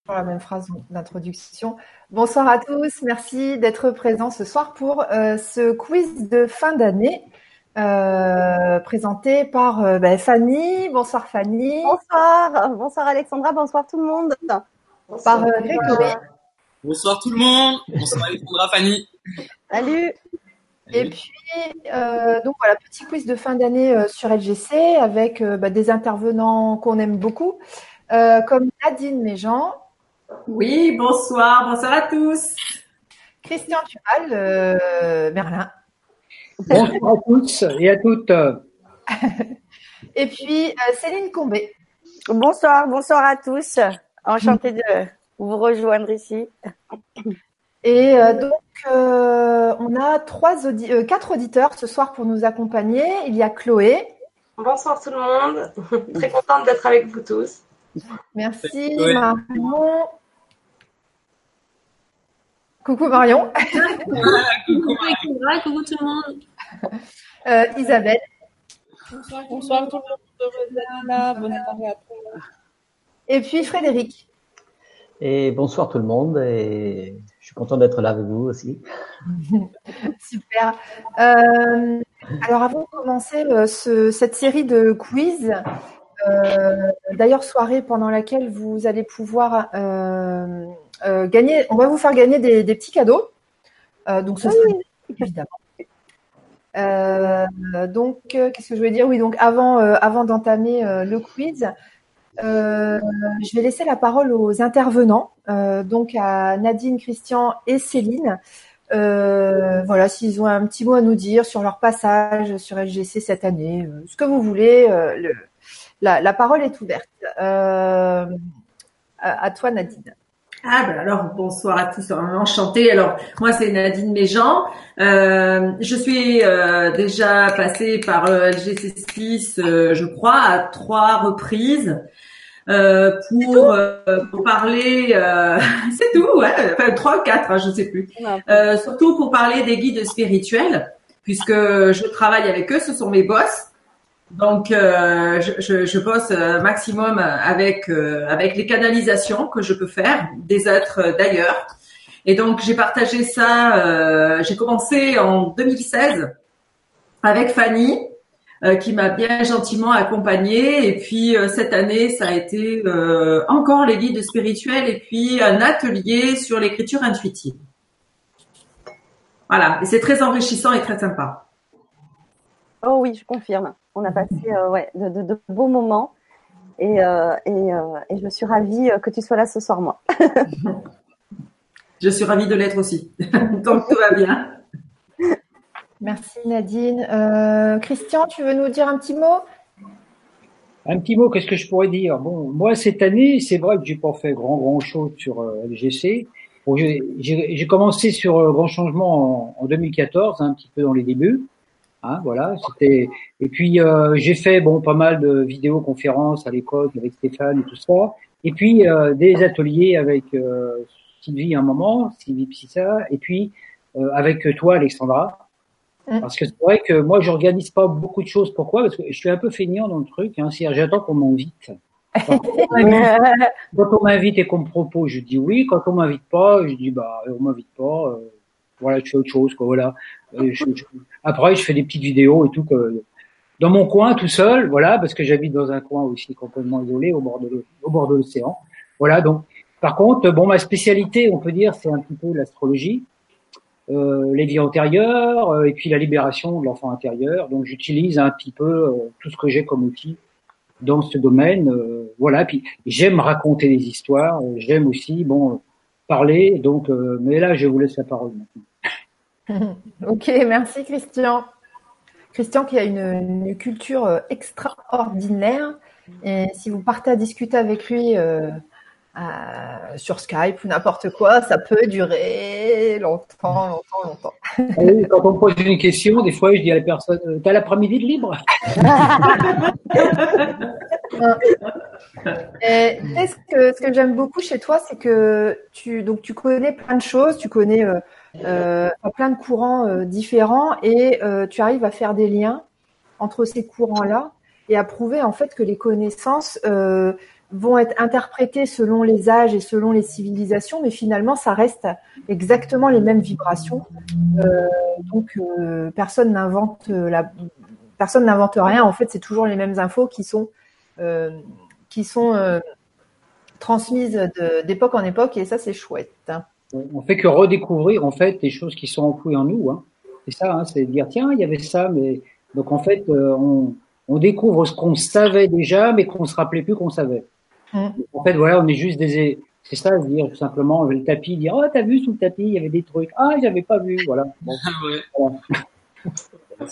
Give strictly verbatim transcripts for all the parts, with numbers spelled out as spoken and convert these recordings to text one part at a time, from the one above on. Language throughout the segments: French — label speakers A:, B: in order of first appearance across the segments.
A: la même phrase d'introduction. Bonsoir à tous, merci d'être présents ce soir pour euh, ce quiz de fin d'année euh, présenté par euh, ben, Fanny. Bonsoir Fanny.
B: Bonsoir, bonsoir Alexandra, bonsoir tout le monde.
A: Par euh, Grégory.
C: Bonsoir tout le monde. Bonsoir Alexandra, Fanny.
B: Salut.
A: Et puis, euh, donc voilà, petit quiz de fin d'année euh, sur L G C avec euh, bah, des intervenants qu'on aime beaucoup, euh, comme Nadine Méjean.
D: Oui, bonsoir, bonsoir à tous.
A: Christian Tuval, euh, Merlin.
E: Bonsoir à tous et à toutes.
A: Et puis euh, Céline Combé.
B: Bonsoir, bonsoir à tous. Enchantée de vous rejoindre ici.
A: Et euh, donc, euh, on a trois audi- euh, quatre auditeurs ce soir pour nous accompagner. Il y a Chloé.
F: Bonsoir tout le monde. Très contente d'être avec vous tous.
A: Merci
C: Chloé.
A: Marion. Coucou Marion.
G: Coucou Alexandra, coucou tout le monde.
A: Euh, Isabelle.
H: Bonsoir, bonsoir tout le monde. Bonne soirée à tous.
A: Et puis Frédéric.
I: Et bonsoir tout le monde, et je suis content d'être là avec vous aussi.
A: Super. Euh, alors avant de commencer euh, ce, cette série de quiz, euh, d'ailleurs soirée pendant laquelle vous allez pouvoir euh, euh, gagner, on va vous faire gagner des, des petits cadeaux. Euh, donc ce sera évidemment. Euh, donc euh, qu'est-ce que je voulais dire? Oui, donc avant, euh, avant d'entamer euh, le quiz. Euh, je vais laisser la parole aux intervenants, euh, donc à Nadine, Christian et Céline. Euh, voilà, s'ils ont un petit mot à nous dire sur leur passage sur L G C cette année, euh, ce que vous voulez. Euh, le, la, la parole est ouverte. Euh, à, à toi, Nadine.
D: Ah ben alors bonsoir à tous, enchantée. Alors moi c'est Nadine Méjean. Euh, je suis euh, déjà passée par euh, L G C six, euh, je crois, à trois reprises. Euh, pour, euh, pour parler, euh, c'est tout, ouais, enfin trois ou quatre, hein, je ne sais plus. Euh, surtout pour parler des guides spirituels, puisque je travaille avec eux, ce sont mes boss. Donc euh, je, je, je bosse un maximum avec euh, avec les canalisations que je peux faire des êtres d'ailleurs. Et donc j'ai partagé ça. Euh, j'ai commencé en deux mille seize avec Fanny. Euh, qui m'a bien gentiment accompagnée. Et puis euh, cette année, ça a été euh, encore les guides spirituels et puis un atelier sur l'écriture intuitive. Voilà, et c'est très enrichissant et très sympa.
B: Oh oui, je confirme. On a passé euh, ouais, de, de, de beaux moments et, euh, et, euh, et je suis ravie que tu sois là ce soir, moi.
D: Je suis ravie de l'être aussi. Donc tout va bien.
A: Merci Nadine. Euh, Christian, tu veux nous dire un petit mot?
E: Un petit mot, qu'est-ce que je pourrais dire? Bon, moi cette année, c'est vrai que j'ai pas fait grand grand chose sur euh, L G C. Bon, j'ai, j'ai, j'ai commencé sur euh, Grand Changement en, en deux mille quatorze, hein, un petit peu dans les débuts. Hein, voilà, c'était. Et puis euh, j'ai fait bon pas mal de vidéoconférences à l'époque avec Stéphane et tout ça. Et puis euh, des ateliers avec euh, Sylvie à un moment, Sylvie Psissa, et puis euh, avec toi Alexandra. Parce que c'est vrai que moi, j'organise pas beaucoup de choses. Pourquoi? Parce que je suis un peu feignant dans le truc. Hein. C'est-à-dire, j'attends qu'on m'invite. Quand on m'invite et qu'on me propose, je dis oui. Quand on m'invite pas, je dis bah, on m'invite pas. Euh, voilà, je fais autre chose. Quoi, voilà. Euh, je, je, après, je fais des petites vidéos et tout. Que, dans mon coin, tout seul. Voilà, parce que j'habite dans un coin aussi complètement isolé, au bord de, au bord de l'océan. Voilà. Donc, par contre, bon, ma spécialité, on peut dire, c'est un petit peu l'astrologie. Euh, les vies antérieures euh, et puis la libération de l'enfant intérieur. Donc j'utilise un petit peu euh, tout ce que j'ai comme outil dans ce domaine. Euh, voilà. Puis j'aime raconter des histoires. Euh, j'aime aussi bon parler. Donc, euh, mais là je vous laisse la parole maintenant.
A: Ok, merci Christian. Christian qui a une, une culture extraordinaire. Et si vous partez à discuter avec lui. Euh, Euh, sur Skype ou n'importe quoi, ça peut durer longtemps, longtemps, longtemps.
E: Oui, quand on me pose une question, des fois, je dis à la personne, t'as l'après-midi de libre?
A: Et, et ce que, ce que j'aime beaucoup chez toi, c'est que tu, donc, tu connais plein de choses, tu connais euh, euh, plein de courants euh, différents et euh, tu arrives à faire des liens entre ces courants-là et à prouver en fait que les connaissances euh, vont être interprétées selon les âges et selon les civilisations, mais finalement, ça reste exactement les mêmes vibrations. Euh, donc, euh, personne n'invente la, personne n'invente rien. En fait, c'est toujours les mêmes infos qui sont, euh, qui sont euh, transmises de, d'époque en époque, et ça, c'est chouette.
E: On fait que redécouvrir en fait des choses qui sont enfouies en nous. Hein. C'est ça, hein, c'est dire tiens, il y avait ça, mais donc en fait, euh, on, on découvre ce qu'on savait déjà, mais qu'on se rappelait plus qu'on savait. Mmh. En fait, voilà, on est juste des, c'est ça, dire tout simplement le tapis, dire oh t'as vu sous le tapis, il y avait des trucs, ah j'avais pas vu, voilà. Bon,
C: ouais.
A: voilà.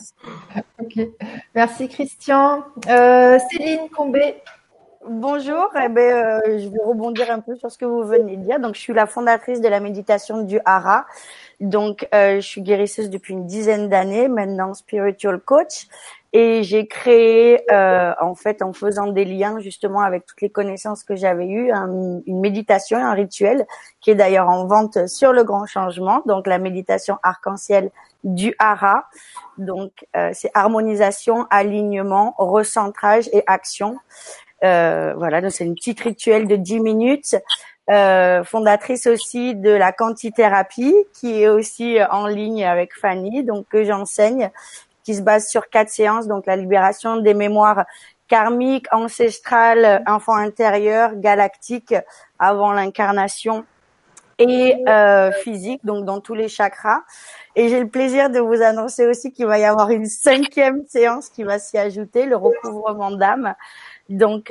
A: Ok, merci Christian. Euh, Céline Combé.
J: Bonjour, eh ben, euh, je vais rebondir un peu sur ce que vous venez de dire. Donc, je suis la fondatrice de la méditation du Hara. Donc, euh, je suis guérisseuse depuis une dizaine d'années, maintenant spiritual coach. Et j'ai créé, euh, en fait, en faisant des liens justement avec toutes les connaissances que j'avais eues, un, une méditation, un rituel qui est d'ailleurs en vente sur le Grand Changement. Donc, la méditation arc-en-ciel du Hara. Donc, euh, c'est harmonisation, alignement, recentrage et action. Euh, voilà, donc c'est une petite rituel de dix minutes. Euh, fondatrice aussi de la quantithérapie, qui est aussi en ligne avec Fanny, donc que j'enseigne, qui se base sur quatre séances, donc la libération des mémoires karmiques, ancestrales, enfants intérieurs, galactiques, avant l'incarnation, et euh, physique, donc dans tous les chakras. Et j'ai le plaisir de vous annoncer aussi qu'il va y avoir une cinquième séance qui va s'y ajouter, le recouvrement d'âme. Donc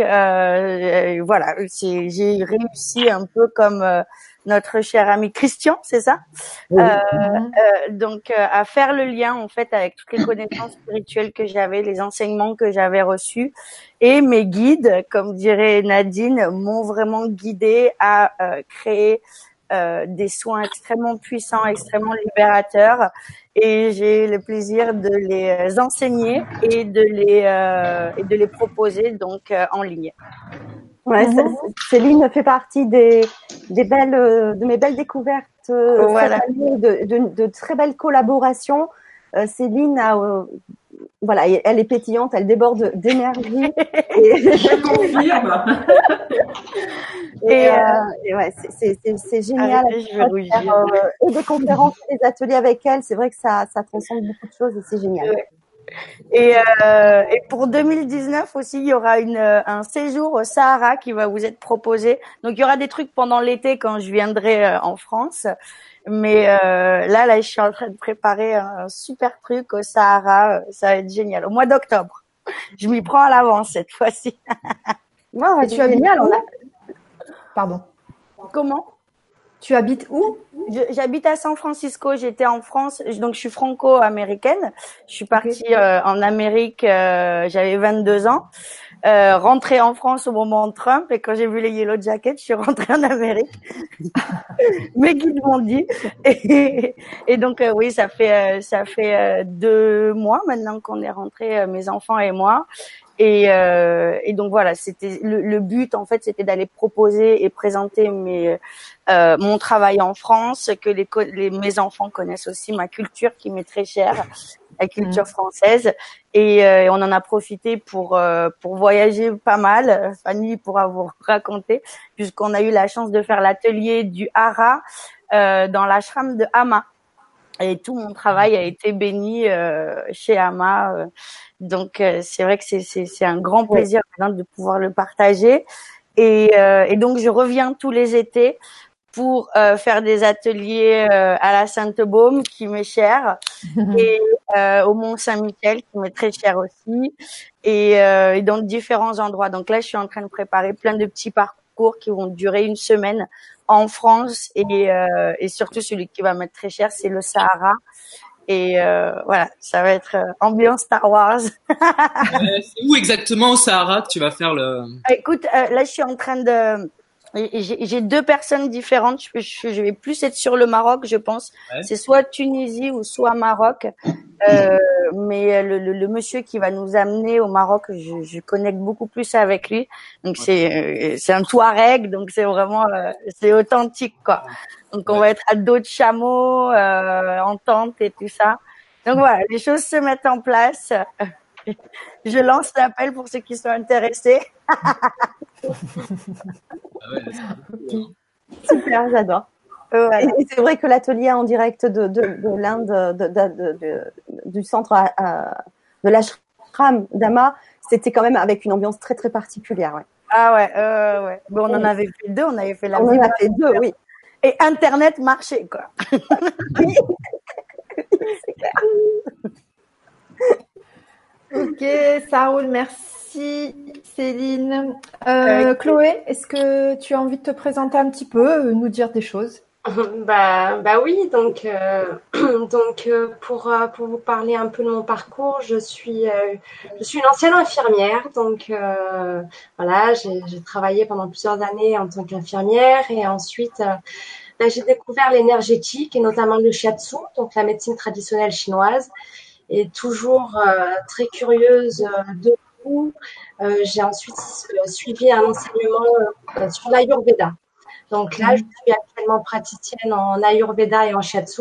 J: euh, voilà, c'est, j'ai réussi un peu comme euh, notre cher ami Christian, c'est ça, oui. euh, euh, donc euh, à faire le lien en fait avec toutes les connaissances spirituelles que j'avais, les enseignements que j'avais reçus, et mes guides, comme dirait Nadine, m'ont vraiment guidée à euh, créer Euh, des soins extrêmement puissants, extrêmement libérateurs, et j'ai le plaisir de les enseigner et de les euh, et de les proposer donc euh, en ligne.
B: Ouais, mm-hmm. Céline fait partie des des belles de mes belles découvertes euh,
J: voilà.
B: cette année, de, de de très belles collaborations. Euh, Céline a euh, voilà, elle est pétillante, elle déborde d'énergie. Et...
D: Je confirme.
B: Et, euh, et ouais, c'est, c'est, c'est génial.
J: Arrêtez, je vais
B: faire, euh, et des conférences, et des ateliers avec elle. C'est vrai que ça, ça transcende beaucoup de choses et c'est génial.
J: Ouais. Et, euh, et pour deux mille dix-neuf aussi, il y aura une, un séjour au Sahara qui va vous être proposé. Donc, il y aura des trucs pendant l'été quand je viendrai en France. Mais euh, là, là, je suis en train de préparer un super truc au Sahara. Ça va être génial. Au mois d'octobre. Je m'y prends à l'avance cette fois-ci.
B: Wow, et tu as génial. On a...
A: Pardon.
J: Comment?
A: Tu habites où?
J: je, J'habite à San Francisco. J'étais en France, donc je suis franco-américaine. Je suis partie okay. euh, en Amérique. Euh, j'avais vingt-deux ans. Euh, rentrée en France au moment de Trump, et quand j'ai vu les Yellow Jackets, je suis rentrée en Amérique. Mes guides m'ont dit. Et, et donc euh, oui, ça fait euh, ça fait euh, deux mois maintenant qu'on est rentrés, euh, mes enfants et moi. Et, euh, et donc voilà, c'était le, le but en fait, c'était d'aller proposer et présenter mes euh, mon travail en France, que les, les mes enfants connaissent aussi ma culture qui m'est très chère, la culture mmh. française. Et euh, on en a profité pour euh, pour voyager pas mal. Fanny pourra vous raconter, puisqu'on a eu la chance de faire l'atelier du Hara euh, dans l'ashram de Amma. Et tout mon travail a été béni euh, chez Amma. Euh, donc euh, c'est vrai que c'est c'est c'est un grand plaisir maintenant de pouvoir le partager. Et euh, et donc je reviens tous les étés pour euh, faire des ateliers euh, à la Sainte-Baume qui m'est chère et euh, au Mont-Saint-Michel qui m'est très cher aussi, et, euh, et dans différents endroits. Donc là, je suis en train de préparer plein de petits parcours qui vont durer une semaine en France, et, euh, et surtout celui qui va m'être très cher, c'est le Sahara. Et euh, voilà, ça va être euh, ambiance Star Wars.
C: euh, c'est où exactement au Sahara que tu vas faire le...
J: Écoute, euh, là, je suis en train de... J'ai, j'ai deux personnes différentes. Je, je, je vais plus être sur le Maroc, je pense. Ouais. C'est soit Tunisie ou soit Maroc. Euh, mais le, le, le monsieur qui va nous amener au Maroc, je, je connecte beaucoup plus avec lui. Donc ouais. c'est c'est un Touareg, donc c'est vraiment euh, c'est authentique quoi. Donc on ouais. va être à dos de chameau, euh, en tente et tout ça. Donc voilà, les choses se mettent en place. Je lance l'appel pour ceux qui sont intéressés.
C: Ah ouais, c'est cool.
B: Super, j'adore.
J: Voilà.
B: Et, et c'est vrai que l'atelier en direct de, de, de l'Inde, de, de, de, de, du centre à, à, de l'ashram d'Ama, c'était quand même avec une ambiance très très particulière. Ouais.
J: Ah ouais, euh, ouais. Bon, on en avait fait deux, on avait fait la
B: On en a fait deux, oui.
J: Et Internet marchait, quoi.
B: Oui. C'est clair.
A: Ok, ça roule, merci Céline. Euh, Chloé, est-ce que tu as envie de te présenter un petit peu, nous dire des choses?
F: Bah, bah oui, donc, euh, donc euh, pour, euh, pour vous parler un peu de mon parcours, je suis, euh, je suis une ancienne infirmière, donc euh, voilà, j'ai, j'ai travaillé pendant plusieurs années en tant qu'infirmière et ensuite euh, bah, j'ai découvert l'énergétique et notamment le shiatsu, donc la médecine traditionnelle chinoise, et toujours euh, très curieuse euh, de tout. Euh, j'ai ensuite euh, suivi un enseignement euh, sur l'Ayurveda. Donc là, je suis actuellement praticienne en Ayurveda et en Shiatsu.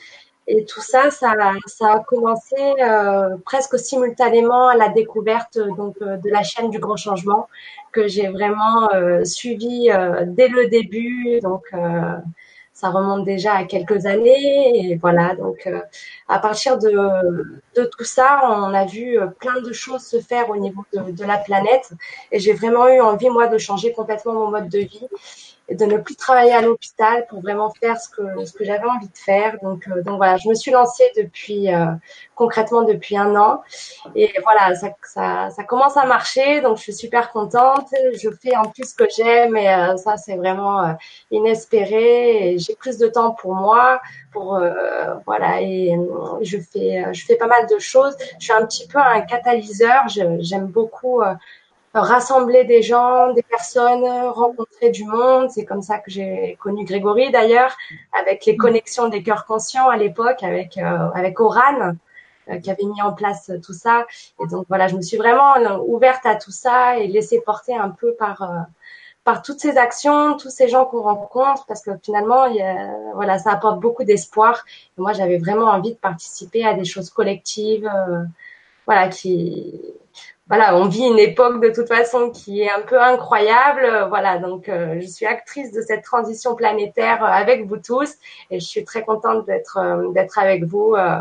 F: Et tout ça, ça, ça a commencé euh, presque simultanément à la découverte donc euh, de la chaîne du Grand Changement que j'ai vraiment euh, suivie euh, dès le début. Donc euh, ça remonte déjà à quelques années. Et voilà, donc euh, à partir de, de tout ça, on a vu plein de choses se faire au niveau de, de la planète. Et j'ai vraiment eu envie, moi, de changer complètement mon mode de vie et de ne plus travailler à l'hôpital pour vraiment faire ce que ce que j'avais envie de faire. Donc euh, donc voilà, je me suis lancée depuis euh, concrètement depuis un an et voilà, ça ça ça commence à marcher, donc je suis super contente. Je fais en plus ce que j'aime et euh, ça c'est vraiment euh, inespéré. Et j'ai plus de temps pour moi, pour euh, voilà et euh, je fais je fais pas mal de choses. Je suis un petit peu un catalyseur. Je, j'aime beaucoup euh, rassembler des gens, des personnes, rencontrer du monde. C'est comme ça que j'ai connu Grégory d'ailleurs, avec les connexions des cœurs conscients à l'époque, avec euh, avec Oran euh, qui avait mis en place tout ça. Et donc voilà, je me suis vraiment ouverte à tout ça et laissée porter un peu par euh, par toutes ces actions, tous ces gens qu'on rencontre, parce que finalement, il y a, voilà, ça apporte beaucoup d'espoir. Et moi, j'avais vraiment envie de participer à des choses collectives, euh, voilà, qui voilà, on vit une époque de toute façon qui est un peu incroyable. Voilà, donc euh, je suis actrice de cette transition planétaire euh, avec vous tous et je suis très contente d'être euh, d'être avec vous. Euh,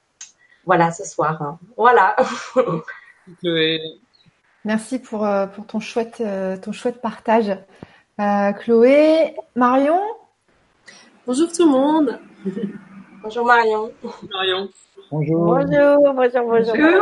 F: voilà, ce soir. Hein. Voilà.
C: Chloé.
A: Merci pour, euh, pour ton chouette, euh, ton chouette partage. Euh, Chloé, Marion.
G: Bonjour tout le monde.
F: Bonjour Marion.
C: Marion.
E: Bonjour.
J: Bonjour, bonjour, bonjour.
F: Bonjour.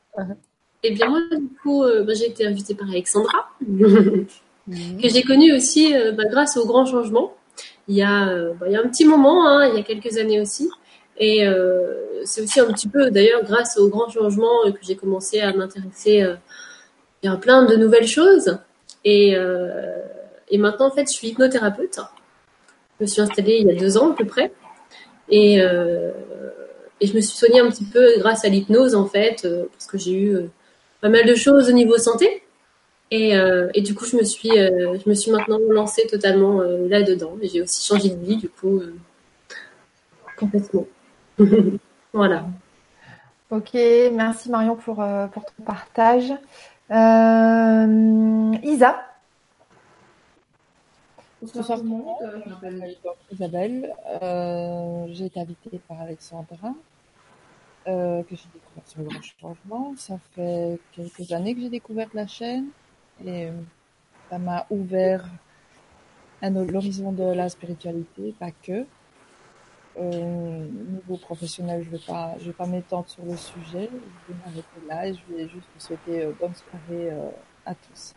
G: Eh bien moi du coup, euh, bah, j'ai été invitée par Alexandra, que j'ai connue aussi euh, bah, grâce au Grand Changement. Il y a, euh, bah, il y a un petit moment, hein, il y a quelques années aussi. Et euh, c'est aussi un petit peu d'ailleurs grâce au Grand Changement euh, que j'ai commencé à m'intéresser euh, à plein de nouvelles choses. Et, euh, et maintenant en fait je suis hypnothérapeute. Je me suis installée il y a deux ans à peu près. Et, euh, et je me suis soignée un petit peu grâce à l'hypnose en fait, euh, parce que j'ai eu euh, pas mal de choses au niveau santé. Et, euh, et du coup, je me suis, euh, je me suis maintenant lancée totalement euh, là-dedans. Et j'ai aussi changé de vie, du coup, euh, complètement. Voilà.
A: Ok, merci Marion pour, euh, pour ton partage. Euh, Isa.
H: Bonsoir tout le monde, je m'appelle Isabelle. Euh, j'ai été invitée par Alexandra, euh, que j'ai découvert sur le Grand Changement. Ça fait quelques années que j'ai découvert la chaîne et ça m'a ouvert à l'horizon de la spiritualité, pas que. Euh, niveau professionnel, je vais pas, je vais pas m'étendre sur le sujet. Je vais m'arrêter là et je vais juste vous souhaiter euh, bonne soirée euh, à tous.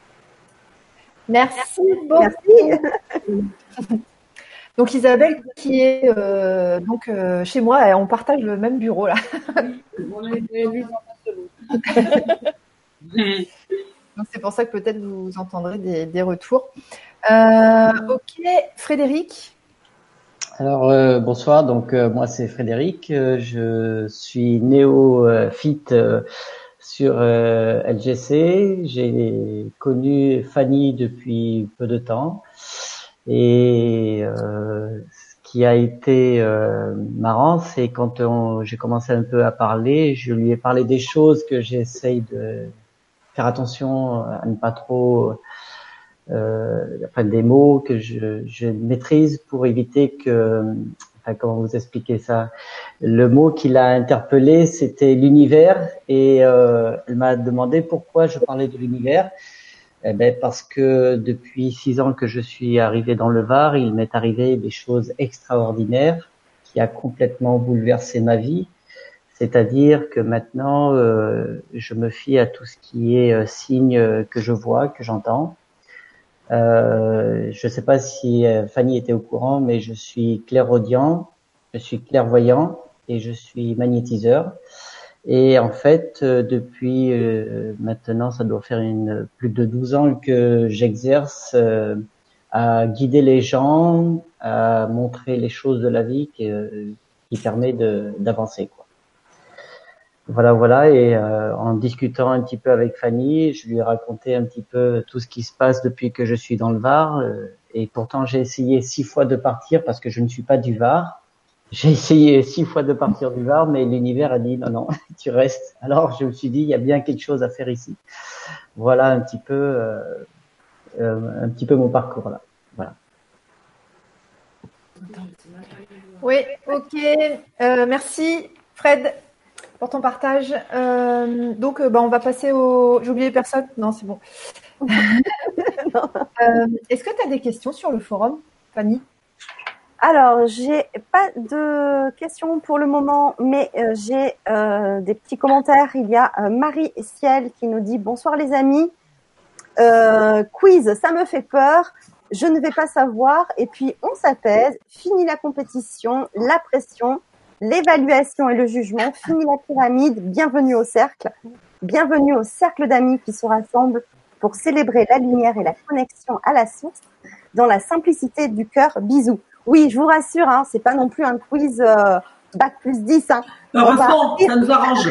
A: Merci beaucoup.
B: Merci.
A: Donc Isabelle qui est euh, donc euh, chez moi, on partage le même bureau là.
H: On a été élus dans un seul autre.
A: Donc c'est pour ça que peut-être vous entendrez des, des retours. Euh, ok, Frédéric.
I: Alors euh, bonsoir, donc euh, moi c'est Frédéric, euh, je suis néophyte euh, sur euh, L G C. J'ai connu Fanny depuis peu de temps et euh, ce qui a été euh, marrant, c'est quand on, j'ai commencé un peu à parler, je lui ai parlé des choses que j'essaye de faire attention à ne pas trop, euh, enfin des mots que je, je maîtrise pour éviter que, enfin comment vous expliquer ça, le mot qui l'a interpellé c'était l'univers et euh, elle m'a demandé pourquoi je parlais de l'univers. Eh ben parce que depuis six ans que je suis arrivé dans le Var, il m'est arrivé des choses extraordinaires qui a complètement bouleversé ma vie. C'est-à-dire que maintenant, euh, je me fie à tout ce qui est euh, signe que je vois, que j'entends. Euh, je ne sais pas si euh, Fanny était au courant, mais je suis clairaudient, je suis clairvoyant et je suis magnétiseur. Et en fait, euh, depuis euh, maintenant, ça doit faire une, plus de douze ans que j'exerce euh, à guider les gens, à montrer les choses de la vie qui, euh, qui permet de, d'avancer, quoi. Voilà, voilà. Et euh, en discutant un petit peu avec Fanny, je lui ai raconté un petit peu tout ce qui se passe depuis que je suis dans le Var. Euh, et pourtant, j'ai essayé six fois de partir parce que je ne suis pas du Var. J'ai essayé six fois de partir du Var, mais l'univers a dit non, non, tu restes. Alors je me suis dit, il y a bien quelque chose à faire ici. Voilà un petit peu, euh, euh, un petit peu mon parcours là. Voilà.
A: Oui, ok. Euh, merci Fred pour ton partage. Euh, donc, euh, bah, on va passer au. J'ai oublié personne. Non, c'est bon. euh, est-ce que tu as des questions sur le forum, Fanny?
B: Alors, j'ai pas de questions pour le moment, mais euh, j'ai euh, des petits commentaires. Il y a euh, Marie Ciel qui nous dit « Bonsoir les amis, euh, quiz, ça me fait peur, je ne vais pas savoir, et puis on s'apaise, fini la compétition, la pression, l'évaluation et le jugement, fini la pyramide, bienvenue au cercle, bienvenue au cercle d'amis qui se rassemblent pour célébrer la lumière et la connexion à la source, dans la simplicité du cœur, bisous. » Oui, je vous rassure, hein, c'est pas non plus un quiz euh, bac plus dix. Hein.
D: Heureusement, ça nous arrange.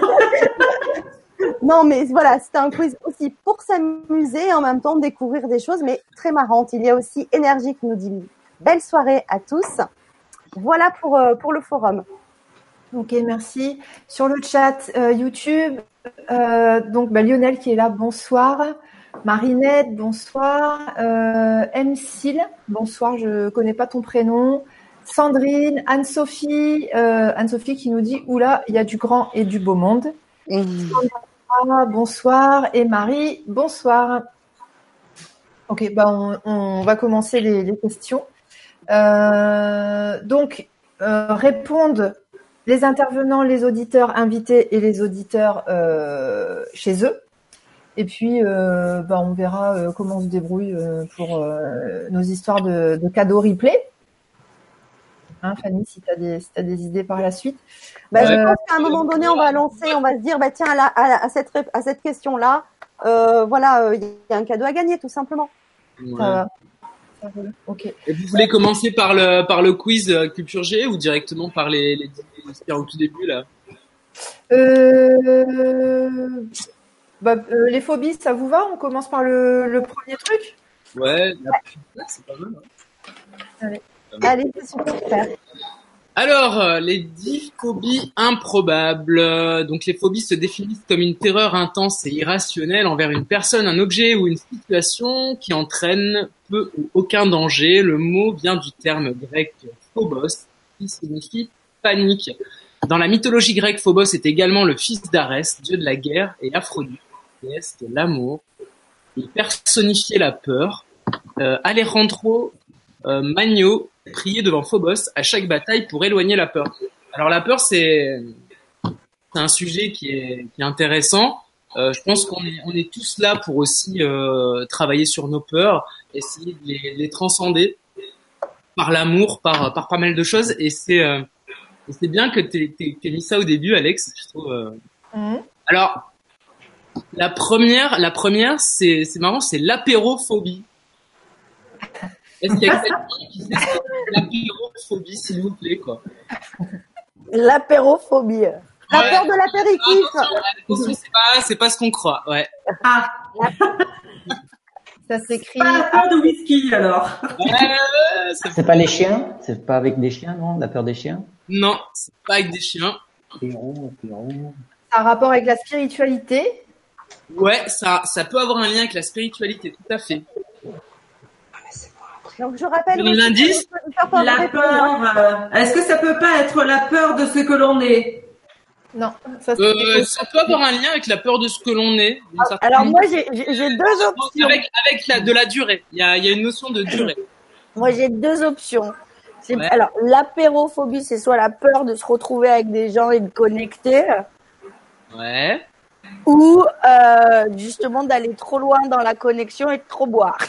B: Non, mais voilà, c'était un quiz aussi pour s'amuser et en même temps découvrir des choses, mais très marrantes. Il y a aussi Énergie qui nous dit belle soirée à tous. Voilà pour euh, pour le forum.
A: Ok, merci. Sur le chat euh, YouTube, euh, donc bah, Lionel qui est là, bonsoir. Marinette, bonsoir. Euh, M. Sil, bonsoir, je connais pas ton prénom. Sandrine, Anne-Sophie, euh, Anne-Sophie qui nous dit oula, il y a du grand et du beau monde. Mmh. Sandra, bonsoir. Et Marie, bonsoir. Ok, bah on, on va commencer les, les questions. Euh, donc, euh, répondent les intervenants, les auditeurs invités et les auditeurs euh, chez eux. Et puis, euh, bah, on verra euh, comment on se débrouille euh, pour euh, nos histoires de, de cadeaux replay. Hein, Fanny, si tu as des, si t'as des idées par la suite.
B: Bah, euh, je pense qu'à un moment donné, on va lancer, on va se dire, bah tiens, à, la, à, à cette, à cette question-là, euh, voilà, il euh, y a un cadeau à gagner, tout simplement.
C: Ouais.
A: Ça va. Ça va. Ok.
C: Et vous voulez commencer par le par le quiz Culture G ou directement par les les, les au tout début là?
A: Euh... Bah, euh, les phobies, ça vous va? On commence par le, le premier truc?
C: Ouais, la... c'est pas mal. Hein.
A: Allez,
B: Allez, c'est super.
C: Alors, les dix phobies improbables. Donc, les phobies se définissent comme une terreur intense et irrationnelle envers une personne, un objet ou une situation qui entraîne peu ou aucun danger. Le mot vient du terme grec phobos, qui signifie panique. Dans la mythologie grecque, Phobos est également le fils d'Arès, dieu de la guerre, et Aphrodite, déesse de l'amour. Il personnifiait la peur. Euh, Alejandro euh, Magno priait devant Phobos à chaque bataille pour éloigner la peur. Alors la peur, c'est, c'est un sujet qui est, qui est intéressant. Euh, je pense qu'on est, on est tous là pour aussi euh, travailler sur nos peurs, essayer de les, les transcender par l'amour, par, par pas mal de choses. Et c'est... Euh, Et c'est bien que t'aies, t'aies, t'aies mis ça au début, Alex. Je trouve. Euh... Mmh. Alors, la première, la première, c'est, c'est marrant, c'est l'apérophobie. Est-ce qu'il y a quelqu'un qui sait ce que c'est l'apérophobie, s'il vous plaît, quoi?
B: L'apérophobie. La
C: ouais.
B: peur de l'apéritif.
C: Attention, attention, c'est pas, c'est pas ce qu'on croit, ouais.
D: Ah.
A: Ça s'écrit.
D: Pas la peur de whisky alors.
C: Ouais, ça-
I: C'est pas les chiens? C'est pas avec des chiens, non? La peur des chiens?
C: Non, c'est pas avec des chiens.
E: Pierrot, Pierrot.
A: Ça a rapport avec la spiritualité.
C: Ouais, ça, ça peut avoir un lien avec la spiritualité, tout à fait.
B: Donc je rappelle.
C: Je donne l'indice.
D: La peur. euh, Est-ce que ça peut pas être la peur de ce que l'on est?
A: Non, ça c'est.
C: Euh, ça peut avoir un lien avec la peur de ce que l'on est. d'une certaine
J: Alors moi,
C: manière.
J: j'ai j'ai- j'ai deux options.
C: Avec, avec la, de la durée. Il y a, il y a une notion de durée.
J: Moi, j'ai deux options. C'est-
C: Ouais.
J: Alors, l'apérophobie, c'est soit la peur de se retrouver avec des gens et de connecter,
C: Ouais.
J: ou euh, justement d'aller trop loin dans la connexion et de trop boire.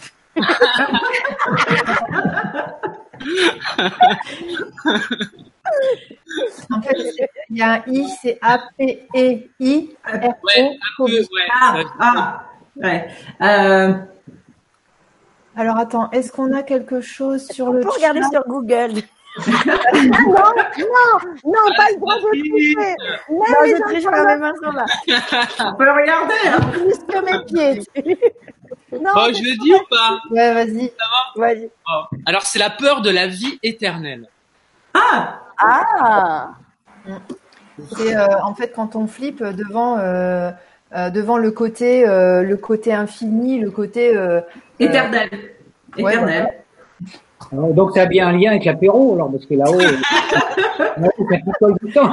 A: En fait, il y a un I, c'est A P E I R O.
C: Ouais, un peu, ouais.
D: Ah,
C: ça-
D: ah, ouais. Euh,
A: Alors attends, est-ce qu'on a quelque chose sur
J: On
A: le
J: peut regarder
A: chat
J: sur Google. non, non, non, pas le droit de tricher.
B: Non,
J: Même les
B: je triche
J: enfants
B: pas même instant là.
D: on peut le regarder, hein.
J: plus que mes pieds. non,
C: Bon, je le dis ou pas?
A: Ouais, vas-y.
J: vas-y.
C: Oh. Alors, c'est la peur de la vie éternelle.
D: Ah,
J: Ah,
A: C'est euh, en fait quand on flippe devant euh, euh, devant le côté euh, le côté infini, le côté euh,
D: éternel.
A: Ouais,
D: Éternel.
E: Alors, donc, ça a bien un lien avec l'apéro, alors, parce que là-haut, euh, là-haut, ça picole du temps.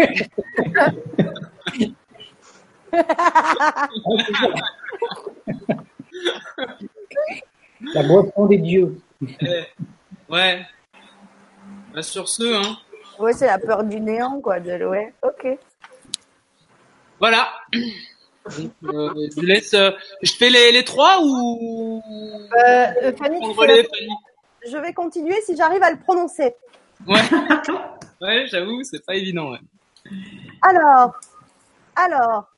E: La boisson des dieux.
C: Eh, ouais. Bah, sur ce, hein.
J: ouais, c'est la peur du néant, quoi. De... Ouais, ok.
C: Voilà. Donc, euh, je laisse. euh, je fais les, les trois ou.
A: euh, euh, Fanny,
C: On
A: tu
C: le
A: fais
C: relais,
A: la-
C: Fanny.
B: Je vais continuer si j'arrive à le prononcer.
C: Ouais. Ouais, j'avoue, c'est pas évident, ouais.
B: Alors, alors,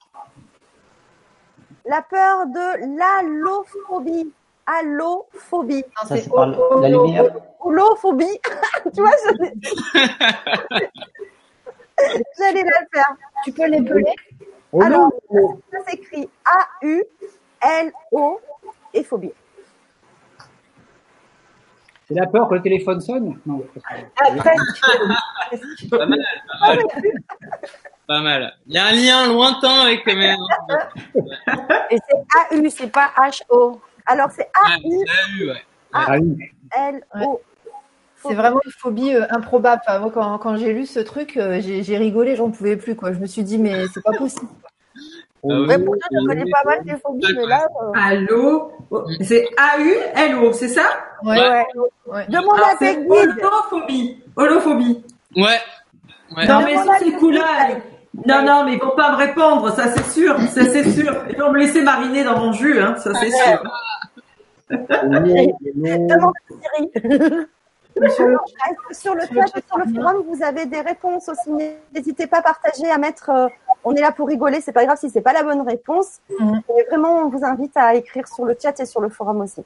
B: la peur de l'allophobie. Allophobie.
A: Non,
I: Ça,
A: c'est
I: c'est par
A: O-
I: la
A: O-
I: lumière.
B: Holophobie. tu vois, je- j'allais la faire.
A: Tu peux l'épeler?
E: Oh
B: Alors,
E: non,
B: ça s'écrit A U L O et phobie.
E: c'est la peur que le téléphone sonne? Non, c'est pas ça.
A: Ah, presque.
C: Pas mal, pas mal. Pas mal. Il y a un lien lointain avec le même.
B: Et c'est A U, c'est pas H O. Alors, c'est A
C: Ouais,
B: U
C: c'est eu, ouais.
E: Ah oui.
B: L O.
A: C'est vraiment une phobie euh, improbable. Enfin, moi, quand, quand j'ai lu ce truc, euh, j'ai j'ai rigolé, j'en pouvais plus, quoi. Je me suis dit, mais c'est pas possible.
E: Oh,
C: Ah
E: oui.
B: Ouais, pourtant, je connais pas mal des phobies, mais là, euh,
D: Allô. C'est A U L O, c'est ça?
A: Ouais.
B: ouais.
A: Ouais.
B: Demande
D: Alors,
B: à tes
D: c'est
B: guides.
D: holophobie. Holophobie.
C: Ouais. Ouais.
D: Non, mais
B: Demande à
D: sur ces
B: tes
D: coups-là,
B: guides.
D: non, non, mais ils vont pas me répondre, ça c'est sûr, ça c'est sûr. Ils vont me laisser mariner dans mon jus, hein, ça c'est sûr.
E: Oh non, oh non.
B: Demande à Siri.
A: Sur le-
B: Sur le chat et sur le forum, vous avez des réponses aussi. N'hésitez pas à partager, à mettre. euh, on est là pour rigoler, c'est pas grave si c'est pas la bonne réponse.
A: Mhm.
B: Et vraiment, on vous invite à écrire sur le chat et sur le forum aussi.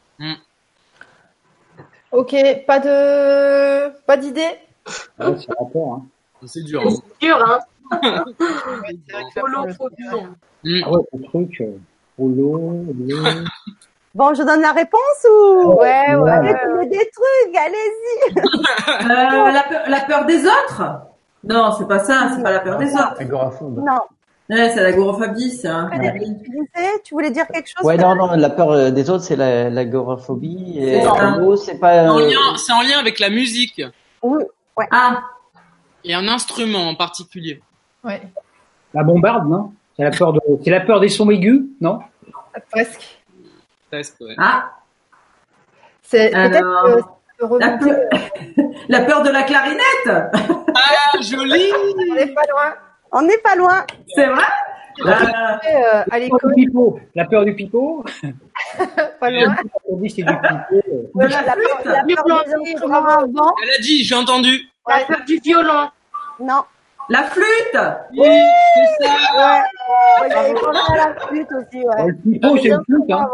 A: Ok, pas de, pas d'idée.
E: Ouais, c'est rapport, hein.
C: C'est dur. Hein.
F: Dur, hein.
A: Holophobie.
C: Mm.
E: Ah ouais, ce truc, euh, holo, holo.
B: Bon, je donne la réponse ou
J: Ouais, ouais,
E: Ouais.
J: ouais.
B: Mettez des trucs, allez-y.
D: Euh, la, peur, la peur des autres? Non, c'est pas ça, c'est pas la peur des autres.
I: Agoraphobe.
B: Non.
D: Ouais, c'est l'agoraphobie, ça.
B: Frédéric, tu disais, tu voulais dire quelque chose?
I: Ouais, non, non, la peur euh, des autres, c'est la- l'agoraphobie. Et
D: C'est ça.
I: holo, c'est pas.
C: En
I: euh,
C: lien, c'est en lien avec la musique
B: Oui.
D: Ah,
C: et un instrument en particulier.
A: Ouais,
E: La bombarde, non? C'est la peur de, c'est la peur des sons aigus, non?
A: presque.
C: Presque, ouais.
D: ah,
A: C'est peut-être
D: Alors,
A: que ça peut
D: la
A: remonter.
D: peur, la peur de la clarinette,
C: Ah, joli.
A: On n'est pas loin.
B: On n'est pas loin.
D: c'est vrai? Euh,
A: Euh, à
E: La peur
A: l'école,
E: du pipeau. La peur du pipeau.
A: pas loin.
E: On dit c'est du pipeau. euh.
D: de la
B: La peur,
D: flûte,
B: la peur des instruments à vent.
C: Elle a dit, j'ai entendu.
F: La peur du violon.
B: Non.
D: la flûte,
C: Oui, c'est ça.
B: Ouais. Ouais, j'avais pensé à la flûte aussi,
E: Oh,
B: ouais.
E: le pipeau, c'est une flûte, hein.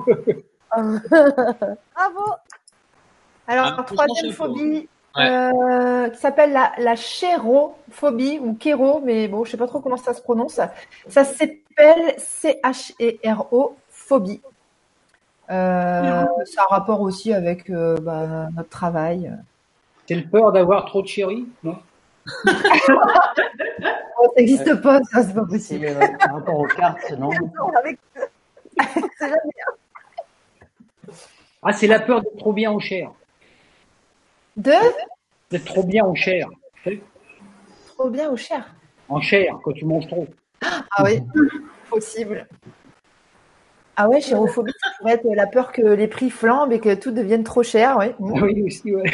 B: Bravo.
A: Alors,
C: Ah,
A: troisième
C: franchement,
A: phobie,
C: Ouais.
A: euh, qui s'appelle la, la chérophobie ou chéro, mais bon, je sais pas trop comment ça se prononce. Ça s'appelle C H E R O, phobie. Euh, ça a rapport aussi avec euh, bah, notre travail.
E: C'est le peur d'avoir trop de chéris, non?
A: Oh, ça n'existe pas, ça, c'est pas
I: C'est
A: possible.
I: euh, par rapport aux cartes, non?
B: Avec... C'est jamais bien.
E: Ah, c'est la peur d'être trop bien en chair.
A: De
E: D'être trop bien en chair.
A: trop bien ou cher.
E: En chair, quand tu manges trop.
A: Ah oui, possible. Ah ouais, chérophobie, ça pourrait être la peur que les prix flambent et que tout devienne trop cher, oui.
E: Ah oui, aussi, ouais.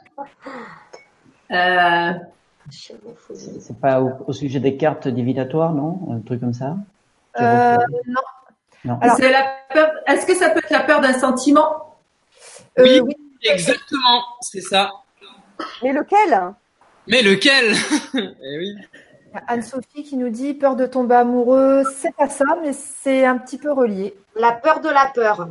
D: Euh,
I: C'est c'est pas au, au sujet des cartes divinatoires, non? Un truc comme ça?
A: Euh, non.
I: Non.
A: Alors-
D: c'est la peur. Est-ce que ça peut être la peur d'un sentiment?
A: Euh,
C: Oui,
A: oui.
C: exactement, c'est ça.
B: Mais lequel?
C: Mais lequel? Eh oui.
A: Anne-Sophie qui nous dit peur de tomber amoureux, c'est pas ça, mais c'est un petit peu relié.
F: La peur de la peur.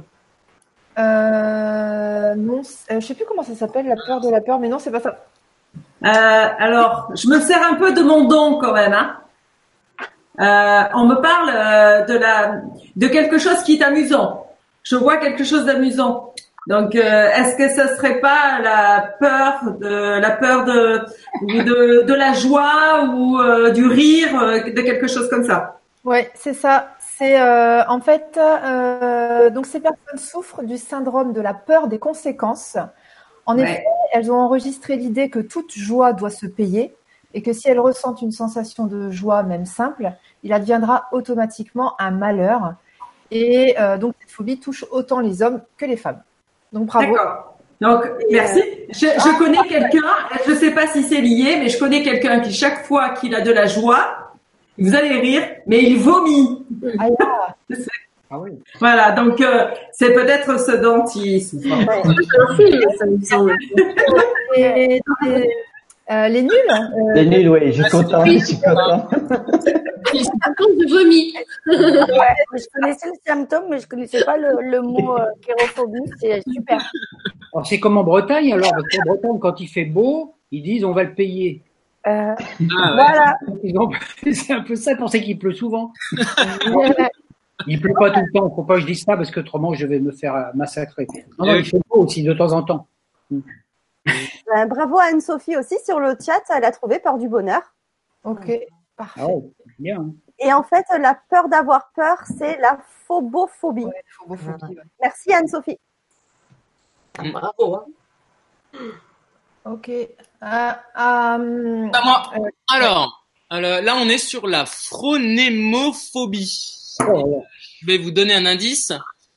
A: Euh, non, c'est- euh, je sais plus comment ça s'appelle, la peur de la peur, mais non, c'est pas ça.
D: Euh, alors, je me sers un peu de mon don quand même. Hein. Euh, on me parle euh, de la de quelque chose qui est amusant. Je vois quelque chose d'amusant. Donc, euh, est-ce que ça serait pas la peur de la peur de de, de la joie ou euh, du rire, euh, de quelque chose comme ça?
A: Ouais, c'est ça. C'est euh, en fait euh, donc ces personnes souffrent du syndrome de la peur des conséquences. En
D: Ouais.
A: effet, elles ont enregistré l'idée que toute joie doit se payer et que si elles ressentent une sensation de joie, même simple, il adviendra automatiquement un malheur. Et euh, donc cette phobie touche autant les hommes que les femmes. Donc bravo.
D: D'accord. Donc, merci. Je, je connais quelqu'un, je sais pas si c'est lié, mais je connais quelqu'un qui, chaque fois qu'il a de la joie, vous allez rire, mais il vomit.
A: Ah, yeah.
E: Ah oui.
D: Voilà, donc euh, c'est peut-être ce dont il souffre.
G: Un film, ça me semble.
A: Et, et, euh, les nuls. euh,
I: Les nuls, oui, je suis content, je suis content.
G: J'ai symptômes de vomi.
J: Ouais, mais je connaissais le symptôme, mais je connaissais pas le, le mot euh, kérophobie. C'est super.
E: Alors, c'est comme en Bretagne, alors, parce qu'en Bretagne, quand il fait beau, ils disent on va le payer.
J: Euh,
C: Ah, ouais.
J: voilà.
E: Ils ont- C'est un peu ça, pour ça qu'il pleut souvent. Il pleut pas tout le temps, faut pas que je dise ça, parce qu'autrement, je vais me faire euh, massacrer. Non, non, il fait beau aussi, de temps en temps.
B: Euh, bravo à Anne-Sophie aussi sur le chat, elle a trouvé peur du bonheur.
A: Ok, parfait.
E: Ah ouais, c'est bien. Hein.
B: Et en fait, la peur d'avoir peur, c'est la phobophobie.
A: Ouais, phobophobie, ouais.
B: Merci Anne-Sophie.
G: Bravo. Hein.
A: Ok. Ah, ah, hum,
C: À moi.
A: euh,
C: Alors, alors, là, on est sur la phronémophobie.
E: Oh là là.
C: Je vais vous donner un indice.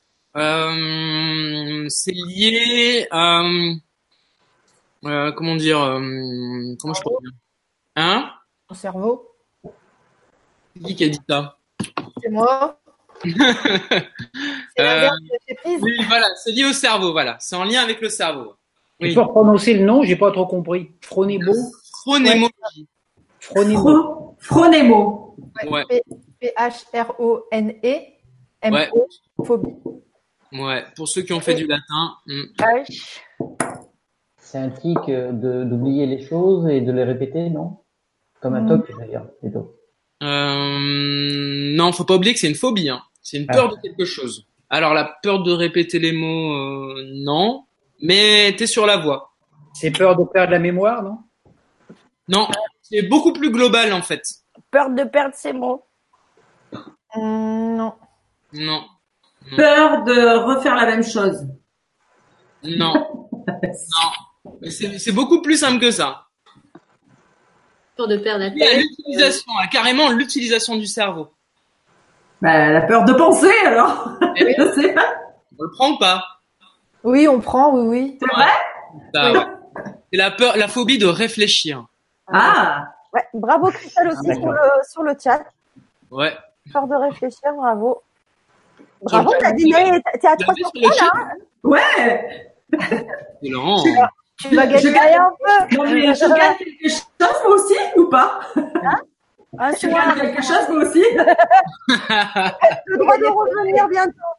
C: Euh, c'est lié à, euh, comment dire, euh, comment je peux dire, hein?
A: Mon cerveau.
C: C'est qui qui a dit ça?
A: C'est moi. C'est
C: Euh,
A: l'inverse de lâcher prise.
C: Oui, voilà, c'est lié au cerveau, voilà. C'est en lien avec le cerveau.
E: Tu
C: Oui.
E: peux prononcer le nom, j'ai pas trop compris. Phronébo,
C: Phronémologie.
E: Phronémo.
D: Phro- Phronémo.
C: Ouais.
A: P- P-H-R-O-N-E M-O phobie.
C: Ouais. Pour ceux qui ont fait du latin. hmm.
I: C'est un tic euh, de- d'oublier les choses et de les répéter, non? Comme un toc, je veux dire, plutôt.
C: Euh, non, faut pas oublier que c'est une phobie, hein. C'est une
I: Ah.
C: peur de quelque chose. Alors, la peur de répéter les mots, euh, non. Mais t'es sur la voie.
E: C'est peur de perdre la mémoire, non?
C: Non. C'est beaucoup plus global, en fait.
J: Peur de perdre ses mots.
A: Hum, non.
C: Non.
D: Peur de refaire la même chose.
C: Non. Non. Mais c'est, c'est beaucoup plus simple que ça.
G: Peur de perdre la
C: Il y a
G: tête.
C: l'utilisation, hein, carrément l'utilisation du cerveau.
D: Bah, la peur de penser alors.
C: Eh oui.
D: Je sais pas.
C: On le prend ou pas?
A: Oui, on prend, oui, oui.
D: C'est vrai?
C: Bah, ouais. C'est la peur, la phobie de réfléchir.
D: Ah.
B: Ouais, bravo Christelle aussi
I: Ah,
B: sur,
I: d'accord.
B: le, sur le chat.
C: Ouais.
B: Peur de réfléchir, bravo.
C: Sur le
B: Bravo
C: chat.
B: Nadine, t'es à
C: Vous
B: trois
C: l'avez
B: sur
C: sur le
B: trois
C: chat?
B: là. hein.
D: Ouais.
C: Excellent.
A: Tu vas
D: Je
A: gagner
D: gagne-
A: un peu.
D: Non mais je gagne quelque chose moi aussi ou pas?
J: Un
D: Je
J: soir.
D: gagne quelque chose moi aussi?
B: Le droit de revenir bientôt.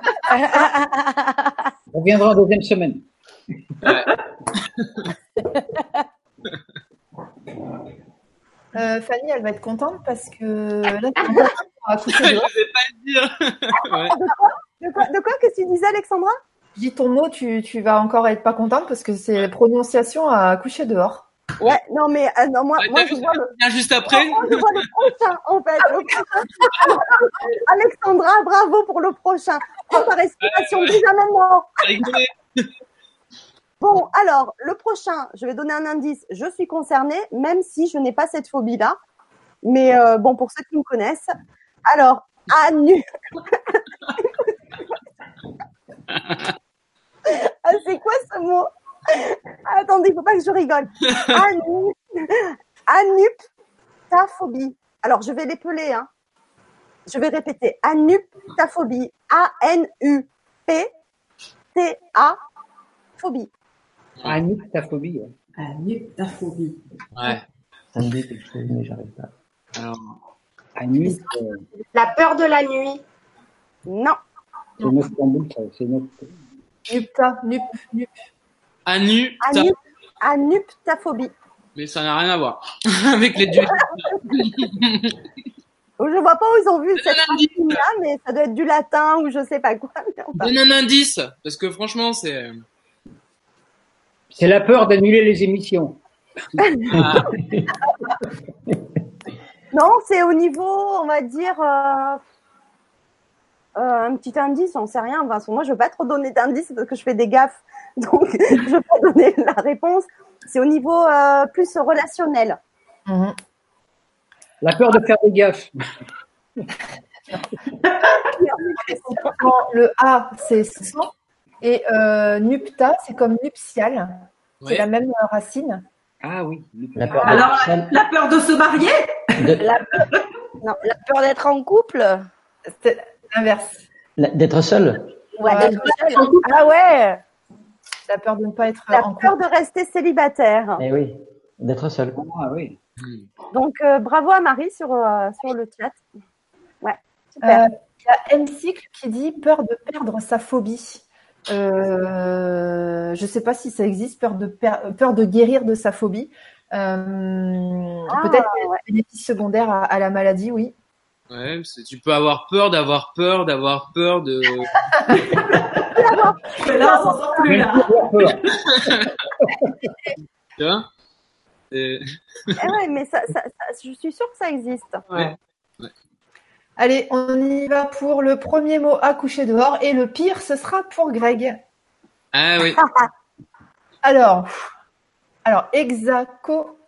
E: On reviendra en deuxième semaine.
C: Ouais.
A: Euh, Fanny, elle va être contente parce que là, tu vas accoucher
C: Je
A: dehors.
C: sais pas le dire. Ouais.
B: De quoi, de quoi Qu'est-ce tu disais, Alexandra?
A: Je dis ton mot, tu, tu vas encore être pas contente parce que c'est prononciation à coucher dehors.
B: Ouais, non, mais euh, non, moi,
C: Ouais,
B: moi
C: t'as
B: je
C: vu
B: vois
C: ce
B: le.
C: qu'il y a juste après.
B: Moi, je vois le prochain, en fait. Le prochain. Alexandra, bravo pour le prochain. Prends ta respiration, dis jamais non.
C: Rigolez.
B: Bon, alors, le prochain, je vais donner un indice. Je suis concernée, même si je n'ai pas cette phobie-là. Mais euh, bon, pour ceux qui me connaissent. Alors, anu. Ah, c'est quoi ce mot? Attendez, il faut pas que je rigole. Anu... Anuptaphobie. Alors, je vais l'épeler, hein. Je vais répéter. Anuptaphobie. A N U P T A phobie.
E: Anuptaphobie. Ouais.
D: Anuptaphobie.
C: Ouais.
I: Ça me dit quelque chose, mais j'arrive pas.
C: Alors,
E: Anup, euh,
F: La peur de la nuit.
B: Non.
E: c'est notre tambour, ça. C'est notre.
A: Nupta, nup, nup.
C: Anu, ta-
B: Anup... Anuptaphobie.
C: mais ça n'a rien à voir avec les dieux.
B: Je vois pas où ils ont vu cette
C: un indice.
B: racine-là, mais ça doit être du latin ou je sais pas quoi. Mais enfin.
C: Donne un indice, parce que franchement, c'est.
E: C'est la peur d'annuler les émissions.
C: Ah,
B: Non, c'est au niveau, on va dire, euh, euh, un petit indice, on sait rien. Enfin, moi, je veux pas trop donner d'indices parce que je fais des gaffes, donc je veux pas donner la réponse. C'est au niveau euh, plus relationnel.
A: Mhm.
E: La peur de faire des gaffes.
A: Le A, c'est sang. Et euh, nupta, c'est comme nuptial. C'est
C: ouais.
A: la même euh, racine.
E: Ah oui.
I: La peur
D: Alors,
I: d'être
D: la,
I: seul.
D: la peur de se marier?
I: de-
J: La peur, non, la peur d'être en couple.
A: C'est l'inverse.
I: la- D'être seul.
B: Ouais,
A: Ouais.
B: d'être seul.
J: Ah ouais.
A: La peur de ne pas être
B: La
A: en
B: peur
A: couple.
B: de rester célibataire.
I: Eh oui, d'être seul.
E: Ah oui.
B: Donc, euh, bravo à Marie sur, euh, sur le chat. Ouais, super.
A: Euh, Il y a M-Cycle qui dit peur de perdre sa phobie. Euh, je ne sais pas si ça existe, peur de, per- peur de guérir de sa phobie. Euh,
B: Ah,
A: peut-être des bénéfices secondaires à, à la maladie, oui.
C: Ouais, parce que tu peux avoir peur d'avoir peur, d'avoir peur de.
D: Mais là, on s'en sort plus, là.
C: Tu vois Et-
B: Eh ouais, mais ça, ça, ça, je suis sûre que ça existe.
C: Ouais.
A: Allez, on y va pour le premier mot à coucher dehors. Et le pire, ce sera pour Greg.
C: Ah oui.
A: Alors, alors hexaco,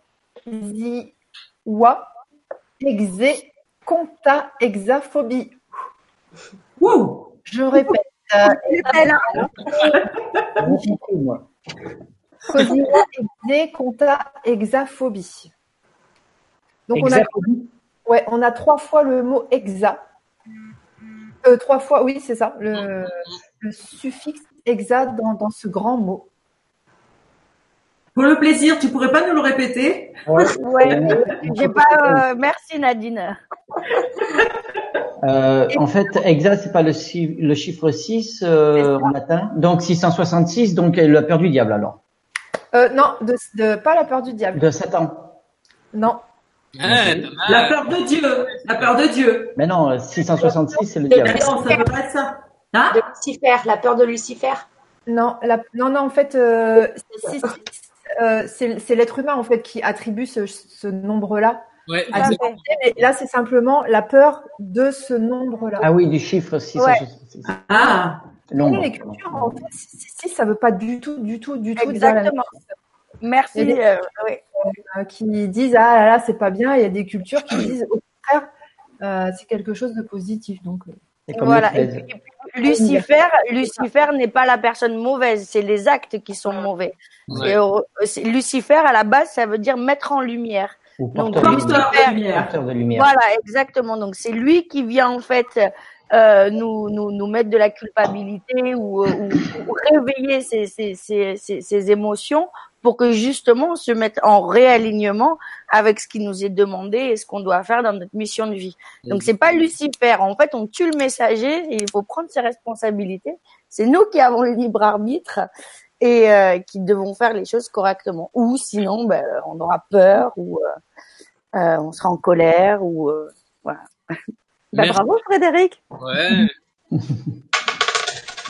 A: ziwa, exé, conta, hexaphobie.
D: Wouh!
A: Je répète. Euh,
B: Elle, hein.
E: Bon, beaucoup, moi.
A: Cosiwa, exé, conta, hexaphobie. Donc on a,
E: Hexaphobie.
A: ouais, on a trois fois le mot hexa. Euh, trois fois, oui, c'est ça, le, le suffixe hexa dans, dans ce grand mot.
D: Pour le plaisir, tu pourrais pas nous le répéter?
E: Ouais.
J: Ouais, j'ai pas. euh, merci Nadine.
I: Euh, en fait, hexa, c'est pas le, chi- le chiffre six euh, en latin. Donc six cent soixante-six, donc euh, la peur du diable alors.
A: Euh, non, de, de, pas la peur du diable.
I: De Satan.
A: Non.
C: Ah, pas mal.
D: La peur de Dieu. La peur de Dieu.
I: Mais non, six cent soixante-six, c'est le
F: Mais
I: diable.
D: Non, ça peut pas être ça. Hein?
F: De Lucifer, la peur de Lucifer.
A: Non, la, non, non, en fait, euh, si, si, euh, c'est c'est l'être humain en fait qui attribue ce, ce nombre-là.
C: Ouais,
A: à
C: exact.
A: divinité, mais là, c'est simplement la peur de ce nombre-là.
I: Ah oui, du chiffre six cent soixante-six.
D: Ah.
I: Nombre.
A: Les cultures, en fait, si, si, ça veut pas du tout, du tout, du tout dire la même
J: Exactement.
A: chose.
J: Merci.
A: Il y a des-
J: euh, oui.
A: Euh, qui disent ah là là, c'est pas bien. Il y a des cultures qui disent au contraire, euh, c'est quelque chose de positif. Donc, euh,
I: C'est comme
J: Voilà.
I: les
J: Et
I: fraises.
J: puis, et puis, Lucifer, Lucifer n'est pas la personne mauvaise, c'est les actes qui sont mauvais.
C: Ouais.
J: Et, euh, c'est- Lucifer, à la base, ça veut dire mettre en lumière.
I: Ou
J: Donc,
I: porteur de
J: Lucifer-
I: lumière.
D: Porteur de lumière.
I: Porteur de lumière.
J: Voilà, exactement. Donc c'est lui qui vient en fait euh, nous, nous nous mettre de la culpabilité ou, euh, ou, ou réveiller ses, ses, ses, ses, ses émotions pour que justement on se mette en réalignement avec ce qui nous est demandé et ce qu'on doit faire dans notre mission de vie. Donc c'est pas Lucifer. En fait, on tue le messager et il faut prendre ses responsabilités. C'est nous qui avons le libre arbitre et euh, qui devons faire les choses correctement. Ou sinon, ben, on aura peur ou euh, euh, on sera en colère ou euh, voilà. Ben,
C: Merci.
B: bravo Frédéric.
C: Ouais.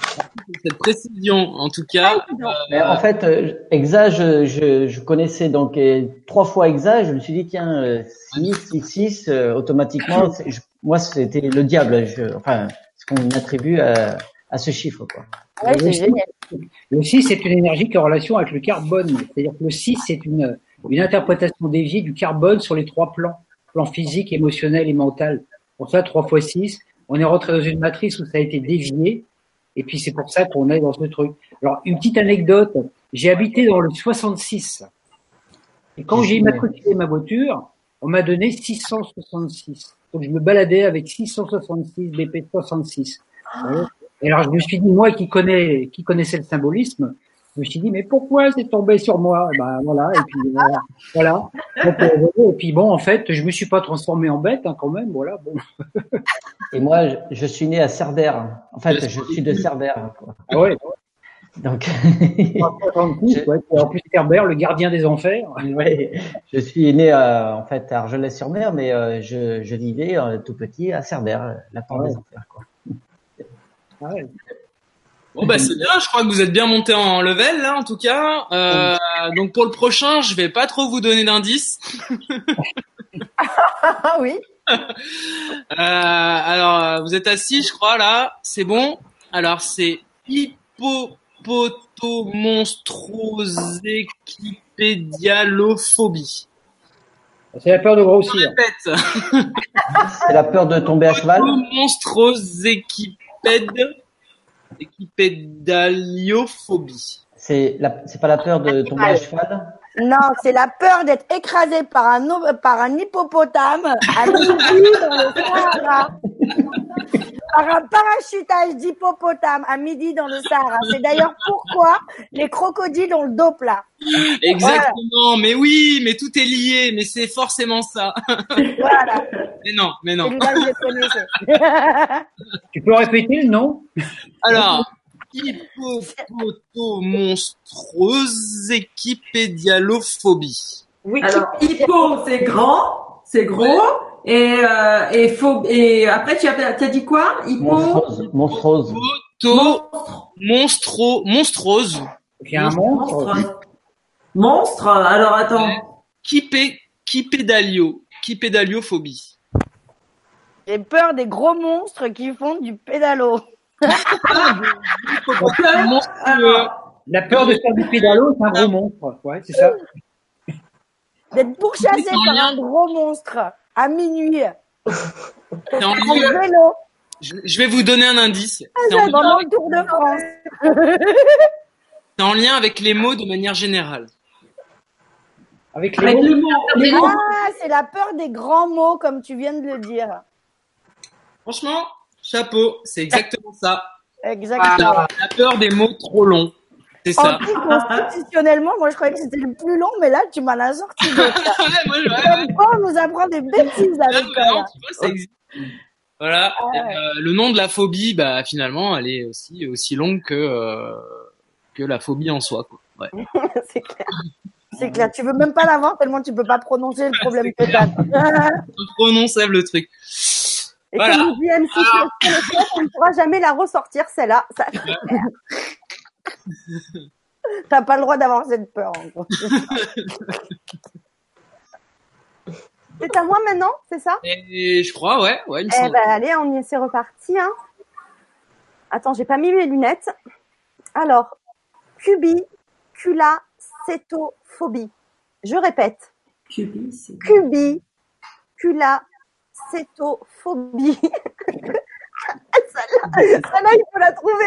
C: cette précision, en tout cas. Euh,
I: Mais en fait, euh, Exa, je, je, je connaissais donc euh, trois fois Exa. Je me suis dit tiens, euh, six, six, six, euh, automatiquement, c'est- je- moi c'était le diable. Je, enfin, ce qu'on attribue à, à ce chiffre, quoi.
J: Ouais, c'est génial.
E: Le six, c'est une énergie qui est en relation avec le carbone. C'est-à-dire que le six, c'est une, une interprétation déviée du carbone sur les trois plans. Plan physique, émotionnel et mental. Pour ça, trois fois six, on est rentré dans une matrice où ça a été dévié. Et puis, c'est pour ça qu'on est dans ce truc. Alors, une petite anecdote. J'ai habité dans le soixante-six. Et quand j'ai immatriculé ma voiture, on m'a donné six cent soixante-six. Donc, je me baladais avec six cent soixante-six, B P soixante-six. Voilà. Et alors, je me suis dit, moi qui connais, qui connaissais le symbolisme, je me suis dit, mais pourquoi c'est tombé sur moi? Et ben, voilà. Et puis, voilà. voilà. Donc, euh, et puis, bon, en fait, je me suis pas transformé en bête, hein, quand même. Voilà. Bon.
I: Et moi, je, je suis né à Cerbère. En fait, je suis de Cerbère, quoi.
E: Ah ouais.
I: Donc,
E: je... ouais, en plus, Cerbère, le gardien des enfers.
I: Ouais, je suis né à, en fait, à Argelès-sur-Mer, mais euh, je, je vivais euh, tout petit à Cerbère, la porte
E: ouais.
I: des enfers, quoi.
E: Ouais.
C: Bon bah c'est bien, je crois que vous êtes bien monté en level là en tout cas. Euh, donc pour le prochain, je vais pas trop vous donner d'indices.
A: Ah oui.
C: Euh, alors vous êtes assis, je crois là, c'est bon. Alors c'est hippopotomonstrosépédialophobie.
E: C'est la peur de grossir.
C: Je répète.
I: C'est la peur de tomber à cheval.
C: Monstrosépéd. Équipédaliophobie.
I: C'est la, c'est pas la peur de tomber à cheval?
J: Non, c'est la peur d'être écrasé par un, par un hippopotame à midi dans le Sahara. Par un parachutage d'hippopotame à midi dans le Sahara. C'est d'ailleurs pourquoi les crocodiles ont le dos plat.
C: Exactement, voilà. Mais oui, mais tout est lié, mais c'est forcément ça.
J: Voilà.
C: Mais non, mais non.
J: Celui-là, je le connaissais.
E: Tu peux répéter le nom?
C: Alors, hippopotomonstrosépédialophobie.
D: Oui. Alors, hippo, c'est grand, c'est gros. Ouais. Et, euh, et, phob... et après, tu as, tu as dit quoi? Hippo.
I: Monstrose. Monstrose.
C: Monstre. Monstro. Monstrose.
E: Il y a un monstre.
D: Monstre. Monstre. Alors, attends.
C: Ouais. Kipé, kipédalio. Kipédaliophobie.
J: J'ai peur des gros monstres qui font du pédalo.
E: Alors, la peur de faire du pédalo, c'est un gros monstre. Ouais, c'est ça.
J: D'être pourchassé par un gros monstre à minuit.
C: C'est en lien...
J: vélo.
C: Je, je vais vous donner un indice.
J: Ah, c'est en lien dans le Tour de France.
C: C'est en lien avec les mots de manière générale.
E: Avec les mots.
J: Les mots. Ah, c'est la peur des grands mots, comme tu viens de le dire.
C: Franchement, chapeau, c'est exactement ça.
J: Exactement.
C: Ah, la peur des mots trop longs. C'est ça.
J: Constitutionnellement, moi je croyais que c'était le plus long, mais là tu m'en as sorti d'autres. Ouais, moi, ouais, ouais. On nous apprend des bêtises à l'école.
C: Non, tu vois, ça existe. Voilà. Ah, ouais. euh, le nom de la phobie, bah finalement, elle est aussi aussi longue que euh, que la phobie en soi, quoi. Ouais.
J: C'est clair. C'est clair. Tu veux même pas l'avoir tellement tu peux pas prononcer le problème que t'as.
C: Imprononçable le truc.
B: Et voilà. Comme dit M six, ah. on ne pourra jamais la ressortir, celle-là. Ça...
J: T'as pas le droit d'avoir cette peur.
B: C'est à moi maintenant, c'est ça?
C: Et je crois, ouais, ouais. Il me
B: eh ben allez, on y est, c'est reparti. Hein. Attends, j'ai pas mis mes lunettes. Alors, cubiculacétophobie. Je répète.
D: Cubi,
B: Cubiculacétophobie. Celle-là, celle-là, il faut la trouver.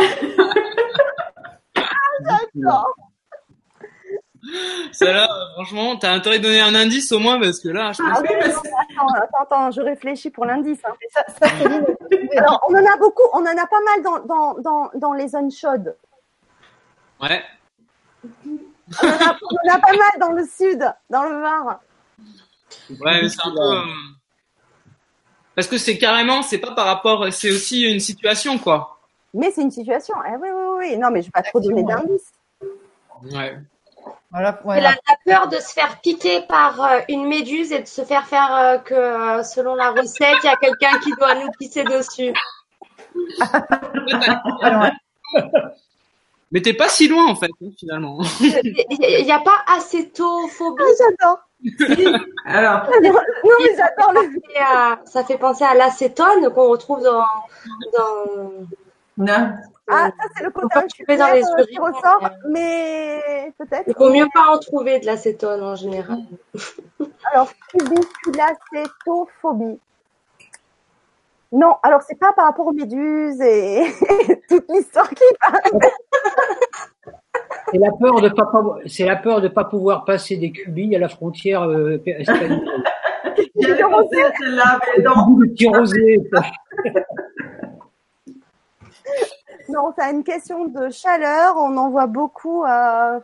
B: Ah, j'adore.
C: Celle-là, franchement, t'as intérêt de donner un indice au moins parce que là, je pense
B: ah,
C: que...
B: oui, attends, attends, attends, je réfléchis pour l'indice. Hein. Ça, ça, Alors, on en a beaucoup, on en a pas mal dans, dans, dans, dans les zones chaudes.
C: Ouais.
B: On en, a, on en a pas mal dans le sud, dans le Var.
C: Ouais, mais c'est un peu... Parce que c'est carrément, c'est pas par rapport, c'est aussi une situation, quoi.
B: Mais c'est une situation. Eh oui, oui, oui. Non, mais je vais pas trop donner d'indices.
C: Ouais.
A: Voilà,
F: voilà. La, la peur de se faire piquer par euh, une méduse et de se faire faire euh, que, euh, selon la recette, il y a quelqu'un qui doit nous pisser dessus.
C: Mais t'es pas si loin en fait, finalement.
F: Il n'y a pas acétophobie.
B: Ah, j'adore.
D: Alors,
B: non, mais j'adore le.
F: Et, euh, ça fait penser à l'acétone qu'on retrouve dans. dans...
D: non.
B: Ah, ça, c'est le côté
F: Faut pas trouver dans les
B: euh, qui
F: urines,
B: ressort,
F: mais-
B: mais peut-être.
F: Il vaut mieux pas en trouver de l'acétone en général.
B: Alors, cubiculacétophobie. Non, alors c'est pas par rapport aux méduses et toute l'histoire qui parle.
E: C'est la peur de pas, c'est la peur de pas pouvoir passer des cubis à la frontière euh, espagnole.
D: J'avais pensé à celle-là, mais non.
E: Le tyrosé.
B: Non, c'est une question de chaleur. On en voit beaucoup. Euh...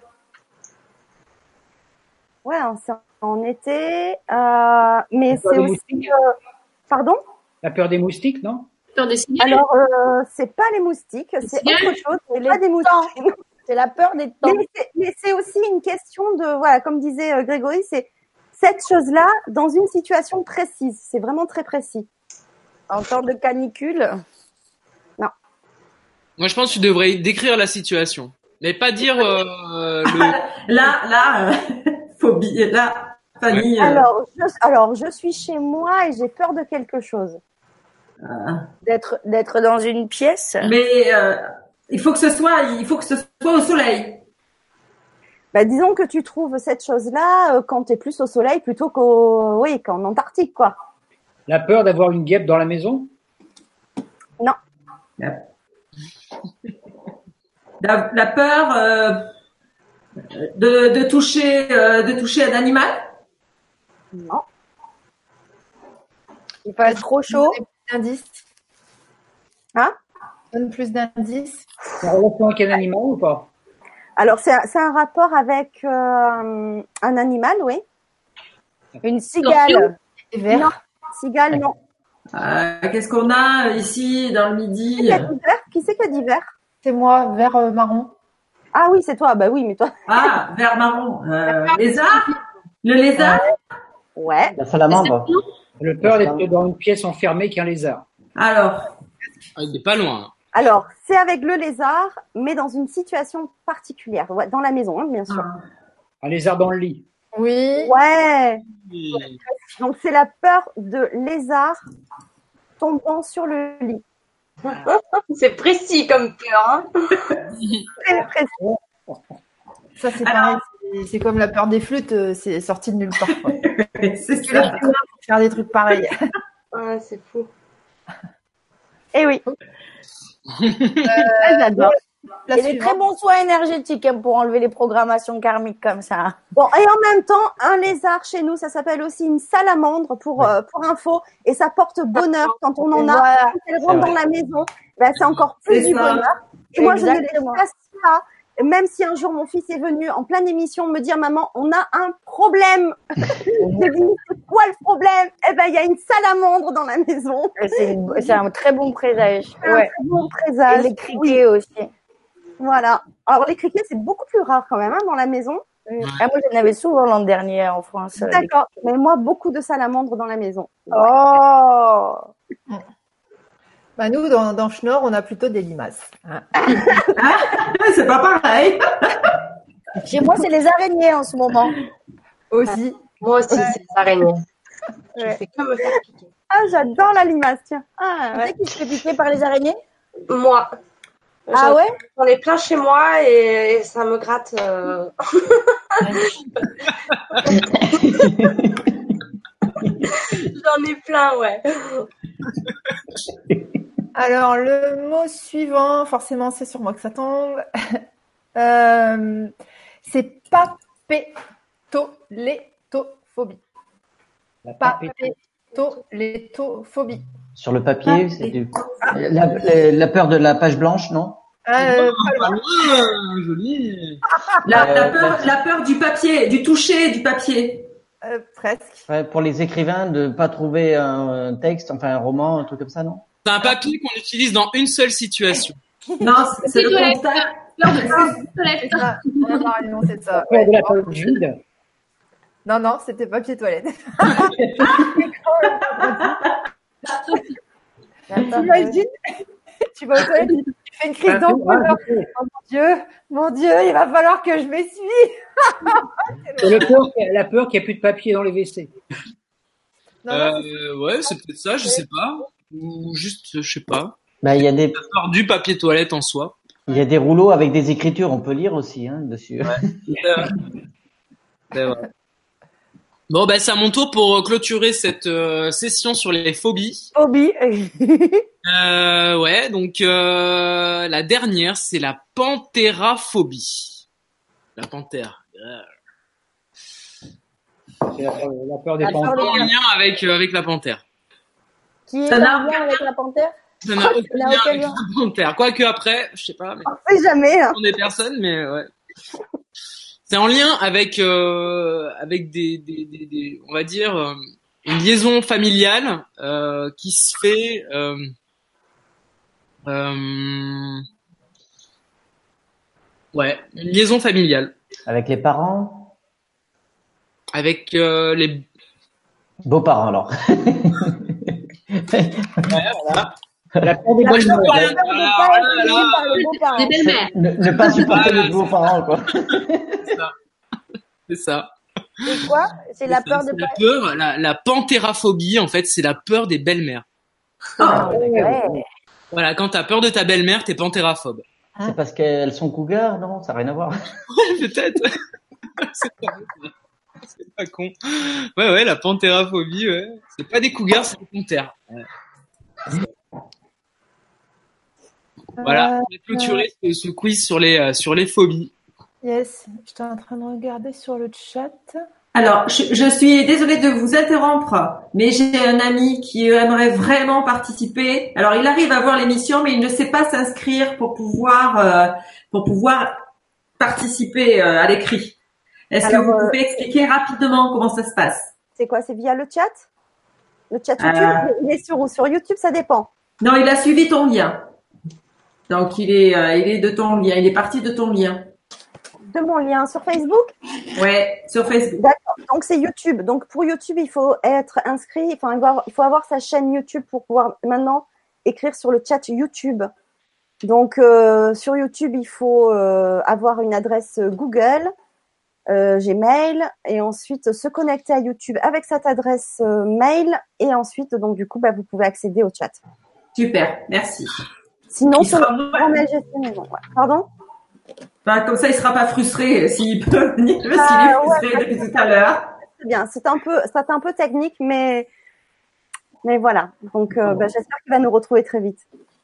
B: Ouais, c'est en été, euh... mais c'est aussi. Euh... Pardon?
E: La peur des moustiques, non?
G: Peur des cigales.
B: Alors, euh, c'est pas les moustiques, c'est
G: cigales.
B: autre chose. C'est
J: Les
B: pas des moustiques.
J: C'est la peur des temps.
B: Mais c'est, mais c'est aussi une question de, voilà, comme disait euh, Grégory, c'est cette chose-là dans une situation précise. C'est vraiment très précis.
J: En temps de canicule.
C: Moi, je pense que tu devrais décrire la situation, mais pas dire euh, le.
D: Là, là, euh, phobie. Là, Fanny. euh,
B: Alors, je, alors, je suis chez moi et j'ai peur de quelque chose.
J: D'être, d'être dans une pièce.
D: mais euh, il faut que ce soit, il faut que ce soit au soleil.
B: Bah, disons que tu trouves cette chose-là euh, quand t'es plus au soleil plutôt qu'au, oui, qu'en Antarctique, quoi.
E: La peur d'avoir une guêpe dans la maison?
B: Non.
D: La, la peur euh, de, de toucher, euh, de toucher un animal.
B: Non.
J: Il peut être trop chaud.
A: Indice.
B: Hein?
A: Donne plus d'indices.
E: C'est en relation avec un animal ou pas?
B: Alors, c'est, un- c'est un rapport avec euh, un animal, oui.
J: Une cigale.
A: Vert.
B: Non. Cigale, non.
D: Euh, Qu'est-ce qu'on a ici dans le
B: Qui
D: midi?
B: c'est qui a dit vert? Qui c'est qui a dit vert?
A: C'est moi, vert euh, marron.
B: Ah oui, c'est toi. Bah oui, mais toi.
D: Ah, vert marron. Euh, lézard? Le lézard?
B: Ouais.
I: La salamandre.
E: Le peur d'être dans une pièce enfermée qu'un lézard.
D: Alors,
C: Ah, il est pas loin.
B: Alors, c'est avec le lézard, mais dans une situation particulière. Ouais, dans la maison, hein, bien sûr.
E: Un lézard dans le lit.
A: Oui.
B: Ouais.
C: Oui.
B: Donc, c'est la peur de lézard tombant sur le lit.
F: C'est précis comme peur. Hein.
B: Très précis.
A: Ça, c'est
D: Alors-
A: pareil. C'est- C'est comme la peur des flûtes, euh, c'est sorti de nulle part. quoi.
D: c'est
A: Que les
D: ça.
A: humains pour faire des trucs pareils.
F: Ouais, c'est fou.
B: Eh oui.
J: Ah, j'adore.
A: La
J: Et des
A: suivante.
J: très bons soins énergétiques hein, pour enlever les programmations karmiques comme ça.
B: Bon, et en même temps, un lézard chez nous, ça s'appelle aussi une salamandre pour euh, pour info, et ça porte bonheur quand on en a.
J: Voilà.
B: Quand elle rentre
I: C'est
B: dans
I: vrai.
B: la maison, ben, c'est encore plus
D: C'est
B: du
D: ça.
B: bonheur. Et moi, je ne les
J: Exactement.
B: laisse pas. Même si un jour mon fils est venu en pleine émission me dire maman, on a un problème. J'ai dit c'est quoi le problème? Eh ben il y a une salamandre dans la maison.
J: C'est, une- c'est un très bon présage.
B: C'est un
J: Ouais.
B: très bon
J: Et
B: présage.
J: les criquets aussi.
B: Voilà. Alors les criquets c'est beaucoup plus rare quand même hein, dans la maison.
J: Ah, moi, j'en avais souvent l'an dernier en France. euh, des-
B: D'accord. Mais moi beaucoup de salamandres dans la maison.
J: Oh.
A: Bah, nous, dans, dans Schnorr, on a plutôt des limaces. hein.
D: C'est pas pareil.
J: Chez moi, c'est les araignées en ce moment.
A: Aussi.
F: Moi aussi, c'est les araignées. Je
J: Ouais.
F: fais que me faire piquer.
B: Ah j'adore la limace tiens.
J: Ah, tu sais qui se fait piquer par les araignées?
F: Moi.
J: Ah
F: J'en-
J: ouais?
F: J'en ai plein chez moi et, et ça me gratte. euh. J'en ai plein, ouais.
A: Alors, le mot suivant, forcément, c'est sur moi que ça tombe. Euh, c'est papétolétophobie.
E: La papé-
A: Papétolétophobie.
I: Sur le papier, c'est du... la, la, la peur de la page blanche, non?
A: Euh,
C: Pas loin, joli.
D: La, la
I: Euh,
D: peur, la peur du papier, du toucher du papier.
A: euh, presque.
I: Ouais, pour les écrivains, de pas trouver un texte, enfin un roman, un truc comme ça, non?
C: C'est un papier qu'on utilise dans une seule situation.
D: Non, c'est c'est le
G: toilette.
D: constat.
G: Peur de peur de toilette.
A: C'est ça. Non, non, non, c'est ça.
E: La peur de la
A: Ouais.
E: page vide.
A: Non, non, c'était papier toilette.
J: Attends,
A: T'imagines tu vas aux toilettes, tu fais une crise d'angoisse. Oh mon Dieu, mon Dieu, il va falloir que je m'essuie.
E: C'est le peur, la peur qu'il n'y ait plus de papier dans les W C.
A: Non, non,
C: Euh, ouais, c'est peut-être ça, je sais pas. Ou juste, je sais pas.
I: Bah, il y a des,
C: La peur du papier toilette en soi.
I: il y a des rouleaux avec des écritures, on peut lire aussi, hein, dessus.
C: C'est vrai. C'est vrai. Bon, bah, c'est à mon tour pour clôturer cette euh, session sur les phobies.
B: Phobie.
C: Euh, ouais, donc euh, la dernière, c'est la panthéraphobie. La panthère.
E: C'est la, peur- la peur des
B: La peur
E: panthères.
B: des-
C: En lien avec euh, avec la panthère.
B: Qui est
D: Ça
B: en
D: n'a
B: lien avec la panthère?
C: Ça n'a aucun
B: n'a
C: lien
B: aucun
C: avec
B: lien.
C: la panthère. Quoique après, je sais pas, mais
B: On sait jamais. Hein.
C: on est personne, mais ouais. C'est en lien avec euh, avec des, des, des, des on va dire euh, une liaison familiale euh, qui se fait euh, euh, ouais, une liaison familiale
I: Avec les parents,
C: avec euh, les
I: beaux-parents alors.
E: La peur des
B: La
E: belles
B: peur
E: mères.
C: Ouais,
B: de pas
C: voilà,
B: être
C: voilà,
B: suivi
C: voilà.
B: par les beaux-parents.
G: Les belles-mères.
I: ne, ne pas supporter
C: Voilà,
I: les beaux-parents, quoi.
C: c'est ça.
B: C'est quoi? C'est la
C: C'est
B: peur
C: ça,
B: de
C: c'est
B: pas
C: la peur, la, la panthéraphobie en fait, c'est la peur des belles-mères.
D: Ah,
B: Ouais.
C: Voilà, quand t'as peur de ta belle-mère, t'es panthéraphobe.
I: C'est parce qu'elles sont cougars, non? Ça n'a rien à voir.
C: Ouais, peut-être. c'est pas, c'est pas con. Ouais, ouais, la panthéraphobie, ouais. C'est pas des cougars, c'est des panthères. Ouais. Voilà, on a clôturé ce, ce quiz sur les, euh, sur les phobies.
A: Yes, j'étais en train de regarder sur le chat.
D: Alors, je, je suis désolée de vous interrompre, mais j'ai un ami qui aimerait vraiment participer. Alors, il arrive à voir l'émission, mais il ne sait pas s'inscrire pour pouvoir euh, pour pouvoir participer euh, à l'écrit. Est-ce que
B: Alors,
D: vous
B: euh,
D: pouvez expliquer rapidement comment ça se passe?
B: C'est quoi? C'est via le chat? Le chat
D: Euh.
B: YouTube? Il est sur, sur YouTube, ça dépend.
D: Non, il a suivi ton lien. Donc, il est euh, il est de ton lien. Il est parti de ton lien.
B: De mon lien sur Facebook?
D: Ouais, sur Facebook.
B: D'accord. Donc, c'est YouTube. Donc, pour YouTube, il faut être inscrit. Enfin, avoir- il faut avoir sa chaîne YouTube pour pouvoir maintenant écrire sur le chat YouTube. Donc, euh, sur YouTube, il faut euh, avoir une adresse Google, euh, Gmail, et ensuite se connecter à YouTube avec cette adresse euh, mail. Et ensuite, donc, du coup, bah, vous pouvez accéder au chat.
D: Super, merci.
B: Sinon,
D: Il
B: sur
D: sera
B: le grand mail gestion maison. Ouais. Pardon?
D: Enfin, comme ça, il sera pas frustré s'il peut venir, parce qu'il
B: Ah,
D: est
B: ouais,
D: frustré
B: ouais.
D: depuis tout à l'heure.
B: C'est bien. C'est un peu, c'est un peu technique, mais, mais voilà. Donc, euh, bah, j'espère qu'il va nous retrouver très vite.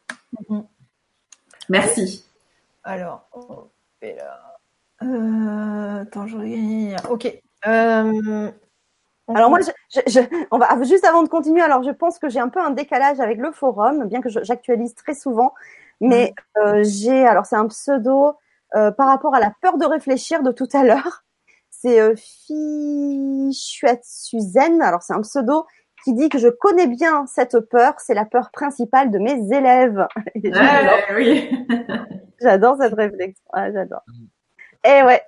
D: Merci.
A: Alors, on fait là. Euh, attends, je regarde. Ok. Euh, on
B: Alors moi,
A: fait-
B: je, je, je- on va juste avant de continuer. Alors, je pense que j'ai un peu un décalage avec le forum, bien que je- j'actualise très souvent. Mais euh, j'ai, alors c'est un pseudo euh, par rapport à la peur de réfléchir de tout à l'heure. C'est euh, Fichuatsuzen. Alors c'est un pseudo qui dit que je connais bien cette peur. C'est la peur principale de mes élèves. Et j'adore,
D: Ouais, oui.
B: j'adore cette réflexion. Ah, j'adore. Et ouais.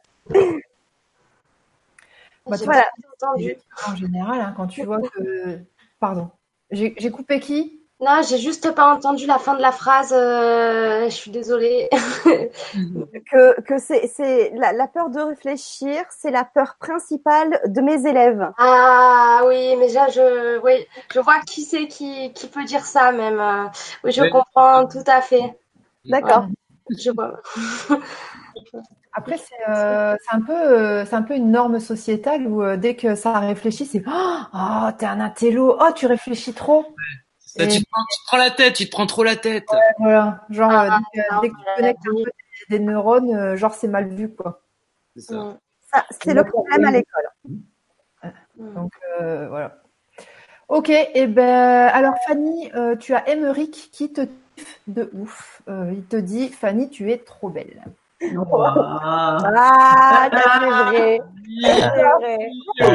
A: Bah, tu
B: Voilà.
A: vois,
F: Entendu.
A: en général, hein, quand tu vois que. Pardon. J'ai j'ai coupé qui?
F: Non, j'ai juste pas entendu la fin de la phrase. euh, je suis désolée.
B: que, que c'est, c'est la, la peur de réfléchir, c'est la peur principale de mes élèves.
F: Ah oui, mais là, je, oui, je vois qui c'est qui, qui peut dire ça même. Euh, Oui, je
C: Oui.
F: comprends tout à fait.
B: D'accord.
F: Je vois.
A: Après, c'est euh, c'est un peu, euh, c'est un peu une norme sociétale où euh, dès que ça réfléchit, c'est oh, t'es un intello, oh, tu réfléchis trop.
C: Ça, tu, te prends, tu te prends la tête, tu te prends trop la tête.
A: Voilà, genre euh,
F: Ah,
A: dès, que,
F: non,
A: dès que tu
F: voilà,
A: connectes un
F: oui.
A: peu des, des neurones, euh, genre c'est mal vu quoi.
C: C'est ça.
F: Mm.
B: Ça, c'est le problème à l'école.
A: Donc euh, voilà. Ok, et ben alors Fanny, euh, tu as Émeric qui te kiffe de ouf. Euh, il te dit Fanny, tu es trop belle.
D: Wow.
B: Ah, ça, c'est vrai. C'est vrai.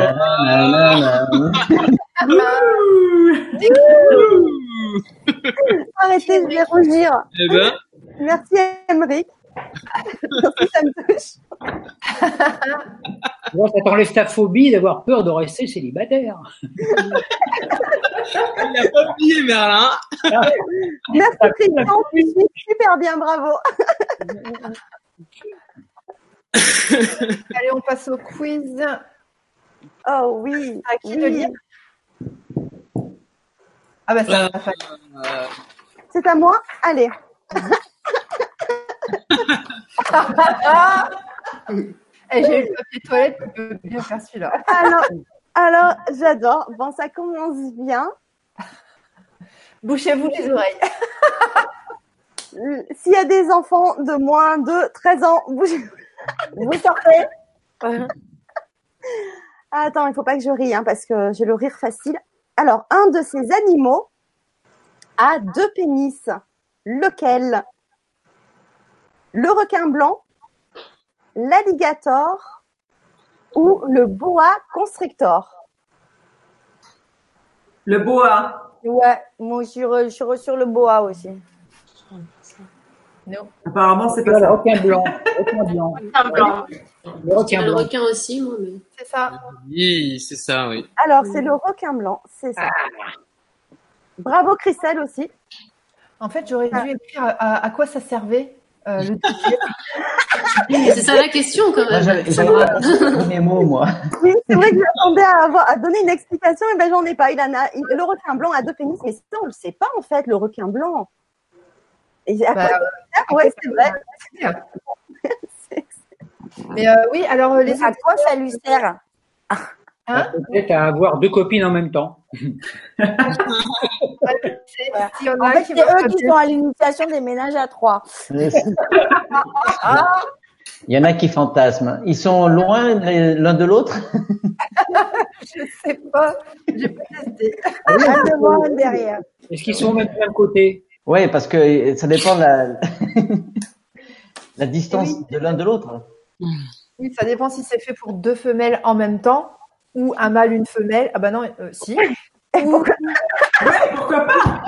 B: Arrêtez, je vais rougir.
C: Eh ben,
B: Merci, Émeric. Merci, ça me touche.
E: Tu vois, ça t'enlève ta phobie d'avoir peur de rester célibataire.
C: Il n'a pas oublié Merlin.
B: Merci Christian, tu suis super bien, bravo.
A: Allez, on passe au quiz.
B: Oh oui.
A: À qui
B: oui.
A: de lire? Ah bah ça,
C: Euh,
A: ça
C: euh,
B: C'est à moi. Allez.
A: Eh, j'ai eu le papier toilette, tu peux bien faire celui-là.
B: Alors, alors j'adore. Bon, ça commence bien.
A: Bouchez-vous les oreilles.
B: S'il y a des enfants de moins de treize ans, vous, vous sortez. Attends, il faut pas que je rie, hein, parce que j'ai le rire facile. Alors, un de ces animaux a deux pénis. Lequel? Le requin blanc, l'alligator ou le boa constrictor?
D: Le boa.
J: Ouais, moi je suis, re- je suis re- sur le boa aussi.
A: Non.
D: Apparemment, c'est pas
E: Le
D: ça.
E: requin blanc. Requin blanc.
G: Un blanc.
E: Le requin
G: Le
E: blanc.
G: requin aussi, moi, mais.
A: C'est ça.
C: oui, c'est ça, oui.
B: Alors, c'est le requin blanc, c'est ça. Bravo Christelle aussi.
A: En fait, j'aurais dû écrire à, à quoi ça servait euh, le ticket.
G: Mais c'est ça la question, quand
I: Moi,
G: même.
I: j'avais j'avais pas compris mes mots, moi.
B: Oui, c'est vrai que j'attendais à, avoir, à donner une explication, et ben j'en ai pas. Il en a, il- le requin blanc a deux pénis, mais ça, on le sait pas en fait, le requin blanc. Et à
A: Bah,
B: quoi ça sert? Ouais, c'est vrai. C'est-
A: Mais euh, oui, alors euh, les
J: À quoi ça lui sert?
A: Hein
E: Peut-être à avoir deux copines en même temps.
A: c'est- s'il y en a
J: En
A: un
J: fait,
A: qui
J: c'est
A: va
J: eux qui sont à l'initiation des ménages à trois.
I: Il y en a qui fantasment. Ils sont loin les- l'un de l'autre.
A: je sais pas, j'ai pas testé.
J: Un devant, un derrière.
E: Est-ce qu'ils sont même du même côté?
I: Oui, parce que ça dépend de la, la distance
A: Oui.
I: de l'un de l'autre.
A: Oui, ça dépend si c'est fait pour deux femelles en même temps ou un mâle, une femelle. Ah bah non, euh, si. Ou-
D: Pourquoi pas?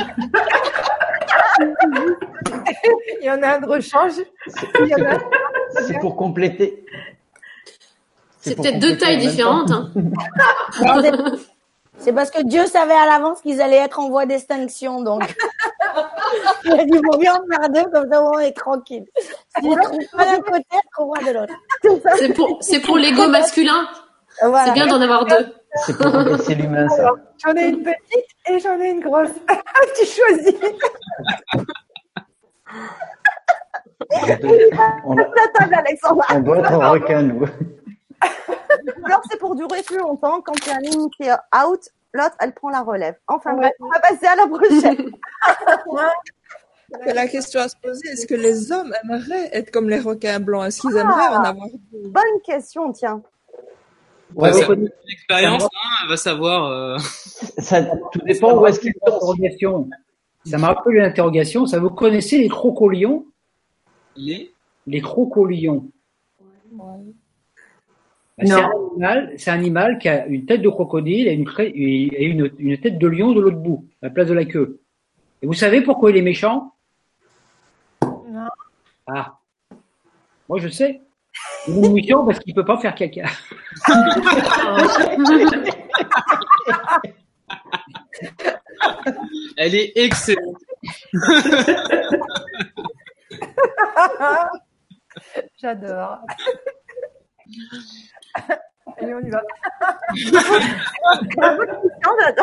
A: Il y en a un de rechange. Il y en a un-
I: C'est pour compléter.
G: C'est
I: pour
G: peut-être deux
I: compléter
G: tailles
I: en même
G: différentes.
I: temps.
G: Hein.
J: Non, c'est- C'est parce que Dieu savait à l'avance qu'ils allaient être en voie d'extinction, donc. Il a dit, il vaut mieux en faire deux, comme ça, on est tranquille. S'ils ne trouvent pas d'un côté, ils trouveront de l'autre.
G: C'est pour, c'est pour l'ego masculin.
J: Voilà.
G: C'est bien d'en avoir deux.
I: C'est pour remplacer l'humain, ça.
A: Alors, j'en ai une petite et j'en ai une grosse. Tu choisis.
I: On, a-
B: La table, Alexandra.
I: on doit être un requin, nous.
B: Alors, c'est pour durer plus longtemps. Quand il y a une qui est out, l'autre, elle prend la relève. Enfin, bref, on va passer à la prochaine.
K: Que la question à se poser, est-ce que les hommes aimeraient être comme les requins blancs? Est-ce qu'ils aimeraient en avoir deux?
B: Bonne question, tiens.
C: Ouais,
I: Ouais,
C: ça-
I: ouais.
C: une expérience, hein, elle va savoir. euh,
I: Ça, tout dépend où est-ce qu'ils sont.
E: Interrogation. Ça m'a rappelé une interrogation. Ça, vous connaissez les crocolions?
C: Les...
E: Les crocolions. Bah,
D: Non.
E: C'est un animal, c'est un animal qui a une tête de crocodile et une, cré- et une, une tête de lion de l'autre bout, à la place de la queue. Et vous savez pourquoi il est méchant?
A: Non.
E: Ah. Moi, je sais. Il est méchant parce qu'il peut pas faire caca.
C: Elle est excellente.
A: J'adore. Allez, on y va.
B: Non, j'adore.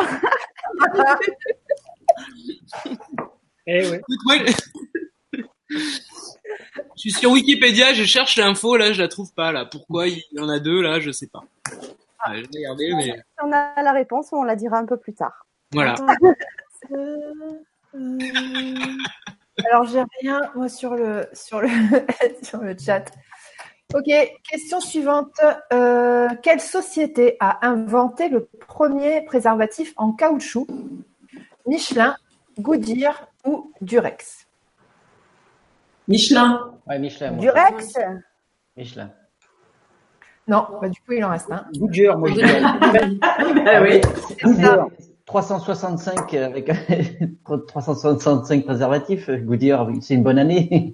E: Eh ouais.
C: Écoute, moi, je suis sur Wikipédia, je cherche l'info, là, je la trouve pas, là. Pourquoi il y en a deux, là, je sais pas. Ah, je vais regarder, mais
B: On a la réponse, on la dira un peu plus tard.
C: voilà.
A: Euh, euh, Alors, j'ai rien, moi, sur le, sur le, sur le chat. Ok, question suivante. Euh, quelle société a inventé le premier préservatif en caoutchouc? Michelin, Goodyear ou Durex?
D: Michelin.
I: Ouais, Michelin, moi.
J: Durex?
I: Michelin.
A: Non, bah, du coup, il en reste un.
E: Goodyear, moi je dirais.
D: Ah oui.
I: Goodyear, trois cent soixante-cinq avec trois cent soixante-cinq préservatifs. Goodyear, c'est une bonne année.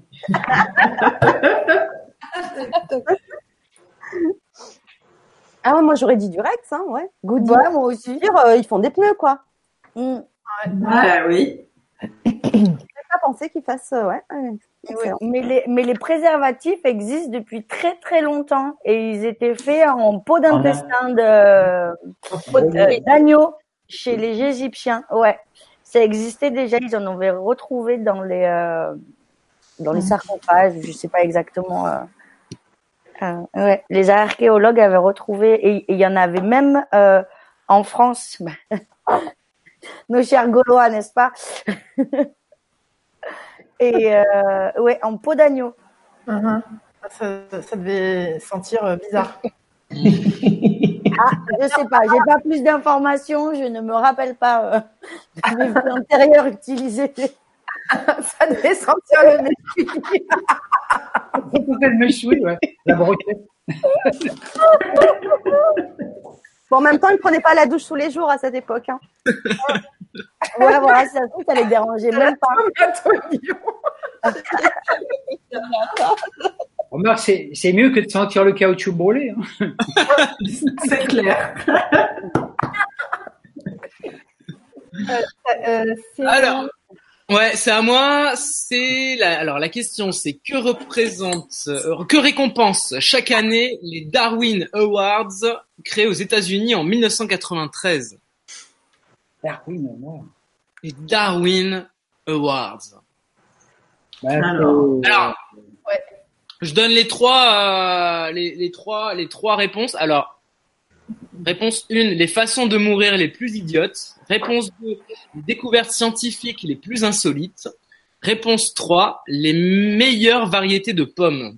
B: Ah ouais, moi j'aurais dit Durex, hein, ouais. Goodyear,
J: Ouais, moi aussi.
B: euh, ils font des pneus, quoi.
J: Mm.
D: Ah oui.
B: J'ai pas pensé qu'ils fassent, euh, ouais.
J: Oui. Mais les, mais les préservatifs existent depuis très très longtemps et ils étaient faits en peau d'intestin de, peau de- euh, d'agneau chez les Égyptiens. Ouais. Ça existait déjà, ils en avaient retrouvé dans les, euh, dans les sarcophages, je sais pas exactement, euh, euh, ouais. Les archéologues avaient retrouvé et il y en avait même, euh, en France. Nos chers Gaulois, n'est-ce pas? Et euh, ouais, en peau d'agneau.
A: Uh-huh. Ça, ça devait sentir euh, bizarre.
J: Ah, je sais pas, j'ai pas plus d'informations, je ne me rappelle pas euh, de mes vies antérieures utilisées.
A: Ça devait sentir le méchoui.
E: Peut-être le méchoui, ouais. La brochette.
B: Bon, en même temps, ils prenaient pas la douche tous les jours à cette époque. Hein.
J: Ouais, voilà, ça, ça les dérangeait même pas.
E: Remarque, c'est, c'est mieux que de sentir le caoutchouc brûlé. Hein.
D: C'est clair.
A: euh, euh, c'est...
C: Alors, ouais, c'est à moi. C'est la, alors la question, c'est que représente, euh, que récompense chaque année les Darwin Awards créés aux États-Unis en mille neuf cent quatre-vingt-treize.
E: Darwin, moi.
C: Les Darwin Awards.
E: Ben,
D: Alors,
C: Alors,
A: ouais.
C: je donne les trois, euh, les, les trois, les trois réponses. Alors, réponse un, les façons de mourir les plus idiotes. Réponse deux, les découvertes scientifiques les plus insolites. Réponse trois, les meilleures variétés de pommes.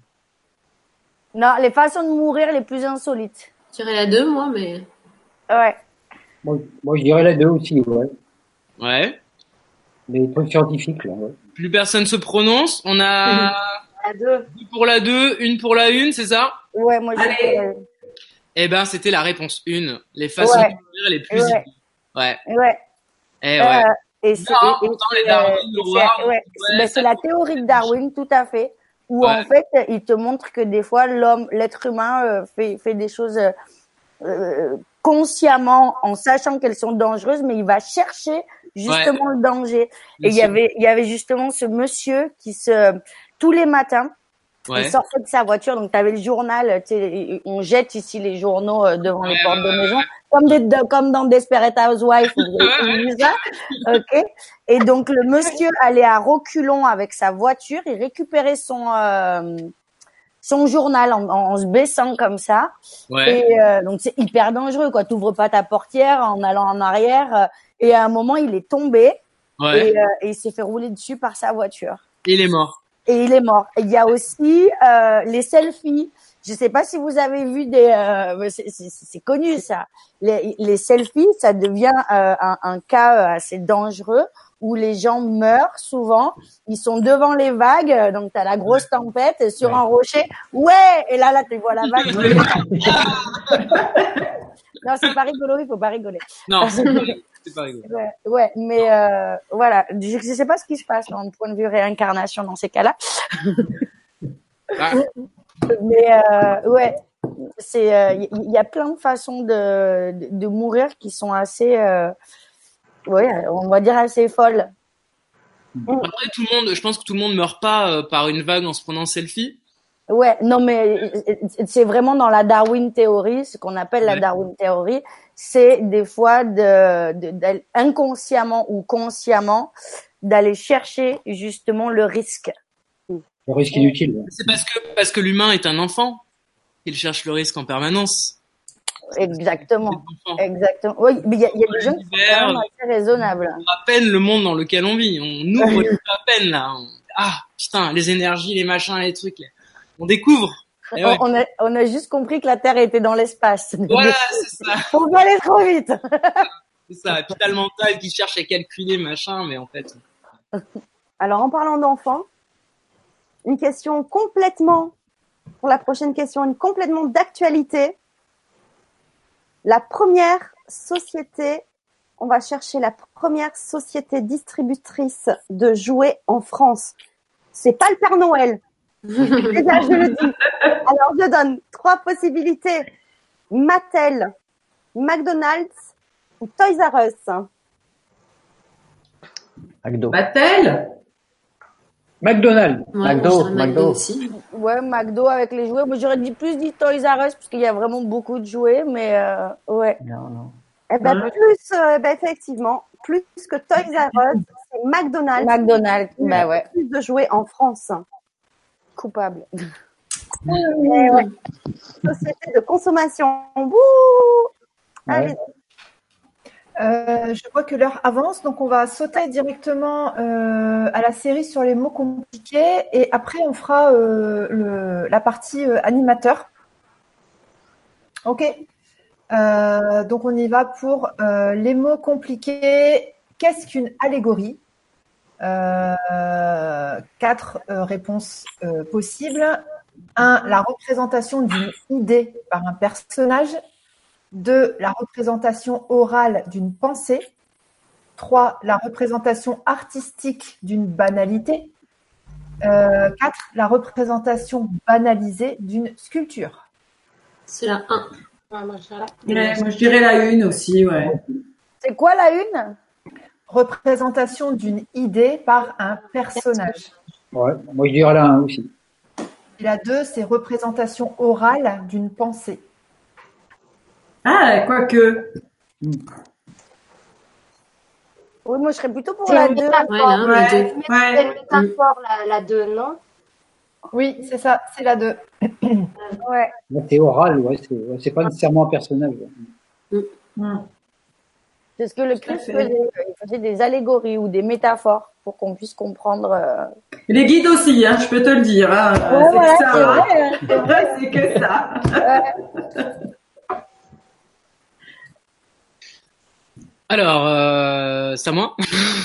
J: Non, les façons de mourir les plus insolites.
G: Je dirais la deux, moi, mais.
J: Ouais.
E: moi, moi, je dirais la deux aussi, ouais.
C: Ouais.
E: Les trucs scientifiques, là, ouais.
C: Plus personne se prononce. On a
J: La deux.
C: deux pour la deux, une pour la une, c'est ça?
J: Ouais, moi je
D: Allez.
C: Eh ben, c'était la réponse un. Les façons
J: Ouais.
C: de mourir les plus
J: Ouais.
C: idiotes. Ouais.
J: Ouais.
C: Eh
J: Euh,
C: ouais.
J: et c'est,
C: Non,
J: et- et
C: pourtant,
J: c'est,
C: les Darwin
J: euh,
C: Awards,
J: c'est- ouais,
C: ouais,
J: ben,
C: ça-
J: c'est la théorie de Darwin, tout à fait, où
C: Ouais.
J: en fait, il te montre que des fois, l'homme, l'être humain euh, fait, fait des choses euh, euh, consciemment, en sachant qu'elles sont dangereuses, mais il va chercher justement le danger.
C: Bien
J: Et il y
C: sûr.
J: avait, il y avait justement ce monsieur qui se, tous les matins,
C: Ouais.
J: il sortait de sa voiture, donc tu avais le journal, tu sais, on jette ici les journaux euh, devant les
C: Ouais,
J: portes
C: ouais,
J: de maison, comme, des, de- comme dans Desperate Housewives, vous
C: Ouais,
J: avez vu ça, ok. Et donc le monsieur allait à reculons avec sa voiture, il récupérait son euh, son journal en, en, en se baissant comme ça,
C: Ouais.
J: et euh, donc c'est hyper dangereux, quoi. T'ouvres pas ta portière en allant en arrière, euh, et à un moment il est tombé
C: Ouais.
J: et, euh, et il s'est fait rouler dessus par sa voiture.
C: Il est mort.
J: Et il est mort. Il y a aussi euh, les selfies. Je sais pas si vous avez vu des, euh, c'est, c'est, c'est connu ça. Les, les selfies, ça devient euh, un, un cas assez dangereux où les gens meurent souvent. Ils sont devant les vagues, donc t'as la grosse tempête et sur un rocher. Ouais, et là là tu vois la vague. Non, c'est pas rigolo, il faut pas rigoler.
C: Non, c'est pas rigolo. C'est pas rigolo.
J: Ouais, ouais, mais euh, voilà, je ne sais pas ce qui se passe d'un point de vue réincarnation dans ces cas-là.
C: Ah.
J: Mais euh, ouais, c'est il euh, y, y a plein de façons de de, de mourir qui sont assez, euh, ouais, on va dire assez folles.
C: Après, tout le monde, je pense que tout le monde meurt pas euh, par une vague en se prenant selfie.
J: Ouais, non mais c'est vraiment dans la Darwin Theory, ce qu'on appelle la
C: Ouais.
J: Darwin Theory, c'est des fois de, de, de inconsciemment ou consciemment d'aller chercher justement le risque.
E: Le risque inutile. Ouais.
C: C'est parce que parce que l'humain est un enfant. Il cherche le risque en permanence.
J: Exactement,
C: Enfant.
J: exactement. Oui, mais il y a, il y a des gens qui sont
C: L'univers,
J: quand même assez raisonnables.
C: à peine le monde dans lequel on vit. On ouvre les yeux à peine là. On- Ah putain, les énergies, les machins, les trucs. Là. On découvre. Et ouais.
J: On, on a, on a juste compris que la Terre était dans l'espace.
C: Voilà, c'est ça.
J: Faut pas aller trop vite.
C: C'est ça. Et puis t'as le mental qui cherche à calculer machin, mais en fait.
B: Alors, en parlant d'enfants, une question complètement, pour la prochaine question, une complètement d'actualité. La première société, on va chercher la première société distributrice de jouets en France. C'est pas le Père Noël. Déjà, je le dis. Alors, je donne trois possibilités. Mattel, McDonald's ou Toys R Us.
I: McDo.
D: Mattel.
E: McDonald's.
G: Ouais,
I: McDo,
G: moi, je dirais
I: McDo.
G: aussi.
J: Ouais, McDo avec les jouets. Moi, j'aurais dit plus dit Toys R Us parce qu'il y a vraiment beaucoup de jouets, mais euh, ouais.
I: Non, non.
B: Eh ben,
D: Ouais.
B: plus, euh, ben, effectivement, plus que Toys R Us, c'est McDonald's.
J: McDonald's,
B: qui a
J: bah ouais.
B: plus de jouets en France.
J: Coupable.
B: Eh ouais. Société de consommation. Wouh Allez.
I: Ouais.
A: Euh, je vois que l'heure avance, donc on va sauter directement euh, à la série sur les mots compliqués et après on fera euh, le, la partie euh, animateur. Ok. Euh, donc on y va pour euh, les mots compliqués. Qu'est-ce qu'une allégorie? Euh, Quatre euh, réponses euh, possibles. Un, la représentation d'une idée par un personnage. Deux, la représentation orale d'une pensée. Trois, la représentation artistique d'une banalité. Euh, quatre, la représentation banalisée d'une sculpture.
G: C'est la un. Ouais, moi, je dirais la-
D: Ouais, moi, je dirais la une aussi, ouais.
J: C'est quoi la une?
A: Représentation d'une idée par un personnage.
E: Ouais, moi je dirais la un aussi.
A: Et la deux, c'est représentation orale d'une pensée.
D: Ah, quoique.
J: Oui, moi, je serais plutôt pour
F: C'est
J: la
F: une
J: deux.
F: métaphore.
G: Ouais, la un, la deux.
D: Ouais,
F: C'est
D: ouais.
F: une métaphore, la, la deux, non?
A: Oui, c'est ça, c'est la deux.
J: Ouais.
E: Là, c'est oral, ouais, c'est, ouais, c'est pas nécessairement un personnage.
D: Hmm.
J: C'est ce que le
D: Tout à
J: Christ
D: fait.
J: faisait. Il faisait des allégories ou des métaphores pour qu'on puisse comprendre. euh,
D: Les guides aussi, hein, je peux te le dire. Hein.
J: Ouais,
D: c'est
J: voilà,
D: que ça.
J: c'est
D: hein.
J: vrai, hein, c'est vrai.
D: C'est que ça.
C: Alors, euh, c'est à moi.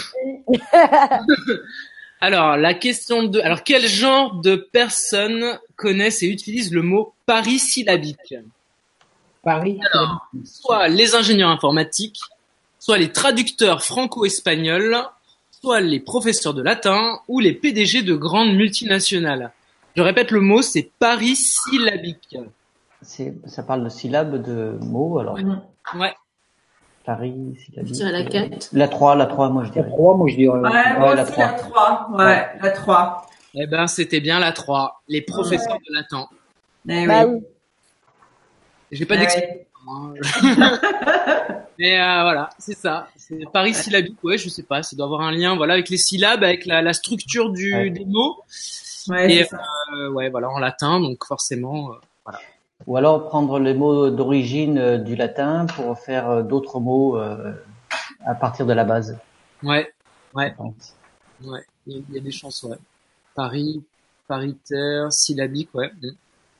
C: Alors, la question de, alors quel genre de personnes connaissent et utilisent le mot parisyllabique?
E: Paris.
C: Alors, soit les ingénieurs informatiques, soit les traducteurs franco-espagnols, soit les professeurs de latin ou les P D G de grandes multinationales. Je répète le mot, c'est parisyllabique.
I: C'est, ça parle de syllabes, de mots, alors.
C: Ouais.
I: Paris, syllabique.
G: Je dirais la quatre.
I: La trois, la trois, moi je
E: La
I: dirais.
E: trois, moi je dirais.
D: Ouais,
I: Ouais,
D: moi
I: la
D: aussi,
I: trois.
D: la trois. Ouais, la trois.
C: Eh ben, c'était bien la trois. Les professeurs de latin.
D: Eh
J: Bah
D: oui.
J: oui.
C: J'ai pas
D: Eh
C: d'explication. hein. Mais euh, voilà, c'est ça. C'est parisyllabique, ouais, je sais pas. Ça doit avoir un lien, voilà, avec les syllabes, avec la, la structure du,
I: Ouais.
C: des mots.
D: Ouais,
C: Et
D: c'est ça.
C: euh, ouais, voilà, en latin, donc forcément, euh, voilà.
I: Ou alors prendre les mots d'origine euh, du latin pour faire euh, d'autres mots euh, à partir de la base.
C: Ouais,
I: je
C: ouais,
I: pense.
C: ouais. Il y, a- il y a des chances, ouais. Paris, paritaire, syllabique, ouais. Mm.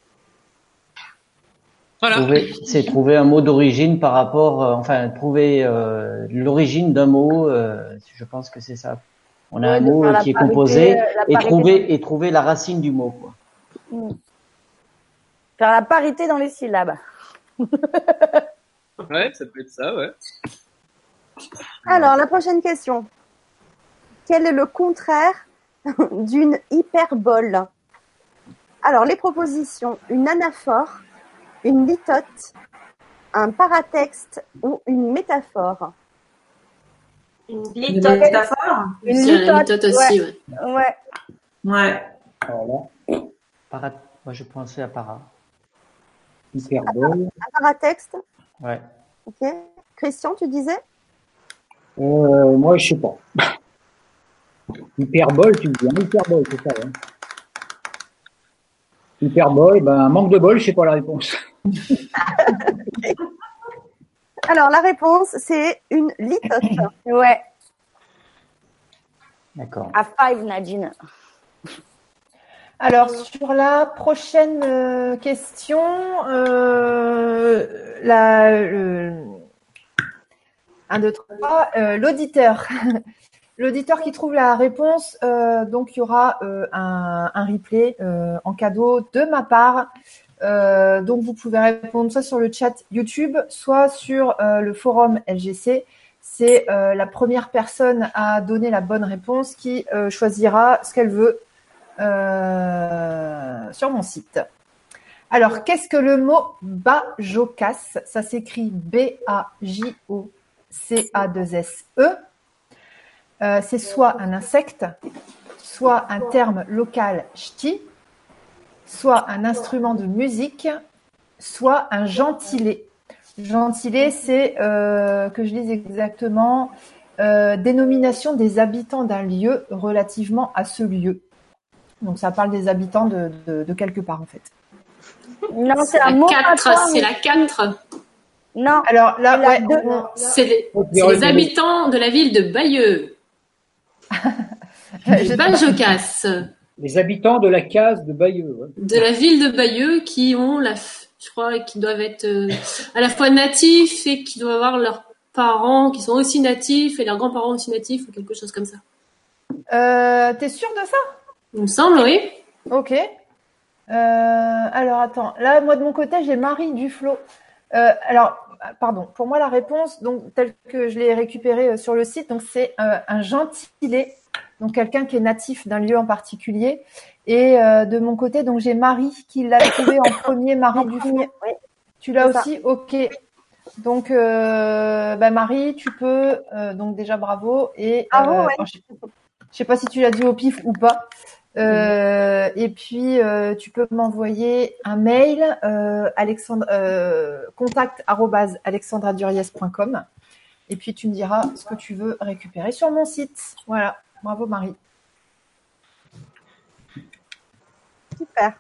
C: Voilà.
I: Trouver, c'est trouver un mot d'origine par rapport, euh, enfin trouver euh, l'origine d'un mot. Euh, je pense que c'est ça. On a
J: Ouais,
I: un
J: de
I: mot
J: faire
I: euh,
J: la
I: qui est
J: parité,
I: composé
J: euh, la
I: et
J: parité
I: trouver et trouver la racine du mot. Quoi.
J: dans- Faire la parité dans les syllabes.
C: Ouais, ça peut être ça, ouais.
B: Alors, la prochaine question. Quel est le contraire d'une hyperbole? Alors, les propositions, une anaphore, une litote, un paratexte ou une métaphore?
F: Une
D: Une
F: litote.
D: métaphore?
G: Je
J: Une
G: dirais la
J: litote,
G: litote aussi, ouais.
J: Ouais.
D: Ouais.
E: Alors là,
I: Para... Moi je pensais à para.
E: hyperbole.
B: Un paratexte?
I: Ouais.
B: Ok. Christian, tu disais?
E: Euh, moi je sais pas. Hyperbole, tu me dis, hein, hyperbole, c'est ça, ouais. Hyperbole, ben manque de bol, je sais pas la réponse.
B: Alors, la réponse, c'est une litote.
J: Ouais.
I: D'accord.
J: À five, Nadine.
A: Alors, sur la prochaine euh, question, euh, la, le, un, deux, trois, euh, l'auditeur. L'auditeur qui trouve la réponse, euh, donc il y aura euh, un, un replay euh, en cadeau de ma part. Euh, donc vous pouvez répondre soit sur le chat YouTube, soit sur euh, le forum L G C. C'est euh, la première personne à donner la bonne réponse qui euh, choisira ce qu'elle veut euh, sur mon site. Alors, qu'est-ce que le mot Bajocas? Ça s'écrit B A J O C A deux S E. euh, c'est soit un insecte, soit un terme local ch'ti, soit un instrument de musique, soit un gentilé. Gentilé, c'est, euh, que je lise exactement, euh, dénomination des habitants d'un lieu relativement à ce lieu. Donc ça parle des habitants de, de, de quelque part en fait.
B: Non,
G: c'est un mot quatre, c'est la quatre.
B: Non.
A: Alors là,
B: la
A: ouais,
B: deux.
A: on-
G: C'est les, c'est les habitants de la ville de Bayeux. De Bajocas.
E: Les habitants de la case de Bayeux. Ouais.
G: De la ville de Bayeux qui ont la, f- je crois, qui doivent être euh, à la fois natifs et qui doivent avoir leurs parents qui sont aussi natifs et leurs grands-parents aussi natifs ou quelque chose comme ça.
A: euh, t'es sûr de ça?
G: Il me semble, oui.
A: Ok. Euh, alors attends, là moi de mon côté j'ai Marie Duflo. Euh, alors pardon, pour moi la réponse donc telle que je l'ai récupérée euh, sur le site, donc c'est euh, un gentilé, donc quelqu'un qui est natif d'un lieu en particulier. Et euh, de mon côté donc j'ai Marie qui l'a trouvé en premier, Marie Duflo.
B: Oui.
A: Tu l'as
B: C'est ça.
A: aussi, ok. Donc euh, bah Marie, tu peux euh, donc déjà bravo et
B: Bravo,
A: euh,
B: ouais.
A: alors, je, je sais pas si tu l'as dit au pif ou pas. Euh, et puis euh, tu peux m'envoyer un mail euh, alexandre euh, contact arobase alexandraduriez point com et puis tu me diras ce que tu veux récupérer sur mon site. Voilà, bravo Marie.
B: Super.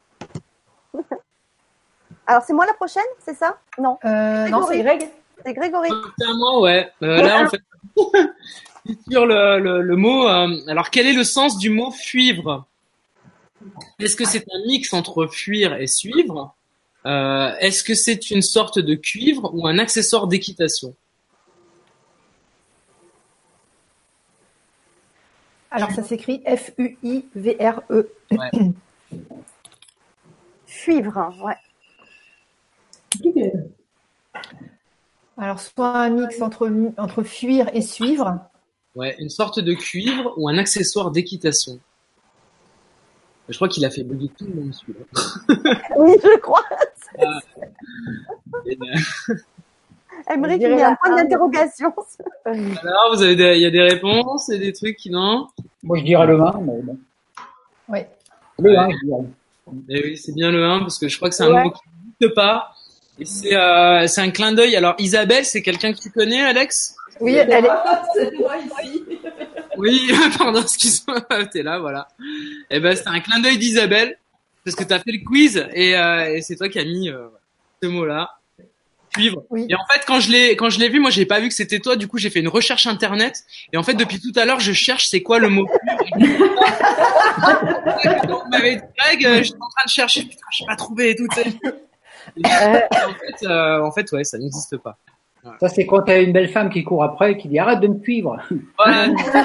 B: Alors, c'est moi la prochaine, c'est ça? Non.
A: Euh, non, c'est Greg.
B: C'est Grégory.
C: C'est à moi, ouais. Euh, là, en fait, sur le, le, le mot. euh, alors, quel est le sens du mot fuivre? Est-ce que c'est un mix entre fuir et suivre? Euh, Est-ce que c'est une sorte de cuivre ou un accessoire d'équitation?
A: Alors ça s'écrit F U I V R E.
C: Ouais.
B: Fuivre, ouais.
A: Alors soit un mix entre entre fuir et suivre.
C: Ouais, une sorte de cuivre ou un accessoire d'équitation. Je crois qu'il a fait bugger tout le monde celui-là.
B: Oui, je crois.
C: Et, euh,
B: Aymeric, il y a un point d'interrogation.
C: alors, vous avez des, il y a des réponses et des trucs qui non?
E: Moi, je dirais le un, mais bon.
A: Oui.
E: Le
C: Ouais.
E: un, je dirais.
C: Et oui, c'est bien le un parce que je crois que c'est un
B: Ouais.
C: mot qui n'existe pas. Et c'est euh, c'est un clin d'œil. Alors Isabelle, c'est quelqu'un que tu connais, Alex?
A: Oui, elle est.
D: C'est moi ici.
C: Oui, pardon, excuse-moi, t'es là, voilà. Et ben c'est un clin d'œil d'Isabelle parce que t'as fait le quiz et, euh, et c'est toi qui as mis euh, ce mot-là. Suivre.
A: Oui.
C: Et en fait, quand je l'ai, quand je l'ai vu, moi, j'ai pas vu que c'était toi. Du coup, j'ai fait une recherche internet. Et en fait, depuis tout à l'heure, je cherche c'est quoi le mot suivre. Donc, on m'avait dit, Greg, euh, j'étais en train de chercher, putain, j'ai pas trouvé et tout. tu sais. Et en fait, euh, en fait, ouais, ça n'existe pas.
E: Ça, c'est quand t'as une belle femme qui court après, qui dit arrête de me suivre.
C: Voilà.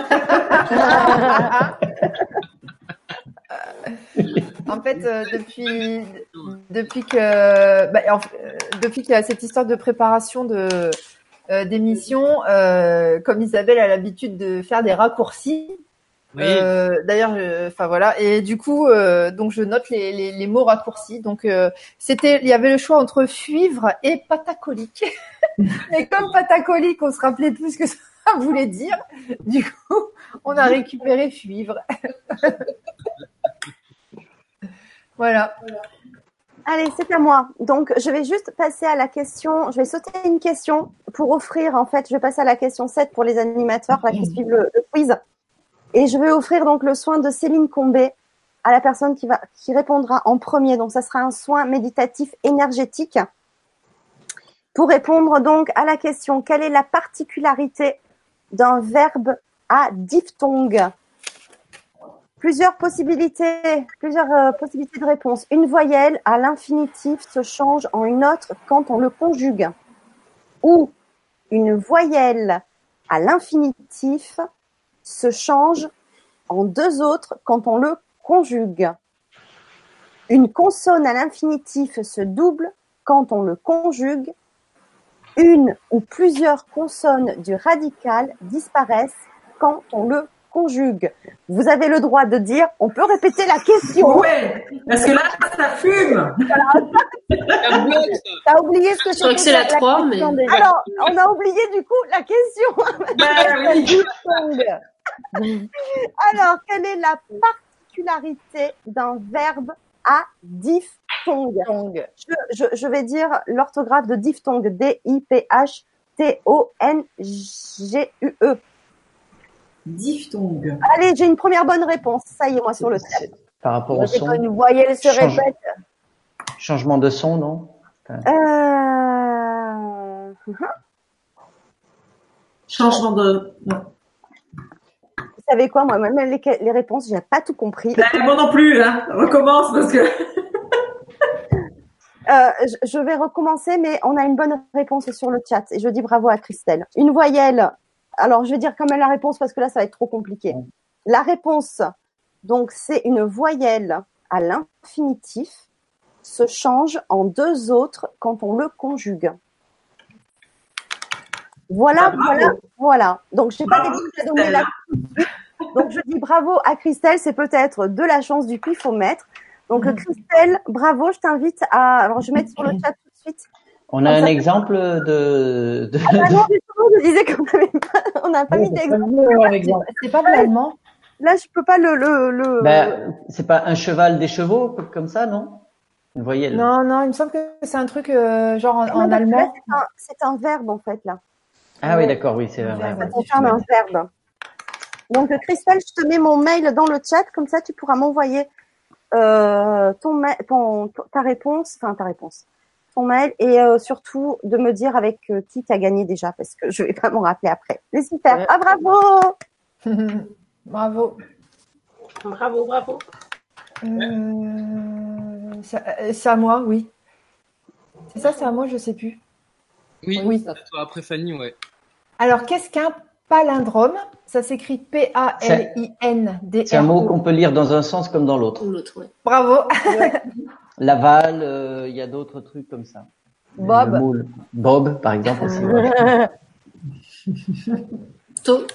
A: En fait, euh, depuis depuis que bah, en- euh, depuis qu'il y a cette histoire de préparation de euh, d'émission, euh, comme Isabelle a l'habitude de faire des raccourcis.
C: Oui.
A: Euh, D'ailleurs, je- enfin voilà, et du coup, euh, donc je note les, les, les mots raccourcis. Donc euh, c'était, il y avait le choix entre fuivre et patacolique. Et comme patacolique, on se rappelait plus ce que ça voulait dire. Du coup, on a récupéré fuivre. Voilà.
B: Allez, c'est à moi. Donc, je vais juste passer à la question. Je vais sauter une question pour offrir, en fait, je vais passer à la question sept pour les animateurs là, qui suivent le, le quiz. Et je vais offrir donc le soin de Céline Combé à la personne qui va, qui répondra en premier. Donc, ça sera un soin méditatif énergétique. Pour répondre donc à la question, quelle est la particularité d'un verbe à diphtongue? Plusieurs possibilités, plusieurs euh, possibilités de réponse. Une voyelle à l'infinitif se change en une autre quand on le conjugue. Ou une voyelle à l'infinitif se change en deux autres quand on le conjugue. Une consonne à l'infinitif se double quand on le conjugue. Une ou plusieurs consonnes du radical disparaissent quand on le conjugue. Vous avez le droit de dire, on peut répéter la question.
D: Ouais, parce que là, ça fume.
B: T'as oublié ce que
G: Je crois que c'est la trois, mais...
B: question déjà. Alors, on a oublié du coup la question.
D: Bah oui.
B: Diphtongue. Alors, quelle est la particularité d'un verbe à diphtongue? je, je, je vais dire l'orthographe de diphtongue. D I P H T O N G U E.
D: Diphtongue.
B: Allez, j'ai une première bonne réponse. Ça y est, moi, sur le chat.
I: Par rapport au
J: C'est
I: son.
J: quand une voyelle se
I: Change-
J: répète.
I: Changement de son, non? Enfin,
B: Euh...
D: Changement de. Non.
B: Vous savez quoi, moi, même les, les réponses, j'ai pas tout compris.
D: Ben, moi non plus, hein. Recommence parce que.
B: Euh, je, je vais recommencer, mais on a une bonne réponse sur le chat et je dis bravo à Christelle. Une voyelle. Alors, je vais dire quand même la réponse parce que là, ça va être trop compliqué. La réponse, donc, c'est une voyelle à l'infinitif se change en deux autres quand on le conjugue. Voilà,
D: Ah,
B: voilà, voilà. Donc, je n'ai pas
D: Bravo,
B: des à donner là. Donc, je dis bravo à Christelle. C'est peut-être de la chance du pifomètre. Donc,
D: Mhm.
B: Christelle, bravo. Je t'invite à. Alors, je vais mettre sur le chat tout de suite.
I: on a
B: Comme
I: un
B: ça-
I: exemple de, de,
B: Ah bah non, justement, je disais qu'on n'avait pas, on n'a pas mis d'exemple.
E: Un exemple.
A: C'est pas de l'allemand.
B: Là, je peux pas le, le, le.
I: ben, c'est pas un cheval des chevaux, comme ça, non? Une voyelle.
A: Non, non, il me semble que c'est un truc euh, genre en,
B: Non,
A: en
B: parce que là,
A: allemand.
B: c'est un, c'est un verbe, en fait, là.
I: Ah oui, d'accord, oui, c'est
A: Un
I: vrai.
A: verbe.
B: Ça concerne un verbe. Donc, Christelle, je te mets mon mail dans le chat, comme ça, tu pourras m'envoyer euh, ton, ma- ton, ta réponse, enfin, ta réponse, ton mail, et euh, surtout de me dire avec euh, qui tu as gagné déjà, parce que je vais pas m'en rappeler après. Mais super.
J: Ouais.
B: Ah, bravo!
A: Bravo.
G: Bravo, bravo.
A: Euh, c'est euh, c'est à moi, oui. C'est ça, c'est à moi, je sais plus.
C: Oui,
A: Oui.
C: à toi, après Fanny, ouais.
A: Alors, qu'est-ce qu'un palindrome? Ça s'écrit P A L I N D R O.
I: C'est un mot qu'on peut lire dans un sens comme dans l'autre.
G: Ou l'autre, ouais.
A: Bravo.
I: Laval, euh, il y a d'autres trucs comme ça.
J: Bob.
I: Le mot- Bob, par exemple, aussi. ouais.
G: Tôt.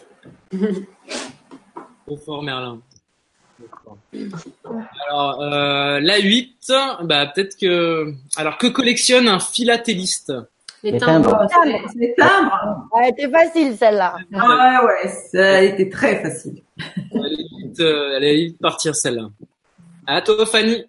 C: Trop fort, Merlin. Trop fort. Alors, euh, la huit, bah, peut-être que... Alors, que collectionne un philatéliste?
G: Les
I: Les
G: timbres.
I: timbres.
D: Oh, c'est- c'est les timbres.
J: Elle était facile, celle-là.
D: Ouais, ouais, ça a été très facile.
C: Elle allait vite, euh, elle allait vite partir, celle-là. À toi, Fanny.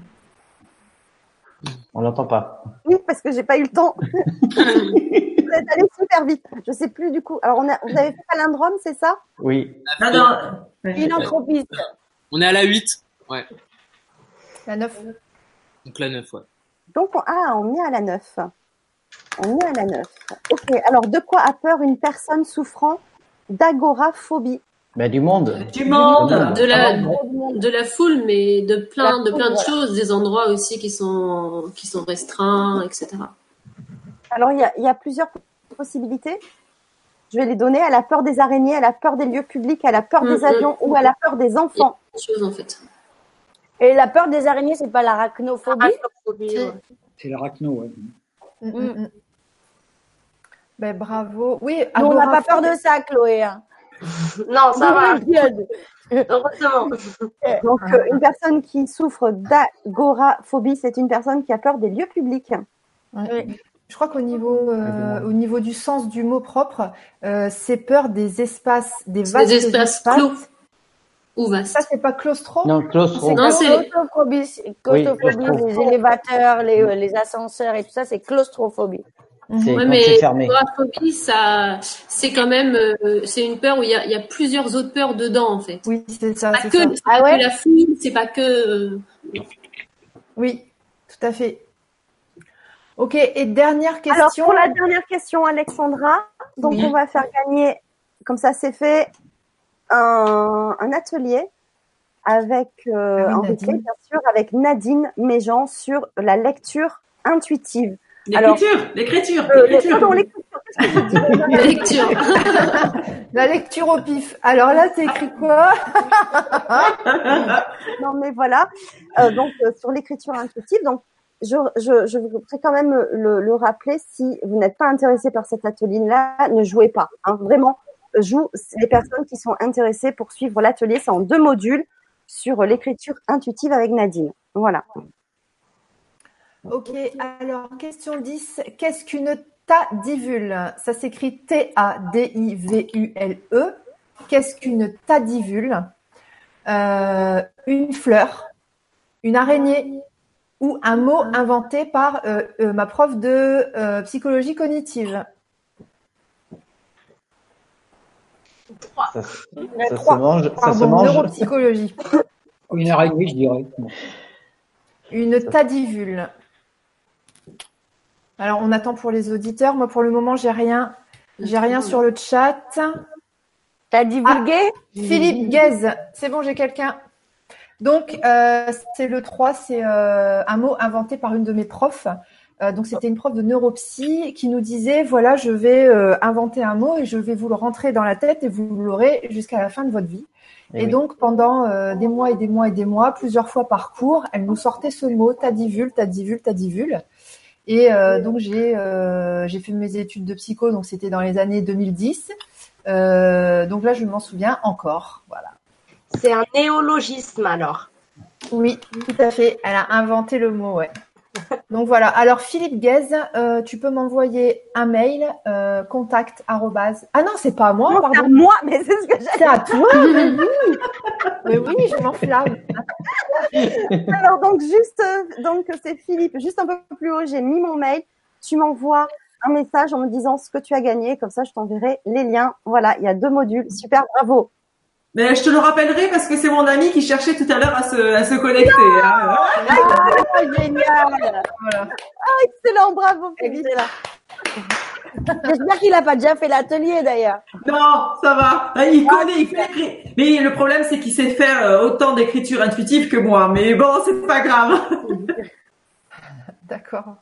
I: On l'entend pas.
B: Oui, parce que j'ai pas eu le temps. Vous êtes allé super vite. Je sais plus du coup. Alors, on a, vous avez fait palindrome, c'est ça?
I: Oui.
D: Non, non.
J: Philanthropiste.
C: On est à la huit. Ouais.
A: La neuf.
C: Donc la neuf, ouais.
B: Donc, on, ah, on est à la neuf. On est à la neuf. Ok. Alors, de quoi a peur une personne souffrant d'agoraphobie?
I: Ben, du monde.
D: Du monde.
G: De la, de la foule, mais de plein,
B: La
G: de
B: foule,
G: plein de
B: voilà.
G: choses, des endroits aussi qui sont, qui sont restreints, et cetera.
B: Alors, il y a, il y a plusieurs possibilités. Je vais les donner. Elle a peur des araignées, elle a peur des lieux publics, elle a peur des
G: Mhm.
B: avions ou elle a peur des enfants.
G: Des choses, en fait.
J: Et la peur des araignées, c'est pas l'arachnophobie?
G: Arachnophobie, ouais.
E: C'est l'arachno, ouais.
A: Mm, mm, mm. Ben, bravo. Oui,
J: Nous, on n'a pas peur
A: agoraphobie.
J: de ça, Chloé. hein.
G: Non, ça va.
J: T'inquiète.
G: Heureusement.
B: Donc, euh, une personne qui souffre d'agoraphobie, c'est une personne qui a peur des lieux publics.
A: Ouais. Je crois qu'au niveau, euh, au niveau du sens du mot propre, euh, c'est peur des espaces, des
G: C'est
A: vastes
G: des espaces clos. Ou
A: Ça,
G: vaste.
A: c'est pas claustro?
I: Non, claustro.
G: Non, c'est-
J: Claustrophobie, c'est- claustrophobie,
I: claustro.
J: les élévateurs, les, euh, les ascenseurs et tout ça, c'est claustrophobie.
I: C'est
G: Ouais,
I: quand c'est
G: mais
I: fermé.
G: l'agoraphobie, ça, c'est quand même, euh, c'est une peur où il y a, il y a plusieurs autres peurs dedans, en fait.
A: Oui, c'est ça,
G: Pas
A: c'est
G: que,
A: ça.
G: c'est pas
J: Ah ouais
G: que la foule, c'est pas que, euh,
A: Oui, tout à fait. Ok, et dernière question.
B: Alors, pour la dernière question, Alexandra, donc
A: Oui.
B: on va faire gagner, comme ça c'est fait, un, un atelier avec, euh,
A: Ah oui,
B: en
A: Nadine.
B: replay, bien sûr, avec Nadine Méjean sur la lecture intuitive. Alors,
D: L'écriture, l'écriture,
B: euh,
D: l'écriture.
B: pardon, l'écriture, qu'est-ce que j'ai dit
G: la lecture.
A: La lecture au pif. Alors là, c'est écrit quoi?
B: Non, mais voilà. Euh, donc, euh, sur l'écriture intuitive, donc, je, je, je voudrais quand même le, le rappeler, si vous n'êtes pas intéressé par cet atelier-là, ne jouez pas. Hein. Vraiment, joue les personnes qui sont intéressées pour suivre l'atelier. C'est en deux modules sur l'écriture intuitive avec Nadine. Voilà.
A: Ok, alors question dix. Qu'est-ce qu'une tadivule? Ça s'écrit T A D I V U L E. qu'est-ce qu'une tadivule, euh, une fleur, une araignée ou un mot inventé par euh, euh, ma prof de euh, psychologie cognitive.
I: Ça,
A: Euh,
I: ça se
A: trois.
I: mange. Ça
A: Pardon,
I: se mange.
A: neuropsychologie.
E: Une araignée, je dirais. Bon.
A: Une tadivule. Alors, on attend pour les auditeurs. Moi, pour le moment, j'ai rien. J'ai rien sur le chat.
J: T'as divulgué?
A: Ah, Philippe Guez. C'est bon, j'ai quelqu'un. Donc, euh, c'est le trois, c'est euh, un mot inventé par une de mes profs. Euh, donc, c'était une prof de neuropsy qui nous disait, voilà, je vais euh, inventer un mot et je vais vous le rentrer dans la tête et vous l'aurez jusqu'à la fin de votre vie. Et, et oui. Donc, pendant euh, des mois et des mois et des mois, plusieurs fois par cours, elle nous sortait ce mot, tadivule, tadivule, tadivule. Et euh, donc, j'ai euh, j'ai fait mes études de psycho, donc c'était dans les années deux mille dix. Euh, donc là, je m'en souviens encore. Voilà.
F: C'est un néologisme alors.
A: Oui, tout à fait. Elle a inventé le mot, ouais. Donc voilà. Alors Philippe Guez, euh, tu peux m'envoyer un mail, euh, contact arrobase. Ah non, c'est pas à moi,
J: non,
A: pardon.
J: C'est à moi, mais c'est ce que j'ai.
A: C'est à toi, mais oui. Mais oui, je m'enflamme.
B: Alors donc juste, euh, donc c'est Philippe. Juste un peu plus haut, j'ai mis mon mail. Tu m'envoies un message en me disant ce que tu as gagné. Comme ça, je t'enverrai les liens. Voilà, il y a deux modules. Super, bravo.
D: Mais je te le rappellerai parce que c'est mon ami qui cherchait tout à l'heure à se, à se connecter. Hein.
B: Ah, génial. Voilà. Ah, excellent, bravo Philippe. J'espère qu'il a pas déjà fait l'atelier d'ailleurs.
D: Non, ça va. Il connaît, il fait écrire. Mais le problème, c'est qu'il sait faire autant d'écriture intuitive que moi. Mais bon, c'est pas grave.
A: D'accord.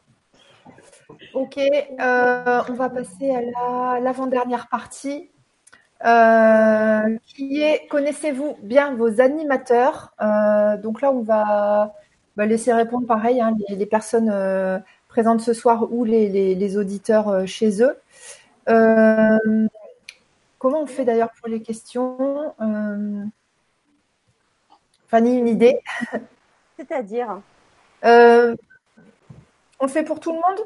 A: Ok, euh, on va passer à la, l'avant-dernière partie. Euh, qui est, connaissez-vous bien vos animateurs? euh, Donc là, on va bah, laisser répondre pareil hein, les, les personnes euh, présentes ce soir ou les, les, les auditeurs euh, chez eux. Euh, comment on fait d'ailleurs pour les questions? euh, Fanny, une idée?
B: C'est-à-dire
A: euh, On le fait pour tout le monde?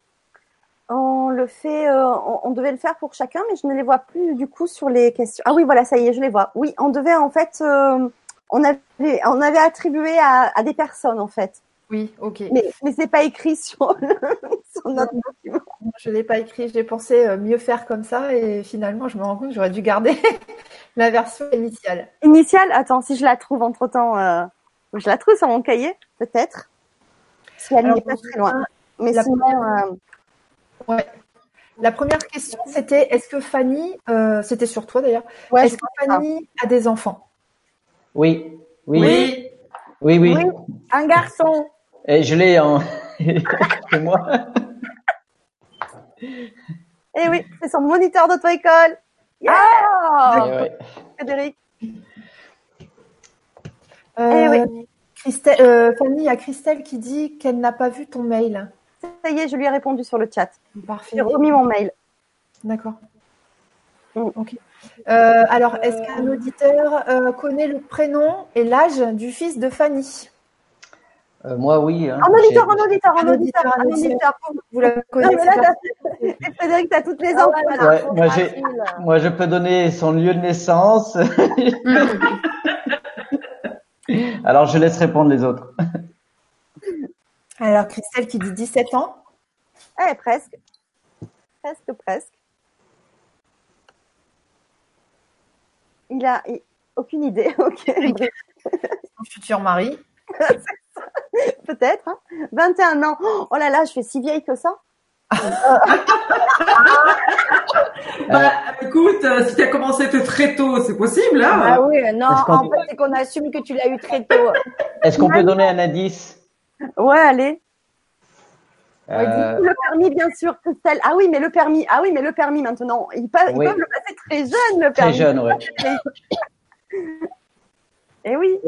B: On le fait, euh, on, on devait le faire pour chacun, mais je ne les vois plus du coup sur les questions. Ah oui, voilà, ça y est, je les vois. Oui, on devait en fait, euh, on avait, on avait attribué à, à des personnes en fait.
A: Oui, ok.
B: Mais, mais c'est pas écrit sur, le, sur notre
A: non,
B: document.
A: Je l'ai pas écrit. J'ai pensé mieux faire comme ça et finalement, je me rends compte que j'aurais dû garder la version initiale.
B: Initiale. Attends, si je la trouve entre temps, euh, je la trouve sur mon cahier, peut-être. Si elle n'est pas très loin. Mais
A: la
B: sinon.
A: Première...
B: Euh,
A: Ouais. La première question, c'était est-ce que Fanny, euh, c'était sur toi d'ailleurs,
B: ouais,
A: est-ce que Fanny a des enfants?
I: Oui. Oui.
D: Oui.
I: Oui, oui.
B: Oui. Un garçon.
I: Et je l'ai en chez moi.
B: Eh oui, c'est son moniteur d'auto-école. Yeah ah
I: ouais.
B: Frédéric.
A: Euh, eh oui. Christelle, euh, Fanny, il y a Christelle qui dit qu'elle n'a pas vu ton mail.
B: Ça y est, je lui ai répondu sur le chat.
A: Parfait.
B: J'ai remis mon mail.
A: D'accord. Mm. Ok. Euh, alors, est-ce qu'un auditeur euh, connaît le prénom et l'âge du fils de Fanny?
I: euh, Moi, oui. Hein.
B: Un auditeur, un auditeur, un auditeur, un auditeur.
A: Vous la connaissez
B: pas. Frédéric, t'as toutes les infos.
I: Ah, ouais, moi, j'ai, moi, je peux donner son lieu de naissance. Alors, je laisse répondre les autres.
A: Alors, Christelle qui dit dix-sept ans.
B: Eh, presque. Presque, presque. Il a il... aucune idée. Ok.
A: Son futur mari.
B: Peut-être. Hein. vingt et un ans. Oh là là, je fais si vieille que ça.
D: Bah, écoute, euh, si tu as commencé très tôt, c'est possible, hein.
J: Ah oui, non, en fait, c'est qu'on assume que tu l'as eu très tôt.
I: Est-ce qu'on peut donner un indice?
B: Ouais, allez.
I: Euh...
B: Ouais, le permis, bien sûr, Christelle. Ah oui, mais le permis. Ah oui, mais le permis maintenant. Ils peuvent, oui. ils peuvent le passer très jeune, le permis.
I: Très jeune, oui.
B: Et oui.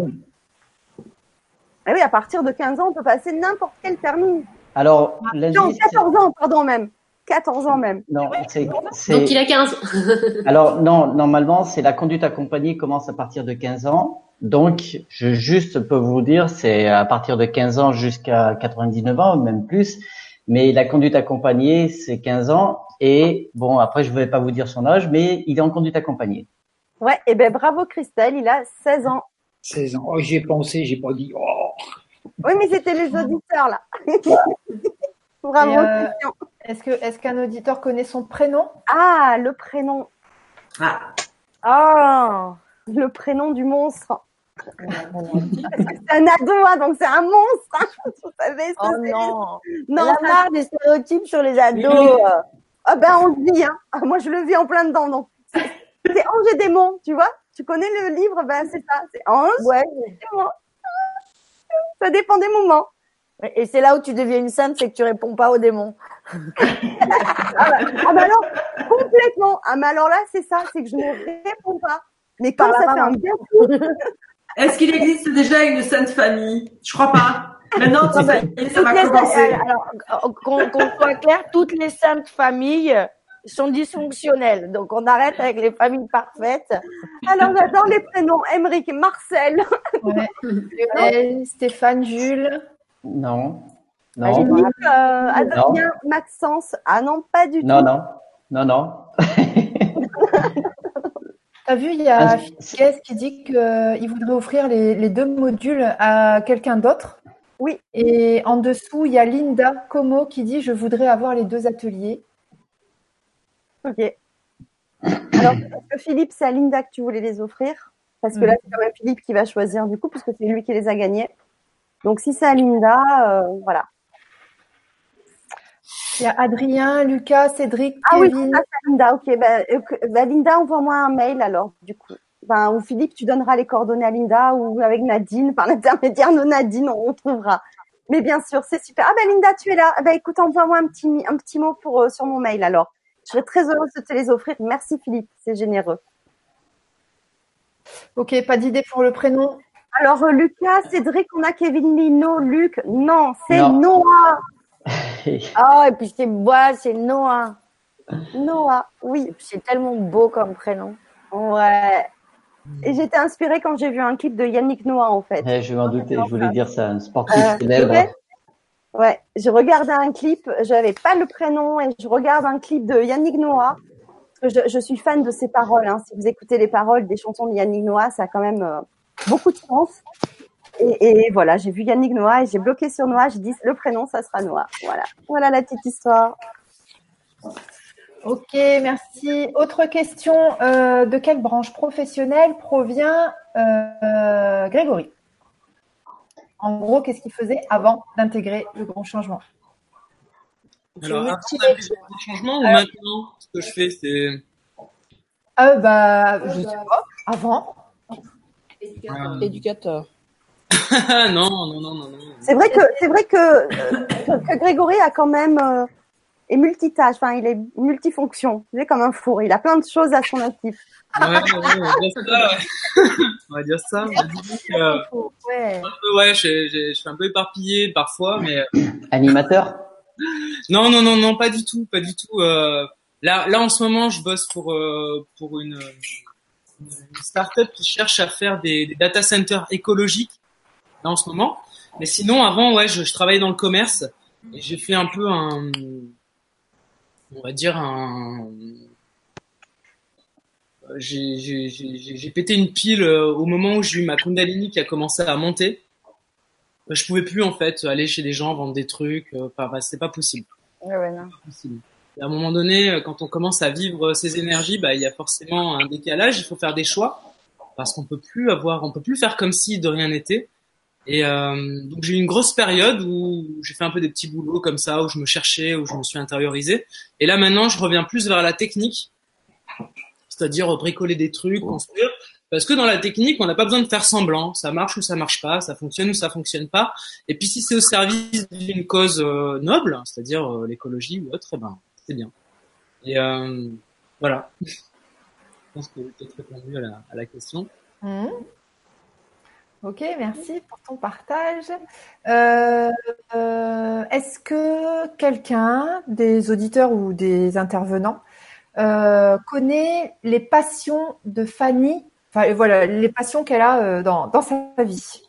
B: Et oui, à partir de quinze ans, on peut passer n'importe quel permis.
I: Alors,
B: non, quatorze ans, pardon, même. quatorze ans même.
I: Non, c'est, c'est...
G: Donc, il a quinze.
I: Alors, non, normalement, c'est la conduite accompagnée commence à partir de quinze ans. Donc, je juste peux vous dire, c'est à partir de quinze ans jusqu'à quatre-vingt-dix-neuf ans, même plus. Mais la conduite accompagnée, c'est quinze ans. Et bon, après, je ne vais pas vous dire son âge, mais il est en conduite accompagnée.
B: Ouais, et ben bravo Christelle, il a seize ans.
E: seize ans. Oh, j'y ai pensé, j'ai pas dit. Oh.
B: Oui, mais c'était les auditeurs là. Bravo.
A: Et, euh, est-ce que est-ce qu'un auditeur connaît son prénom?
B: Ah, le prénom.
D: Ah.
B: Ah, le prénom du monstre. C'est un ado, hein, donc c'est un monstre. Hein, vous savez,
J: oh non.
B: Non,
J: la
B: ça...
J: marre des stéréotypes sur les ados.
B: Ah ben on le vit, hein. Moi je le vis en plein dedans. Donc c'est Ange et démon, tu vois. Tu connais le livre, ben c'est ça, c'est Ange.
J: Ouais.
B: Et démon. Ça dépend des moments.
J: Et c'est là où tu deviens une sainte, c'est que tu réponds pas aux démons.
B: ah, bah, ah bah alors, complètement. Ah mais alors là, c'est ça, c'est que je ne réponds pas. Mais comme ça fait un bien fou.
D: Est-ce qu'il existe déjà une sainte famille? Je crois pas. Maintenant, tu sais, ça va commencer.
J: Alors, qu'on, qu'on soit clair, toutes les saintes familles sont dysfonctionnelles. Donc, on arrête avec les familles parfaites.
B: Alors, j'adore les prénoms. Émeric, Marcel.
A: Ouais. Lionel, Stéphane, Jules.
I: Non. Non.
B: Philippe, euh, Adrien, Maxence. Ah non, pas du
I: non,
B: tout.
I: Non, non, non, non.
A: T'as vu, il y a Philippe qui dit qu'il voudrait offrir les, les deux modules à quelqu'un d'autre.
B: Oui.
A: Et en dessous, il y a Linda Como qui dit « Je voudrais avoir les deux ateliers ».
B: Ok. Alors, est-ce que Philippe, c'est à Linda que tu voulais les offrir? Parce que là, c'est quand même Philippe qui va choisir du coup, puisque c'est lui qui les a gagnés. Donc, si c'est à Linda, euh, voilà.
A: Il y a Adrien, Lucas, Cédric,
B: ah
A: Kevin.
B: Ah oui, ça, c'est Linda. Ok, ben, euh, ben, Linda, envoie-moi un mail alors, du coup. Ben, ou Philippe, tu donneras les coordonnées à Linda, ou avec Nadine, par l'intermédiaire de Nadine, on trouvera. Mais bien sûr, c'est super. Ah ben Linda, tu es là. Ben écoute, envoie-moi un petit un petit mot pour euh, sur mon mail alors. Je serais très heureuse de te les offrir. Merci Philippe, c'est généreux.
A: Ok, pas d'idée pour le prénom.
B: Alors euh, Lucas, Cédric, on a Kevin, Lino, Luc. Non, c'est
I: non.
B: Noah.
J: Oh, et puis c'est bois, c'est Noah.
B: Noah, oui.
J: C'est tellement beau comme prénom.
B: Ouais. Et j'étais inspirée quand j'ai vu un clip de Yannick Noah, en fait.
I: Eh, je m'en doutais, je voulais dire ça, un sportif
B: euh,
I: célèbre.
B: Ouais, ouais. Je regardais un clip, j'avais pas le prénom, et je regarde un clip de Yannick Noah. Je, je suis fan de ses paroles. Hein. Si vous écoutez les paroles des chansons de Yannick Noah, ça a quand même euh, beaucoup de sens. Et, et voilà, j'ai vu Yannick Noah et j'ai bloqué sur Noah. J'ai dit le prénom, ça sera Noah. Voilà, voilà la petite histoire.
A: Ok, merci. Autre question, euh, de quelle branche professionnelle provient euh, Grégory? En gros, qu'est-ce qu'il faisait avant d'intégrer le grand changement?
C: Alors, avant d'intégrer le grand changement ou euh, maintenant, ce que je fais, c'est...
A: Euh, bah, je sais pas. Avant
H: Éducateur. Éducateur.
C: non, non, non, non, non.
B: C'est vrai que c'est vrai que, euh, que Grégory a quand même euh, est multitâche, enfin il est multifonction. Il est comme un four, il a plein de choses à son actif.
C: Ouais, ouais, on va dire ça. Ouais. on va dire ça. On va dire que, euh, ouais, un peu, ouais, je, je, je suis un peu éparpillé parfois, mais
I: animateur.
C: Non, non, non, non, pas du tout, pas du tout. Euh, là, là en ce moment, je bosse pour euh, pour une, une start-up qui cherche à faire des, des data centers écologiques. Là en ce moment, mais sinon avant ouais je, je travaillais dans le commerce et j'ai fait un peu un, on va dire un, j'ai j'ai j'ai j'ai pété une pile au moment où j'ai eu ma Kundalini qui a commencé à monter. Je pouvais plus en fait aller chez les gens vendre des trucs, enfin bah, c'est pas possible.
J: Ouais, ouais, non.
C: C'est pas possible. Et à un moment donné, quand on commence à vivre ces énergies, bah il y a forcément un décalage, il faut faire des choix parce qu'on peut plus avoir, on peut plus faire comme si de rien n'était. Et euh, donc j'ai eu une grosse période où j'ai fait un peu des petits boulots comme ça, où je me cherchais, où je me suis intériorisé. Et là maintenant, je reviens plus vers la technique, c'est-à-dire bricoler des trucs, construire. Parce que dans la technique, on n'a pas besoin de faire semblant. Ça marche ou ça marche pas, ça fonctionne ou ça fonctionne pas. Et puis si c'est au service d'une cause euh, noble, c'est-à-dire euh, l'écologie ou autre, eh ben c'est bien. Et euh, voilà. Je pense que j'ai peut-être répondu à la, à la question.
A: Mmh. Ok, merci pour ton partage. Euh, euh, est-ce que quelqu'un, des auditeurs ou des intervenants, euh, connaît les passions de Fanny, enfin voilà, les passions qu'elle a euh, dans, dans sa vie?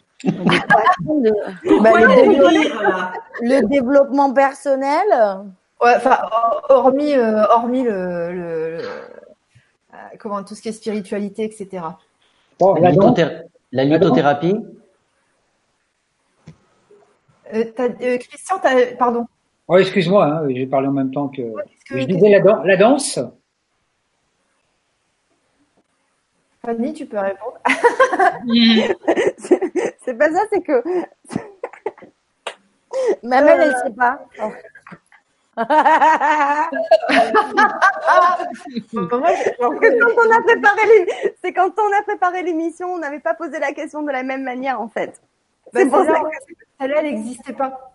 J: de... bah, le, développement, le développement personnel.
A: Ouais, enfin, hormis, euh, hormis le, le, le euh, comment tout ce qui est spiritualité, et cetera.
E: Bon,
I: La,
E: la danse,
I: lithothé- la
E: la danse.
I: lithothérapie.
A: Euh, t'as- euh, Christian, t'as, pardon.
E: Oh, excuse-moi, hein, j'ai parlé en même temps que.
A: Qu'est-ce que-
E: Je disais la, dan- la danse.
A: Fanny, tu peux répondre.
B: c'est, c'est pas ça, c'est que
J: Même elle, elle sait pas. Oh.
A: Moi, je-
B: Parce que quand on a préparé l'é- c'est quand on a préparé l'émission, on n'avait pas posé la question de la même manière en fait.
A: bah,
B: C'est pour
A: celle-là,
B: ça que
A: celle-là, elle n'existait pas.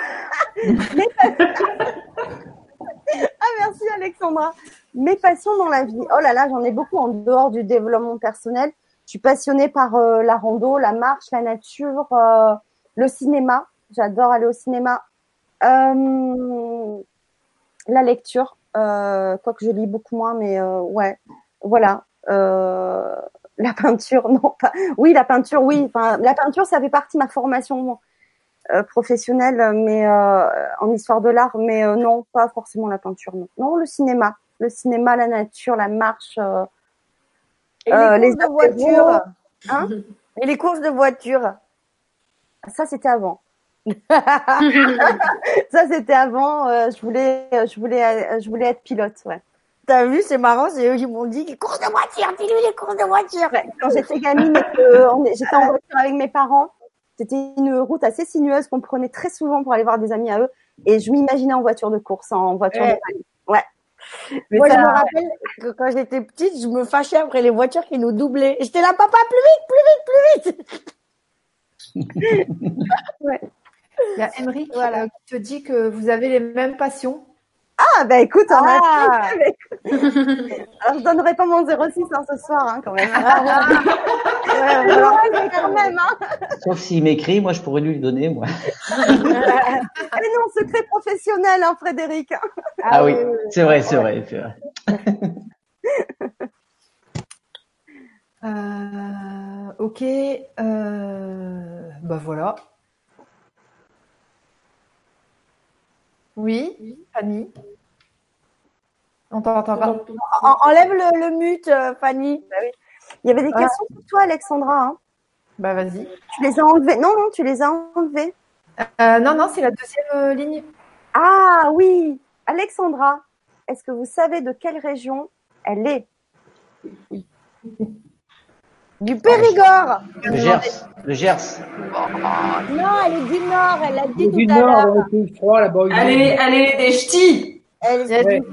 B: Ah, merci Alexandra. Mes passions dans la vie. Oh là là, j'en ai beaucoup en dehors du développement personnel. Je suis passionnée par euh, la rando, la marche, la nature, euh, le cinéma. J'adore aller au cinéma. Euh, la lecture, euh, quoique je lis beaucoup moins, mais euh, ouais, voilà. Euh, la peinture, non pas. Oui, la peinture, oui. Enfin, la peinture, ça fait partie de ma formation euh, professionnelle, mais euh, en histoire de l'art, mais euh, non, pas forcément la peinture. Non, non, le cinéma, le cinéma, la nature, la marche, euh,
J: Et
B: euh,
J: les
B: les
J: courses de voiture.
B: apéros. Hein.
J: Et les courses de voiture.
B: Ça, c'était avant. Ça, c'était avant. Euh, je voulais, je voulais, euh, je voulais être pilote. Ouais.
J: T'as vu, c'est marrant, c'est eux qui m'ont dit les courses de voiture, dis-lui les courses de voiture.
B: Ouais, quand j'étais gamine et que on est- j'étais en voiture avec mes parents, c'était une route assez sinueuse qu'on prenait très souvent pour aller voir des amis à eux. Et je m'imaginais en voiture de course, en voiture
J: Ouais.
B: de rallye. Ouais.
A: Mais
J: Moi,
A: ça-
J: je me rappelle que quand j'étais petite, je me fâchais après les voitures qui nous doublaient. J'étais là, papa, plus vite, plus vite, plus vite.
B: Ouais.
A: Il y a Emeric
J: Voilà.
A: euh, qui te dit que vous avez les mêmes passions.
B: Ah, bah écoute, on a
J: Ah.
B: Alors, je donnerai pas mon zéro six hein, ce soir, hein, quand même.
J: Ouais,
B: Alors,
J: voilà.
B: quand même, hein.
I: Sauf s'il m'écrit, moi je pourrais lui le donner, moi.
B: Mais non, secret professionnel, hein, Frédéric.
I: Ah, oui, c'est vrai, c'est vrai. c'est vrai.
A: Euh, ok. Euh, bah voilà. Oui, Fanny. On t'entend pas.
J: En- Enlève le, le mute, euh, Fanny.
B: Il y avait des
A: Ah.
B: questions pour toi, Alexandra. Hein.
A: Bah vas-y.
B: Tu les as enlevées. Non, non, tu les as enlevées.
A: Euh, non, non, c'est la deuxième euh, ligne.
B: Ah oui, Alexandra, est-ce que vous savez de quelle région elle est?
J: Du Périgord.
I: Le Gers, le Gers.
J: Non, elle est du Nord, elle l'a dit
E: Du
J: tout à
E: nord,
J: l'heure.
E: dans le pays froid, là-bas. il
D: Allez,
E: neige.
D: allez, des ch'tis.
J: Elle,
A: Elle-
E: Ouais.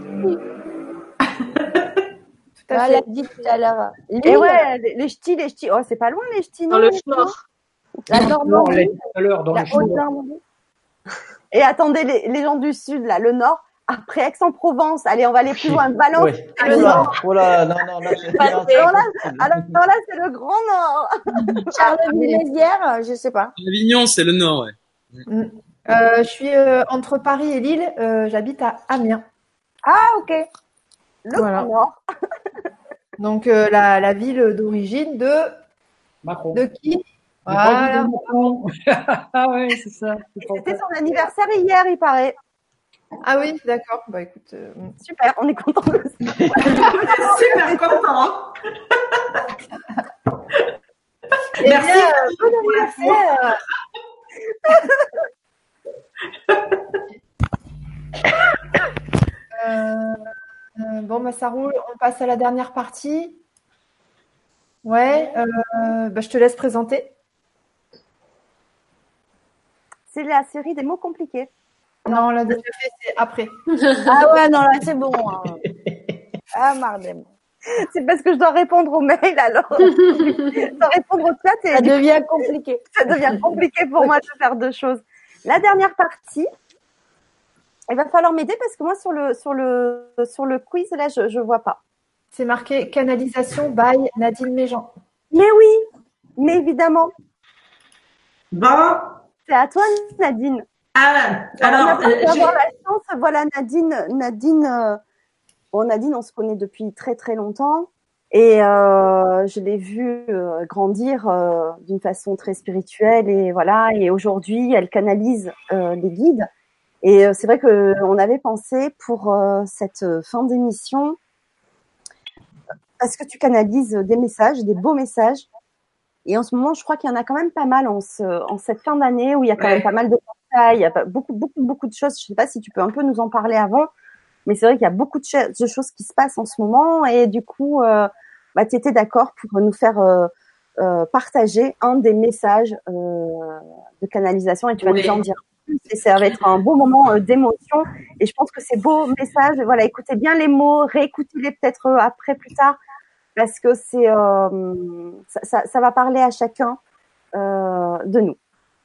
A: Tout à
J: elle
A: fait.
J: l'a dit tout à l'heure.
B: Et
J: Lille,
B: ouais, les, les ch'tis, les ch'tis. Oh, c'est pas loin, les ch'tis,
G: Dans
B: non
G: le
B: les ch'tis
G: Nord.
B: La
E: Non, on l'a
B: Normandie.
E: dit tout à l'heure dans
B: La
E: le chinois.
B: Haute-Normandie. Et attendez, les, les gens du Sud, là, le Nord, après Aix-en-Provence. Allez, on va aller plus loin. Valence,
I: Ouais.
B: c'est le
I: Oh
B: Nord.
I: là, oh là, non, non, là, c'est
G: Pas
I: non,
G: de-
I: c'est
B: Alors là,
I: impossible.
B: alors, alors là, c'est le Grand Nord.
J: Charleville-Mézières, je sais pas.
C: Avignon, c'est le Nord, ouais.
A: Euh, je suis euh, entre Paris et Lille. Euh, J'habite à Amiens.
B: Ah, ok. Le
A: Voilà.
B: Grand Nord.
A: Donc euh, la, la ville d'origine de
E: Macron.
A: de qui?
E: Le
A: Voilà.
E: président Macron. Ah ouais, c'est ça. c'est pour
B: C'était
E: ça.
B: son anniversaire hier, il paraît.
A: Ah oui, d'accord. Bah écoute. euh,
B: Super, on est content.
D: Super content. Hein.
A: Eh
D: Merci.
A: bien, euh, bon anniversaire. Euh, euh, bon, bah, ça roule. On passe à la dernière partie. Ouais. Euh, bah, je te laisse présenter.
B: C'est la série des mots compliqués.
A: Non, on l'a déjà fait. C'est après.
J: Ah ouais, non, là, c'est bon. hein. Ah, Mardem.
B: C'est parce que je dois répondre aux mails, alors. Je dois répondre au chat et
J: Ça devient compliqué.
B: ça devient compliqué pour moi de faire deux choses. La dernière partie, il va falloir m'aider parce que moi, sur le, sur le, sur le quiz, là, je, je vois pas.
A: C'est marqué canalisation by Nadine Méjean.
B: Mais oui, mais évidemment.
D: Bon.
B: C'est à toi, Nadine.
D: Ah,
B: Alors, on a
D: alors,
B: pas
D: euh,
B: pu avoir
D: j'ai-
B: la chance. Voilà, Nadine. Nadine, euh, bon, Nadine, on se connaît depuis très très longtemps et euh, je l'ai vue euh, grandir euh, d'une façon très spirituelle et voilà. Et aujourd'hui, elle canalise euh, les guides Et c'est vrai que on avait pensé pour euh, cette fin d'émission, parce que tu canalises des messages, des beaux messages. Et en ce moment, je crois qu'il y en a quand même pas mal en, ce, en cette fin d'année où il y a quand ouais. même pas mal de portails, il y a beaucoup, beaucoup, beaucoup de choses. Je sais pas si tu peux un peu nous en parler avant, mais c'est vrai qu'il y a beaucoup de, ch- de choses qui se passent en ce moment. Et du coup, euh, bah, tu étais d'accord pour nous faire euh, euh, partager un des messages euh, de canalisation et tu vas oui. nous en dire plus. Et ça va être un beau moment euh, d'émotion. Et je pense que ces beaux messages, voilà, écoutez bien les mots, réécoutez-les peut-être euh, après, plus tard. Parce que c'est euh, ça, ça, ça va parler à chacun euh, de nous.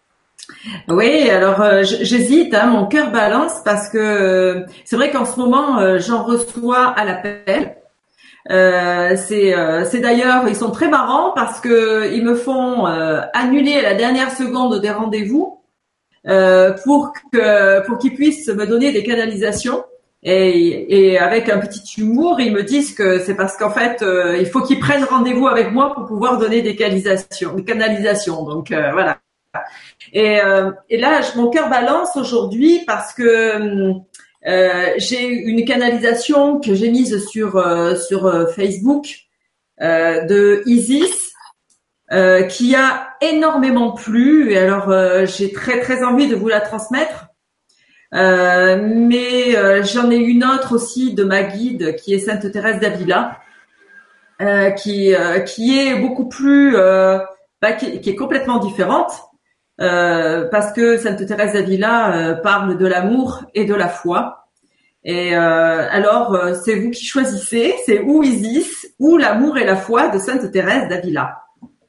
D: Oui, alors euh, j'hésite, hein, mon cœur balance parce que euh, c'est vrai qu'en ce moment euh, j'en reçois à l'appel. Euh, c'est euh, c'est d'ailleurs ils sont très marrants parce que ils me font euh, annuler à la dernière seconde des rendez-vous euh, pour que pour qu'ils puissent me donner des canalisations. Et, et avec un petit humour, ils me disent que c'est parce qu'en fait, euh, il faut qu'ils prennent rendez-vous avec moi pour pouvoir donner des canalisations. Des canalisations. Donc euh, voilà. Et, euh, et là, je, mon cœur balance aujourd'hui parce que euh, j'ai une canalisation que j'ai mise sur euh, sur euh, Facebook euh, de Isis euh, qui a énormément plu. Et alors, euh, j'ai très très envie de vous la transmettre. Euh, mais euh, j'en ai une autre aussi de ma guide qui est Sainte Thérèse d'Avila, euh, qui euh, qui est beaucoup plus, euh, bah, qui, qui est complètement différente, euh, parce que Sainte Thérèse d'Avila euh, parle de l'amour et de la foi. Et euh, alors euh, c'est vous qui choisissez, c'est ou Isis ou l'amour et la foi de Sainte Thérèse d'Avila.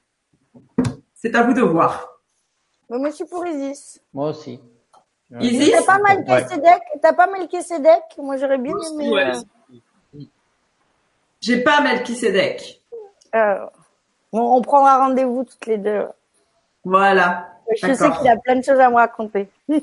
D: C'est à vous de voir.
J: Moi, je suis pour Isis.
I: Moi aussi.
D: Isis,
J: t'as pas Melchisedec, t'as pas Melchisedec. Moi, j'aurais bien aimé.
D: Ouais.
J: Euh...
D: J'ai pas Melchisedec.
J: Euh, on, on prendra rendez-vous toutes les deux.
D: Voilà.
J: Je D'accord. sais qu'il a plein de choses à me raconter.
E: Moi,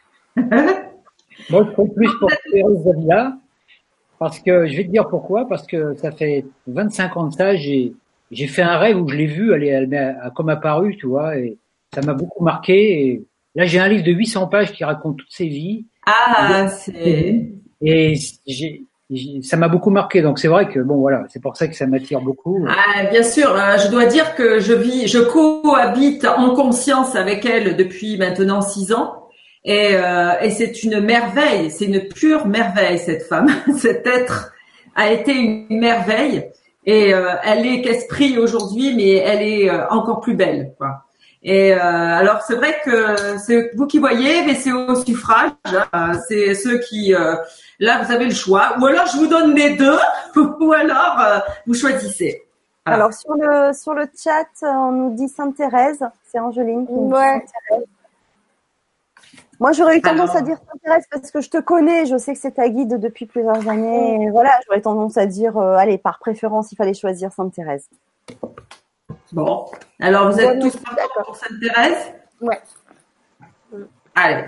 E: je trouve plus pour Thérèse d'Avila, parce que je vais te dire pourquoi, parce que ça fait vingt-cinq ans de ça, j'ai j'ai fait un rêve où je l'ai vue, elle est elle m'est comme apparue, tu vois, et ça m'a beaucoup marqué. Et là, j'ai un livre de huit cents pages qui raconte toutes ses vies.
D: Ah, c'est...
E: Et j'ai, j'ai, ça m'a beaucoup marqué. Donc, c'est vrai que, bon, voilà, c'est pour ça que ça m'attire beaucoup.
D: Ah, bien sûr. Euh, je dois dire que je vis, je cohabite en conscience avec elle depuis maintenant six ans. Et, euh, et c'est une merveille. C'est une pure merveille, cette femme. Cet être a été une merveille. Et euh, elle est qu'esprit aujourd'hui, mais elle est euh, encore plus belle, quoi. Et euh, alors c'est vrai que c'est vous qui voyez, mais c'est au suffrage. Hein, c'est ceux qui euh, là vous avez le choix. Ou alors je vous donne les deux, ou alors euh, vous choisissez.
B: Voilà. Alors sur le sur le chat, on nous dit Sainte Thérèse. C'est Angeline qui nous dit
J: ouais.
B: Sainte Thérèse. Moi j'aurais eu tendance
D: alors...
B: à dire Sainte Thérèse parce que je te connais, je sais que c'est ta guide depuis plusieurs années. Et voilà, j'aurais tendance à dire euh, allez par préférence il fallait choisir Sainte Thérèse.
D: Bon, alors vous êtes tous partants pour Sainte Thérèse ?
J: Ouais.
D: Allez.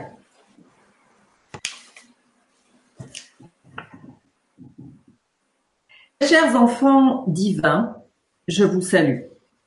D: Chers enfants divins, je vous salue.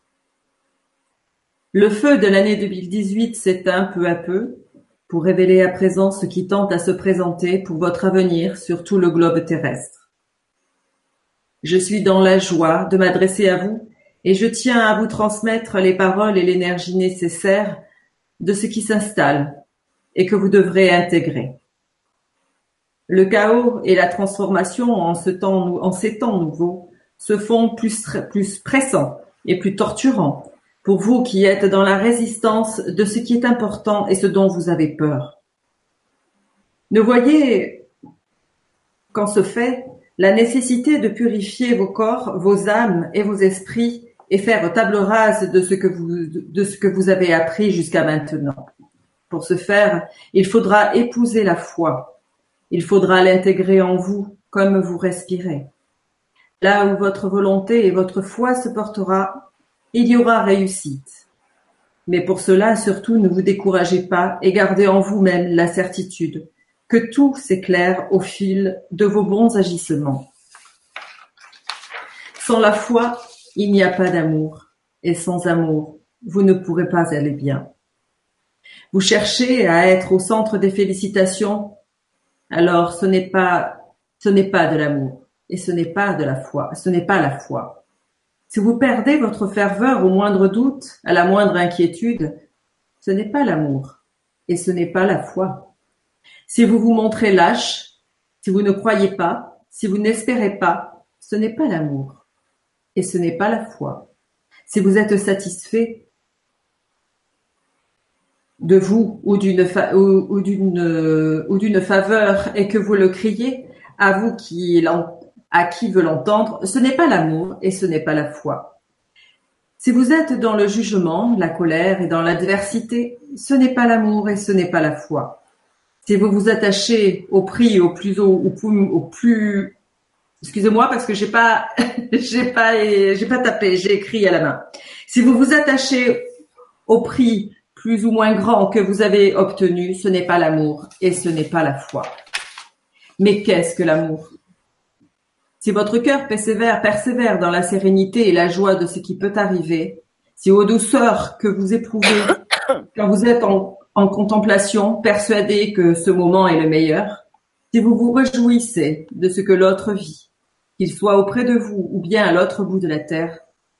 D: Le feu de l'année deux mille dix-huit s'éteint peu à peu pour révéler à présent ce qui tente à se présenter pour votre avenir sur tout le globe terrestre. Je suis dans la joie de m'adresser à vous et je tiens à vous transmettre les paroles et l'énergie nécessaires de ce qui s'installe et que vous devrez intégrer. Le chaos et la transformation en, ce temps, en ces temps nouveaux se font plus, plus pressants et plus torturants pour vous qui êtes dans la résistance de ce qui est important et ce dont vous avez peur. Ne voyez qu'en ce fait la nécessité de purifier vos corps, vos âmes et vos esprits et faire table rase de ce que vous, de ce que vous avez appris jusqu'à maintenant. Pour ce faire, il faudra épouser la foi. Il faudra l'intégrer en vous comme vous respirez. Là où votre volonté et votre foi se portera, il y aura réussite. Mais pour cela, surtout, ne vous découragez pas et gardez en vous-même la certitude que tout s'éclaire au fil de vos bons agissements. Sans la foi, il n'y a pas d'amour, et sans amour, vous ne pourrez pas aller bien. Vous cherchez à être au centre des félicitations. Alors, ce n'est pas, ce n'est pas de l'amour. Et ce n'est pas de la foi. Ce n'est pas la foi. Si vous perdez votre ferveur au moindre doute, à la moindre inquiétude, ce n'est pas l'amour. Et ce n'est pas la foi. Si vous vous montrez lâche, si vous ne croyez pas, si vous n'espérez pas, ce n'est pas l'amour. Et ce n'est pas la foi. Si vous êtes satisfait de vous ou d'une fa- ou, ou d'une euh, ou d'une faveur et que vous le criez à vous qui l'en- à qui veut l'entendre, ce n'est pas l'amour et ce n'est pas la foi. Si vous êtes dans le jugement, la colère et dans l'adversité, ce n'est pas l'amour et ce n'est pas la foi. Si vous vous attachez au prix au plus haut au plus, au plus excusez-moi parce que j'ai pas j'ai pas j'ai pas tapé, j'ai écrit à la main. Si vous vous attachez au prix plus ou moins grand que vous avez obtenu, ce n'est pas l'amour et ce n'est pas la foi. Mais qu'est-ce que l'amour? Si votre cœur persévère, persévère dans la sérénité et la joie de ce qui peut arriver, si aux douceurs que vous éprouvez quand vous êtes en, en contemplation, persuadé que ce moment est le meilleur, si vous vous réjouissez de ce que l'autre vit, qu'il soit auprès de vous ou bien à l'autre bout de la terre,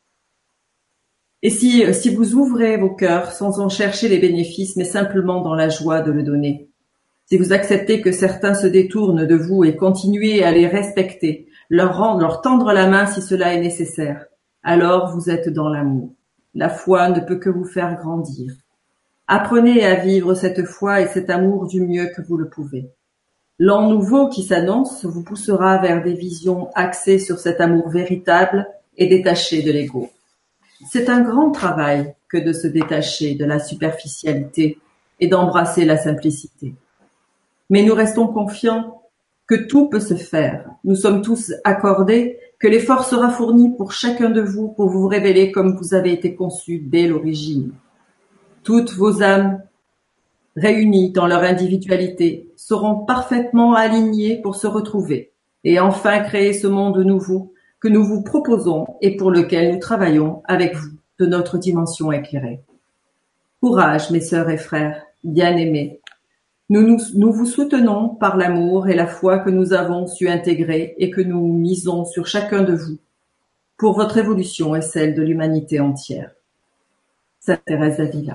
D: et si, si vous ouvrez vos cœurs sans en chercher les bénéfices, mais simplement dans la joie de le donner, si vous acceptez que certains se détournent de vous et continuez à les respecter, leur rendre, leur tendre la main si cela est nécessaire, alors vous êtes dans l'amour. La foi ne peut que vous faire grandir. Apprenez à vivre cette foi et cet amour du mieux que vous le pouvez. L'an nouveau qui s'annonce vous poussera vers des visions axées sur cet amour véritable et détaché de l'ego. C'est un grand travail que de se détacher de la superficialité et d'embrasser la simplicité. Mais nous restons confiants que tout peut se faire. Nous sommes tous accordés que l'effort sera fourni pour chacun de vous pour vous révéler comme vous avez été conçus dès l'origine. Toutes vos âmes réunies dans leur individualité seront parfaitement alignées pour se retrouver et enfin créer ce monde nouveau que nous vous proposons et pour lequel nous travaillons avec vous de notre dimension éclairée. Courage, mes sœurs et frères, bien-aimés. Nous, nous, nous vous soutenons par l'amour et la foi que nous avons su intégrer et que nous misons sur chacun de vous pour votre évolution et celle de l'humanité entière. Sainte Thérèse d'Avila.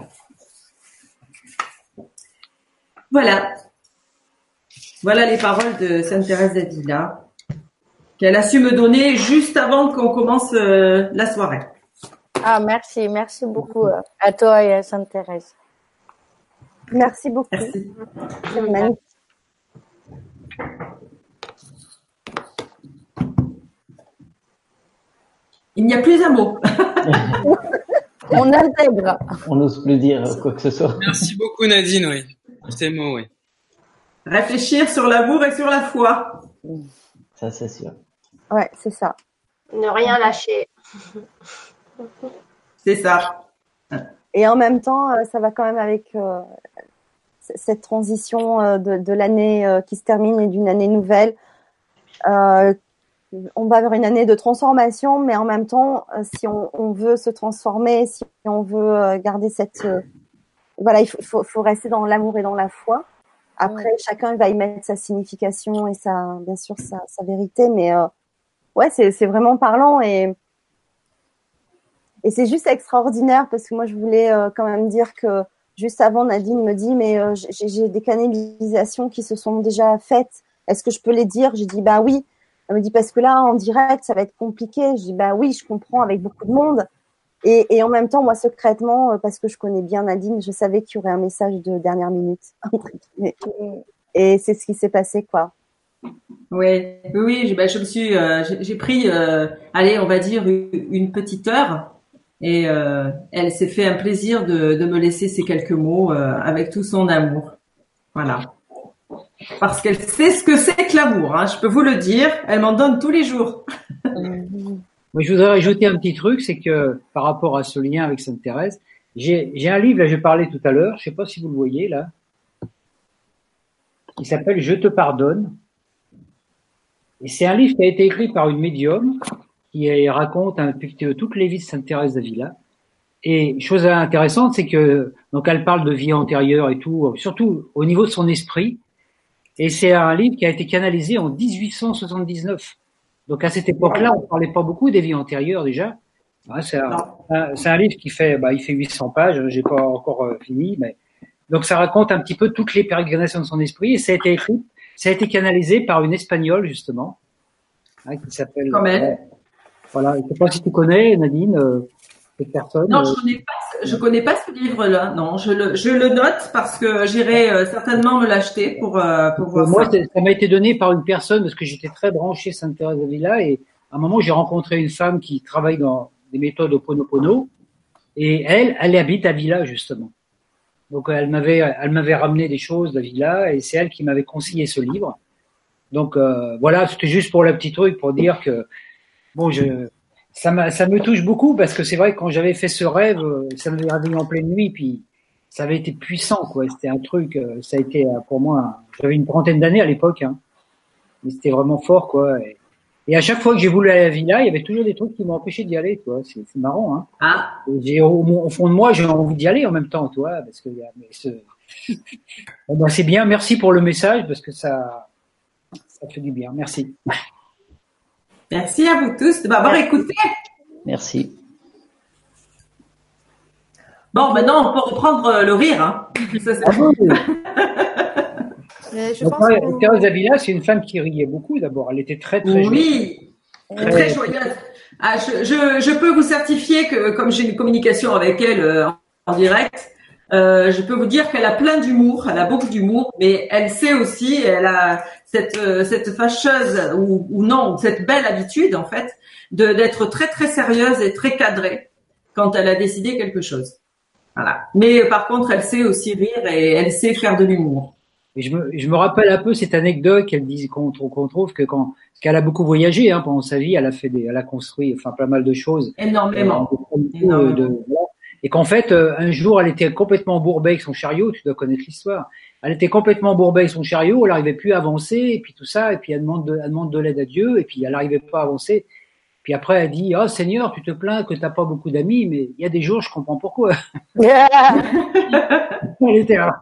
D: Voilà. Voilà les paroles de Sainte Thérèse d'Avila qu'elle a su me donner juste avant qu'on commence euh, la soirée.
J: Ah, merci, merci beaucoup euh, à toi et à Sainte Thérèse.
B: Merci beaucoup.
D: Merci.
B: C'est magnifique.
D: Il n'y a plus un mot.
J: On intègre.
I: On n'ose plus dire quoi que ce soit.
C: Merci beaucoup Nadine, oui. Pour ces mots, oui.
D: Réfléchir sur l'amour et sur la foi.
I: Ça, c'est sûr.
B: Ouais, c'est ça.
F: Ne rien lâcher.
D: C'est ça.
B: Et en même temps, euh, ça va quand même avec euh, c- cette transition euh, de, de l'année euh, qui se termine et d'une année nouvelle. Euh, on va vers une année de transformation, mais en même temps, euh, si on, on veut se transformer, si on veut euh, garder cette... euh, voilà, il faut, faut, faut rester dans l'amour et dans la foi. Après, chacun va y mettre sa signification et sa, bien sûr, sa, sa vérité, mais euh, ouais, c'est, c'est vraiment parlant et et c'est juste extraordinaire parce que moi, je voulais euh, quand même dire que juste avant, Nadine me dit, mais euh, j'ai, j'ai des canalisations qui se sont déjà faites. Est-ce que je peux les dire? J'ai dit, bah oui. Elle me dit, parce que là, en direct, ça va être compliqué. Je dis, bah oui, je comprends avec beaucoup de monde. Et, et en même temps, moi, secrètement, euh, parce que je connais bien Nadine, je savais qu'il y aurait un message de dernière minute. Et c'est ce qui s'est passé, quoi.
D: Oui, oui, oui. Je, ben, je me suis, euh, j'ai, j'ai pris, euh, allez, on va dire une, une petite heure, et euh, elle s'est fait un plaisir de, de me laisser ces quelques mots euh, avec tout son amour. Voilà. Parce qu'elle sait ce que c'est que l'amour. Hein, je peux vous le dire. Elle m'en donne tous les jours.
E: Moi, je voudrais rajouter un petit truc, c'est que par rapport à ce lien avec Sainte Thérèse, j'ai, j'ai un livre, là, j'ai parlé tout à l'heure, je sais pas si vous le voyez là, qui s'appelle Je te pardonne. Et c'est un livre qui a été écrit par une médium qui raconte un peu toutes les vies de Sainte Thérèse d'Avila. Et chose intéressante, c'est que donc elle parle de vie antérieure et tout, surtout au niveau de son esprit. Et c'est un livre qui a été canalisé en dix-huit cent soixante-dix-neuf. Donc à cette époque-là, on parlait pas beaucoup des vies antérieures déjà. Ouais, c'est un, un, c'est un livre qui fait, bah, il fait huit cents pages. J'ai pas encore euh, fini, mais donc ça raconte un petit peu toutes les pérégrinations de son esprit. Et ça a été écrit, ça a été canalisé par une Espagnole justement, hein, qui s'appelle.
D: Quand même.
E: Euh, voilà, je sais pas si tu connais Nadine. Euh, Personne.
D: Non, je connais pas, je connais pas ce livre-là. Non, je le, je le note parce que j'irai euh, certainement me l'acheter pour, euh, pour voir
E: Moi,
D: ça.
E: ça m'a été donné par une personne parce que j'étais très branché Sainte-Thérèse d'Avila et à un moment, j'ai rencontré une femme qui travaille dans des méthodes Ho'oponopono et elle, elle habite à Villa, justement. Donc, elle m'avait, elle m'avait ramené des choses d'Avila et c'est elle qui m'avait conseillé ce livre. Donc, euh, voilà, c'était juste pour le petit truc pour dire que, bon, je, Ça, m'a, ça me touche beaucoup parce que c'est vrai que quand j'avais fait ce rêve, ça m'avait réveillé en pleine nuit, puis ça avait été puissant, quoi. C'était un truc, ça a été pour moi. J'avais une trentaine d'années à l'époque, hein, mais c'était vraiment fort, quoi. Et, et à chaque fois que j'ai voulu aller à la villa, il y avait toujours des trucs qui m'ont empêché d'y aller, quoi. C'est, c'est marrant, hein.
D: Ah.
E: Et j'ai au, au fond de moi, j'ai envie d'y aller en même temps, toi, parce que mais ce... bon, ben, c'est bien. Merci pour le message parce que ça, ça fait du bien. Merci.
D: Merci à vous tous de m'avoir écouté.
I: Merci.
D: Bon, maintenant, on peut reprendre le rire. Hein. Ça, c'est...
A: Mais je
E: Donc,
A: pense
E: ouais,
A: que...
E: Thérèse d'Avila, c'est une femme qui riait beaucoup d'abord. Elle était très très
D: oui,
E: joyeuse.
D: très joyeuse. Ah, je, je, je peux vous certifier que comme j'ai une communication avec elle euh, en direct, euh, je peux vous dire qu'elle a plein d'humour, elle a beaucoup d'humour, mais elle sait aussi, elle a cette euh, cette fâcheuse ou, ou non, cette belle habitude en fait de d'être très très sérieuse et très cadrée quand elle a décidé quelque chose. Voilà. Mais par contre, elle sait aussi rire et elle sait faire de l'humour.
E: Et je me, je me rappelle un peu cette anecdote qu'elle dit, qu'on, qu'on trouve que quand, qu'elle a beaucoup voyagé, hein, pendant sa vie, elle a fait des, elle a construit, enfin, pas mal de choses.
D: Énormément.
E: Euh,
D: Énormément.
E: De, de, et qu'en fait, euh, un jour, elle était complètement bourbée avec son chariot, tu dois connaître l'histoire. Elle était complètement bourbée avec son chariot, elle n'arrivait plus à avancer, et puis tout ça, et puis elle demande de, elle demande de l'aide à Dieu, et puis elle n'arrivait pas à avancer. Puis après, elle dit, oh Seigneur, tu te plains que t'as pas beaucoup d'amis, mais il y a des jours, je comprends pourquoi. Elle était là.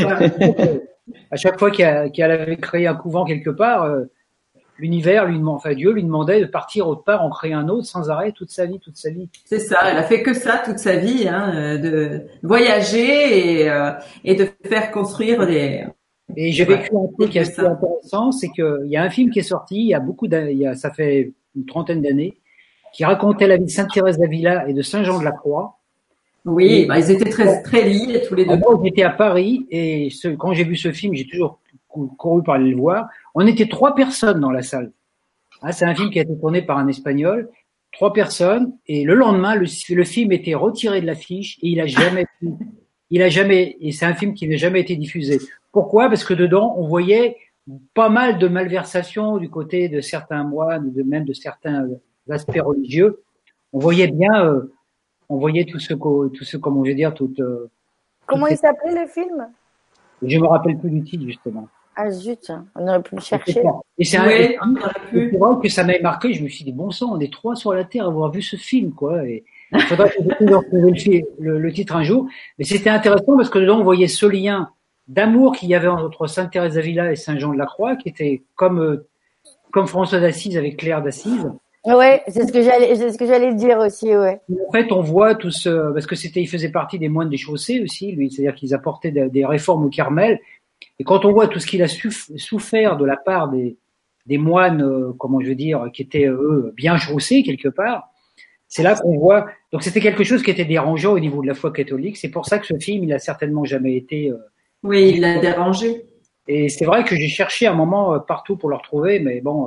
E: À chaque fois qu'elle, qu'elle avait créé un couvent quelque part, euh, l'univers, lui demande, enfin Dieu lui demandait de partir autre part, en créer un autre sans arrêt toute sa vie, toute sa vie.
D: C'est ça, elle a fait que ça toute sa vie, hein, de voyager et, euh, et de faire construire des.
E: Et j'ai vécu un truc qui est assez intéressant, c'est qu'il y a un film qui est sorti, il y a beaucoup d'années, il y a, ça fait une trentaine d'années, qui racontait la vie de Sainte-Thérèse d'Avila et de Saint-Jean de la Croix.
D: Oui, et, bah, ils étaient très, très liés tous les deux.
E: Moi, j'étais à Paris et ce, quand j'ai vu ce film, j'ai toujours couru pour aller le voir. On était trois personnes dans la salle. Ah, c'est un film qui a été tourné par un Espagnol. Trois personnes. Et le lendemain, le, le film était retiré de l'affiche et il a jamais, il a jamais, et c'est un film qui n'a jamais été diffusé. Pourquoi? Parce que dedans, on voyait pas mal de malversations du côté de certains moines, de même de certains aspects religieux. On voyait bien, euh, on voyait tout ce, tout ce, comment je vais dire, tout. Euh,
J: Comment il s'appelait le film?
E: Je me rappelle plus du titre justement.
J: Ah zut, on aurait pu le chercher.
E: Et c'est,
D: oui,
E: un, et c'est vrai que ça m'avait marqué. Je me suis dit bon sang, on est trois sur la terre à avoir vu ce film, quoi. Et il faudrait que je retrouve le, le titre un jour. Mais c'était intéressant parce que dedans on voyait ce lien d'amour qu'il y avait entre Sainte-Thérèse d'Avila et Saint-Jean de la Croix, qui était comme comme François d'Assise avec Claire d'Assise.
J: Ouais, c'est ce que j'allais, c'est ce que j'allais dire aussi, ouais.
E: En fait, on voit tout ce, parce que c'était, il faisait partie des moines des chaussées aussi, lui, c'est-à-dire qu'ils apportaient des, des réformes au Carmel. Et quand on voit tout ce qu'il a souffert de la part des, des moines, euh, comment je veux dire, qui étaient eux bien chaussés quelque part, c'est là qu'on voit. Donc c'était quelque chose qui était dérangeant au niveau de la foi catholique. C'est pour ça que ce film, il a certainement jamais été. Euh,
D: oui, il a dérangé.
E: Et c'est vrai que j'ai cherché un moment euh, partout pour le retrouver, mais bon. Euh,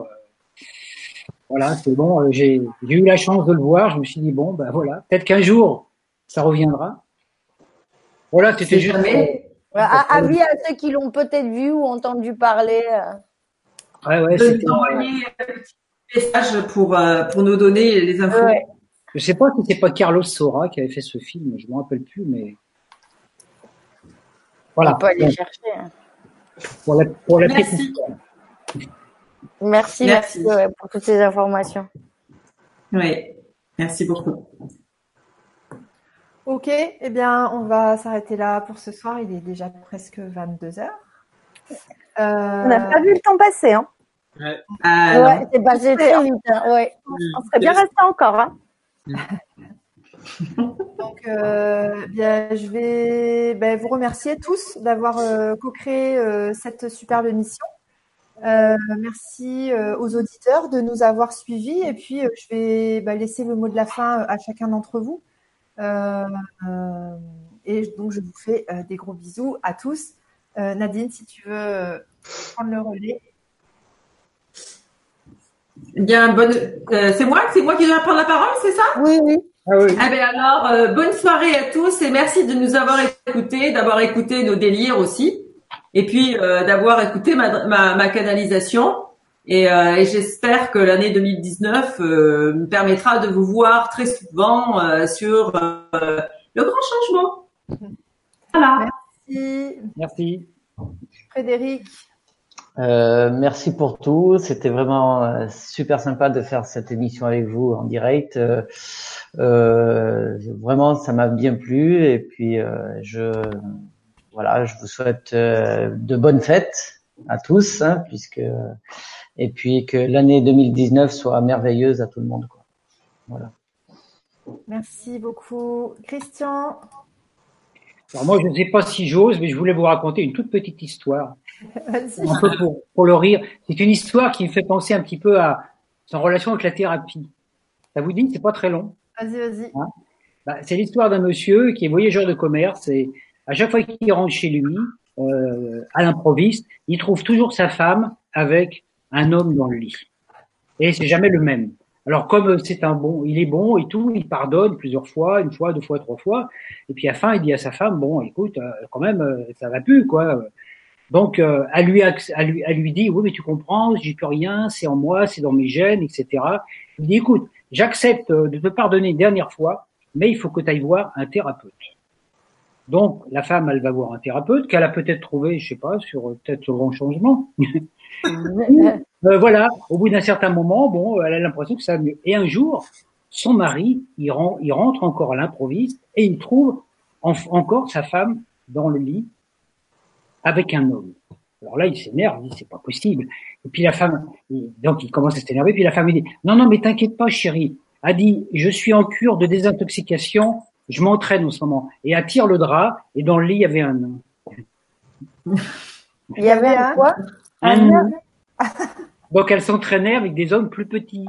E: Voilà, c'est bon. Euh, j'ai, j'ai eu la chance de le voir. Je me suis dit bon, ben voilà, peut-être qu'un jour ça reviendra. Voilà, c'était c'est juste.
J: Jamais... Euh, à, avis à ceux qui l'ont peut-être vu ou entendu parler. Euh...
E: Ouais, ouais.
D: De nous envoyer un petit message pour euh, pour nous donner les infos. Ouais.
E: Je sais pas si c'est pas Carlos Saura qui avait fait ce film. Je me rappelle plus, mais voilà.
J: On peut aller ouais. chercher. Hein.
E: Pour la pour la
D: Merci.
E: technique.
J: Merci, merci, merci ouais, pour toutes ces informations.
D: Oui, merci beaucoup.
A: Ok, eh bien, on va s'arrêter là pour ce soir. Il est déjà presque vingt-deux heures. Euh...
B: On n'a pas vu le temps passer, hein.
C: Ouais.
D: Ah,
J: Ouais,
D: non.
J: c'est passé très vite. Hein. Ouais.
B: On serait bien resté encore, hein.
A: Donc, euh, bien, je vais ben, vous remercier tous d'avoir euh, co-créé euh, cette superbe émission. Euh, merci euh, aux auditeurs de nous avoir suivis. Et puis, euh, je vais ben, laisser le mot de la fin à chacun d'entre vous. Euh, euh, et donc, je vous fais euh, des gros bisous à tous. Euh, Nadine, si tu veux euh, prendre le relais.
D: Bien, bonne. Euh, c'est moi, c'est moi qui dois prendre la parole, c'est ça?
J: Oui, oui.
E: Ah oui.
D: Ah ben alors, euh, bonne soirée à tous et merci de nous avoir écoutés, d'avoir écouté nos délires aussi, et puis euh, d'avoir écouté ma, ma, ma canalisation. Et, euh, et j'espère que l'année deux mille dix-neuf euh, me permettra de vous voir très souvent euh, sur euh, le grand changement. Voilà.
A: Merci.
E: Merci.
A: Frédéric.
I: Euh, merci pour tout. C'était vraiment euh, super sympa de faire cette émission avec vous en direct. Euh, euh, vraiment, ça m'a bien plu. Et puis, euh, je voilà, je vous souhaite euh, de bonnes fêtes à tous, hein, puisque et puis que l'année deux mille dix-neuf soit merveilleuse à tout le monde, quoi. Voilà.
A: Merci beaucoup, Christian.
E: Alors moi, je ne sais pas si j'ose, mais je voulais vous raconter une toute petite histoire.
A: Vas-y.
E: Un peu pour, pour le rire. C'est une histoire qui me fait penser un petit peu à son relation avec la thérapie. Ça vous dit? C'est pas très long.
A: Vas-y, vas-y.
E: Hein, bah, c'est l'histoire d'un monsieur qui est voyageur de commerce et à chaque fois qu'il rentre chez lui, euh, à l'improviste, il trouve toujours sa femme avec un homme dans le lit. Et c'est jamais le même. Alors comme c'est un bon, il est bon et tout, il pardonne plusieurs fois, une fois, deux fois, trois fois. Et puis à la fin, il dit à sa femme, bon, écoute, euh, quand même, euh, ça va plus, quoi. Donc, euh, elle lui, elle lui, elle lui dit, oui, mais tu comprends, j'y peux rien, c'est en moi, c'est dans mes gènes, et cetera. Il dit, écoute, j'accepte de te pardonner une dernière fois, mais il faut que tu ailles voir un thérapeute. Donc, la femme, elle va voir un thérapeute qu'elle a peut-être trouvé, je sais pas, sur peut-être sur Grand Changement. euh, voilà, au bout d'un certain moment, bon, elle a l'impression que ça va mieux. Et un jour, son mari, il, rend, il rentre encore à l'improviste et il trouve en, encore sa femme dans le lit avec un homme. Alors là, il s'énerve, il dit, c'est pas possible. Et puis la femme, il, donc il commence à s'énerver, puis la femme lui dit, non, non, mais t'inquiète pas, chérie. Elle dit, je suis en cure de désintoxication, je m'entraîne en ce moment. Et elle tire le drap, et dans le lit, il y avait un homme.
J: Il y avait un quoi?
E: Un homme. Donc elle s'entraînait avec des hommes plus petits.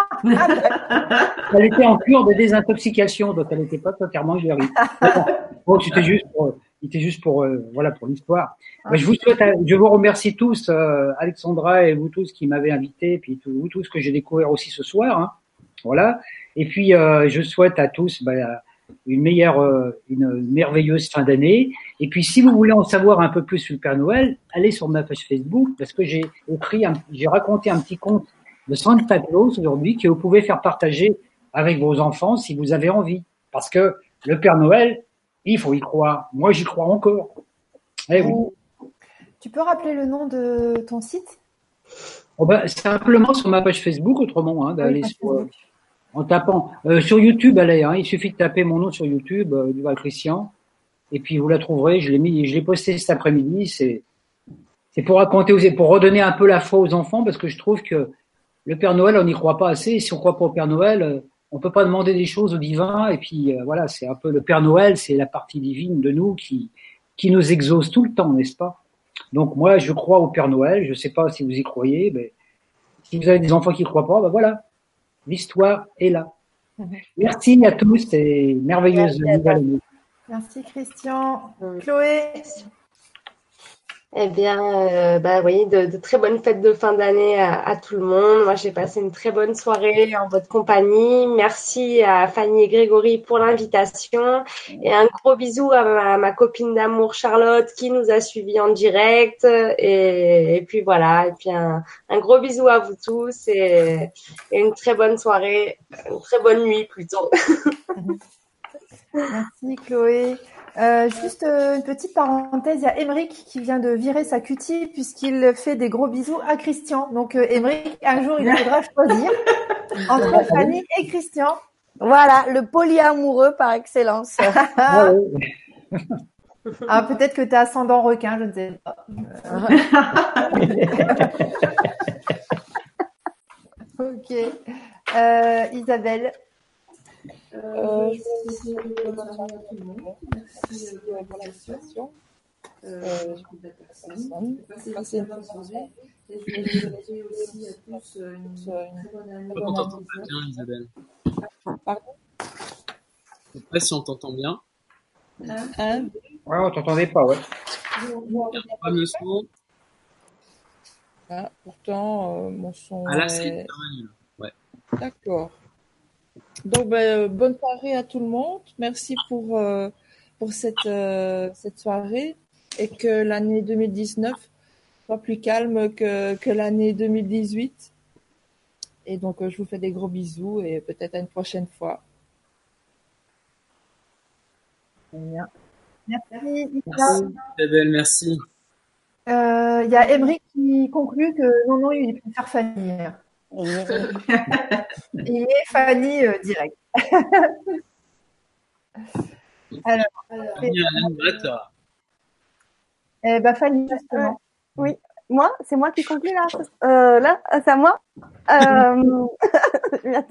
E: Elle était en cure de désintoxication, donc elle n'était pas totalement guérie. Bon, c'était juste pour, c'était juste pour, euh, voilà, pour l'histoire. Mais je vous souhaite, je vous remercie tous, euh, Alexandra et vous tous qui m'avez invité, puis tout, vous tous que j'ai découvert aussi ce soir, hein. Voilà. Et puis euh, je souhaite à tous bah, une meilleure, euh, une merveilleuse fin d'année. Et puis si vous voulez en savoir un peu plus sur le Père Noël, allez sur ma page Facebook parce que j'ai écrit, un, j'ai raconté un petit conte de Santa Claus aujourd'hui que vous pouvez faire partager avec vos enfants si vous avez envie. Parce que le Père Noël, il faut y croire. Moi, j'y crois encore. Eh oui.
A: Tu peux rappeler le nom de ton site?
E: Oh ben, simplement sur ma page Facebook, autrement, hein, d'aller
A: oui,
E: sur, euh, en tapant euh, sur YouTube. Allez, hein, il suffit de taper mon nom sur YouTube, euh, Duval Christian, et puis vous la trouverez. Je l'ai mis, je l'ai posté cet après-midi. C'est, c'est pour raconter, aux, pour redonner un peu la foi aux enfants, parce que je trouve que le Père Noël, on n'y croit pas assez. Et si on croit pas au Père Noël, euh, on peut pas demander des choses au divin. Et puis euh, voilà, c'est un peu le Père Noël, c'est la partie divine de nous qui qui nous exauce tout le temps, n'est-ce pas? Donc moi, je crois au Père Noël. Je sais pas si vous y croyez, mais si vous avez des enfants qui croient pas, ben voilà, l'histoire est là. Merci à tous et merveilleuse nouvelle année.
A: Merci Christian. Chloé.
F: Eh bien, euh, bah oui, de, de très bonnes fêtes de fin d'année à, à tout le monde. Moi, j'ai passé une très bonne soirée en votre compagnie. Merci à Fanny et Grégory pour l'invitation. Et un gros bisou à ma, ma copine d'amour Charlotte qui nous a suivis en direct. Et, et puis voilà, et puis un, un gros bisou à vous tous et, et une très bonne soirée, une très bonne nuit plutôt.
A: Merci Chloé. Euh, juste euh, une petite parenthèse, il y a Émeric qui vient de virer sa cutie puisqu'il fait des gros bisous à Christian. Donc euh, Émeric, un jour il faudra choisir entre Fanny et Christian.
J: Voilà, le polyamoureux par excellence.
E: Ah, oui.
A: Ah, peut-être que tu as ascendant requin, je ne sais pas. Ok. Euh, Isabelle.
H: Euh, je vous remercie pour l'invitation. Euh, je vous personne. Passez une bonne soirée.
D: Et je voulais souhaiter aussi à tous une très bonne année.
C: On t'entend pas bien, Isabelle.
H: Pardon?
C: Je sais pas si on t'entend bien.
H: Hein?
E: Ouais, on t'entendait pas, ouais.
C: Pas le son.
H: Ah, pourtant, euh, mon son
C: Ah là, c'est
H: est...
C: nul. Ouais.
H: D'accord. Donc, ben, bonne soirée à tout le monde. Merci pour, euh, pour cette, euh, cette soirée et que l'année deux mille dix-neuf soit plus calme que, que l'année deux mille dix-huit. Et donc, euh, je vous fais des gros bisous et peut-être à une prochaine fois.
A: Bien. Merci.
C: Merci, Isabelle, merci.
A: Il euh, y a Émeric qui conclut que non, non, il préfère Fanny. Il est Fanny euh, direct. alors, alors
C: Il y a un animateur.
A: Eh ben, Fanny, justement.
B: Euh, oui, moi, c'est moi qui conclue là. Euh, là, c'est à moi. Euh...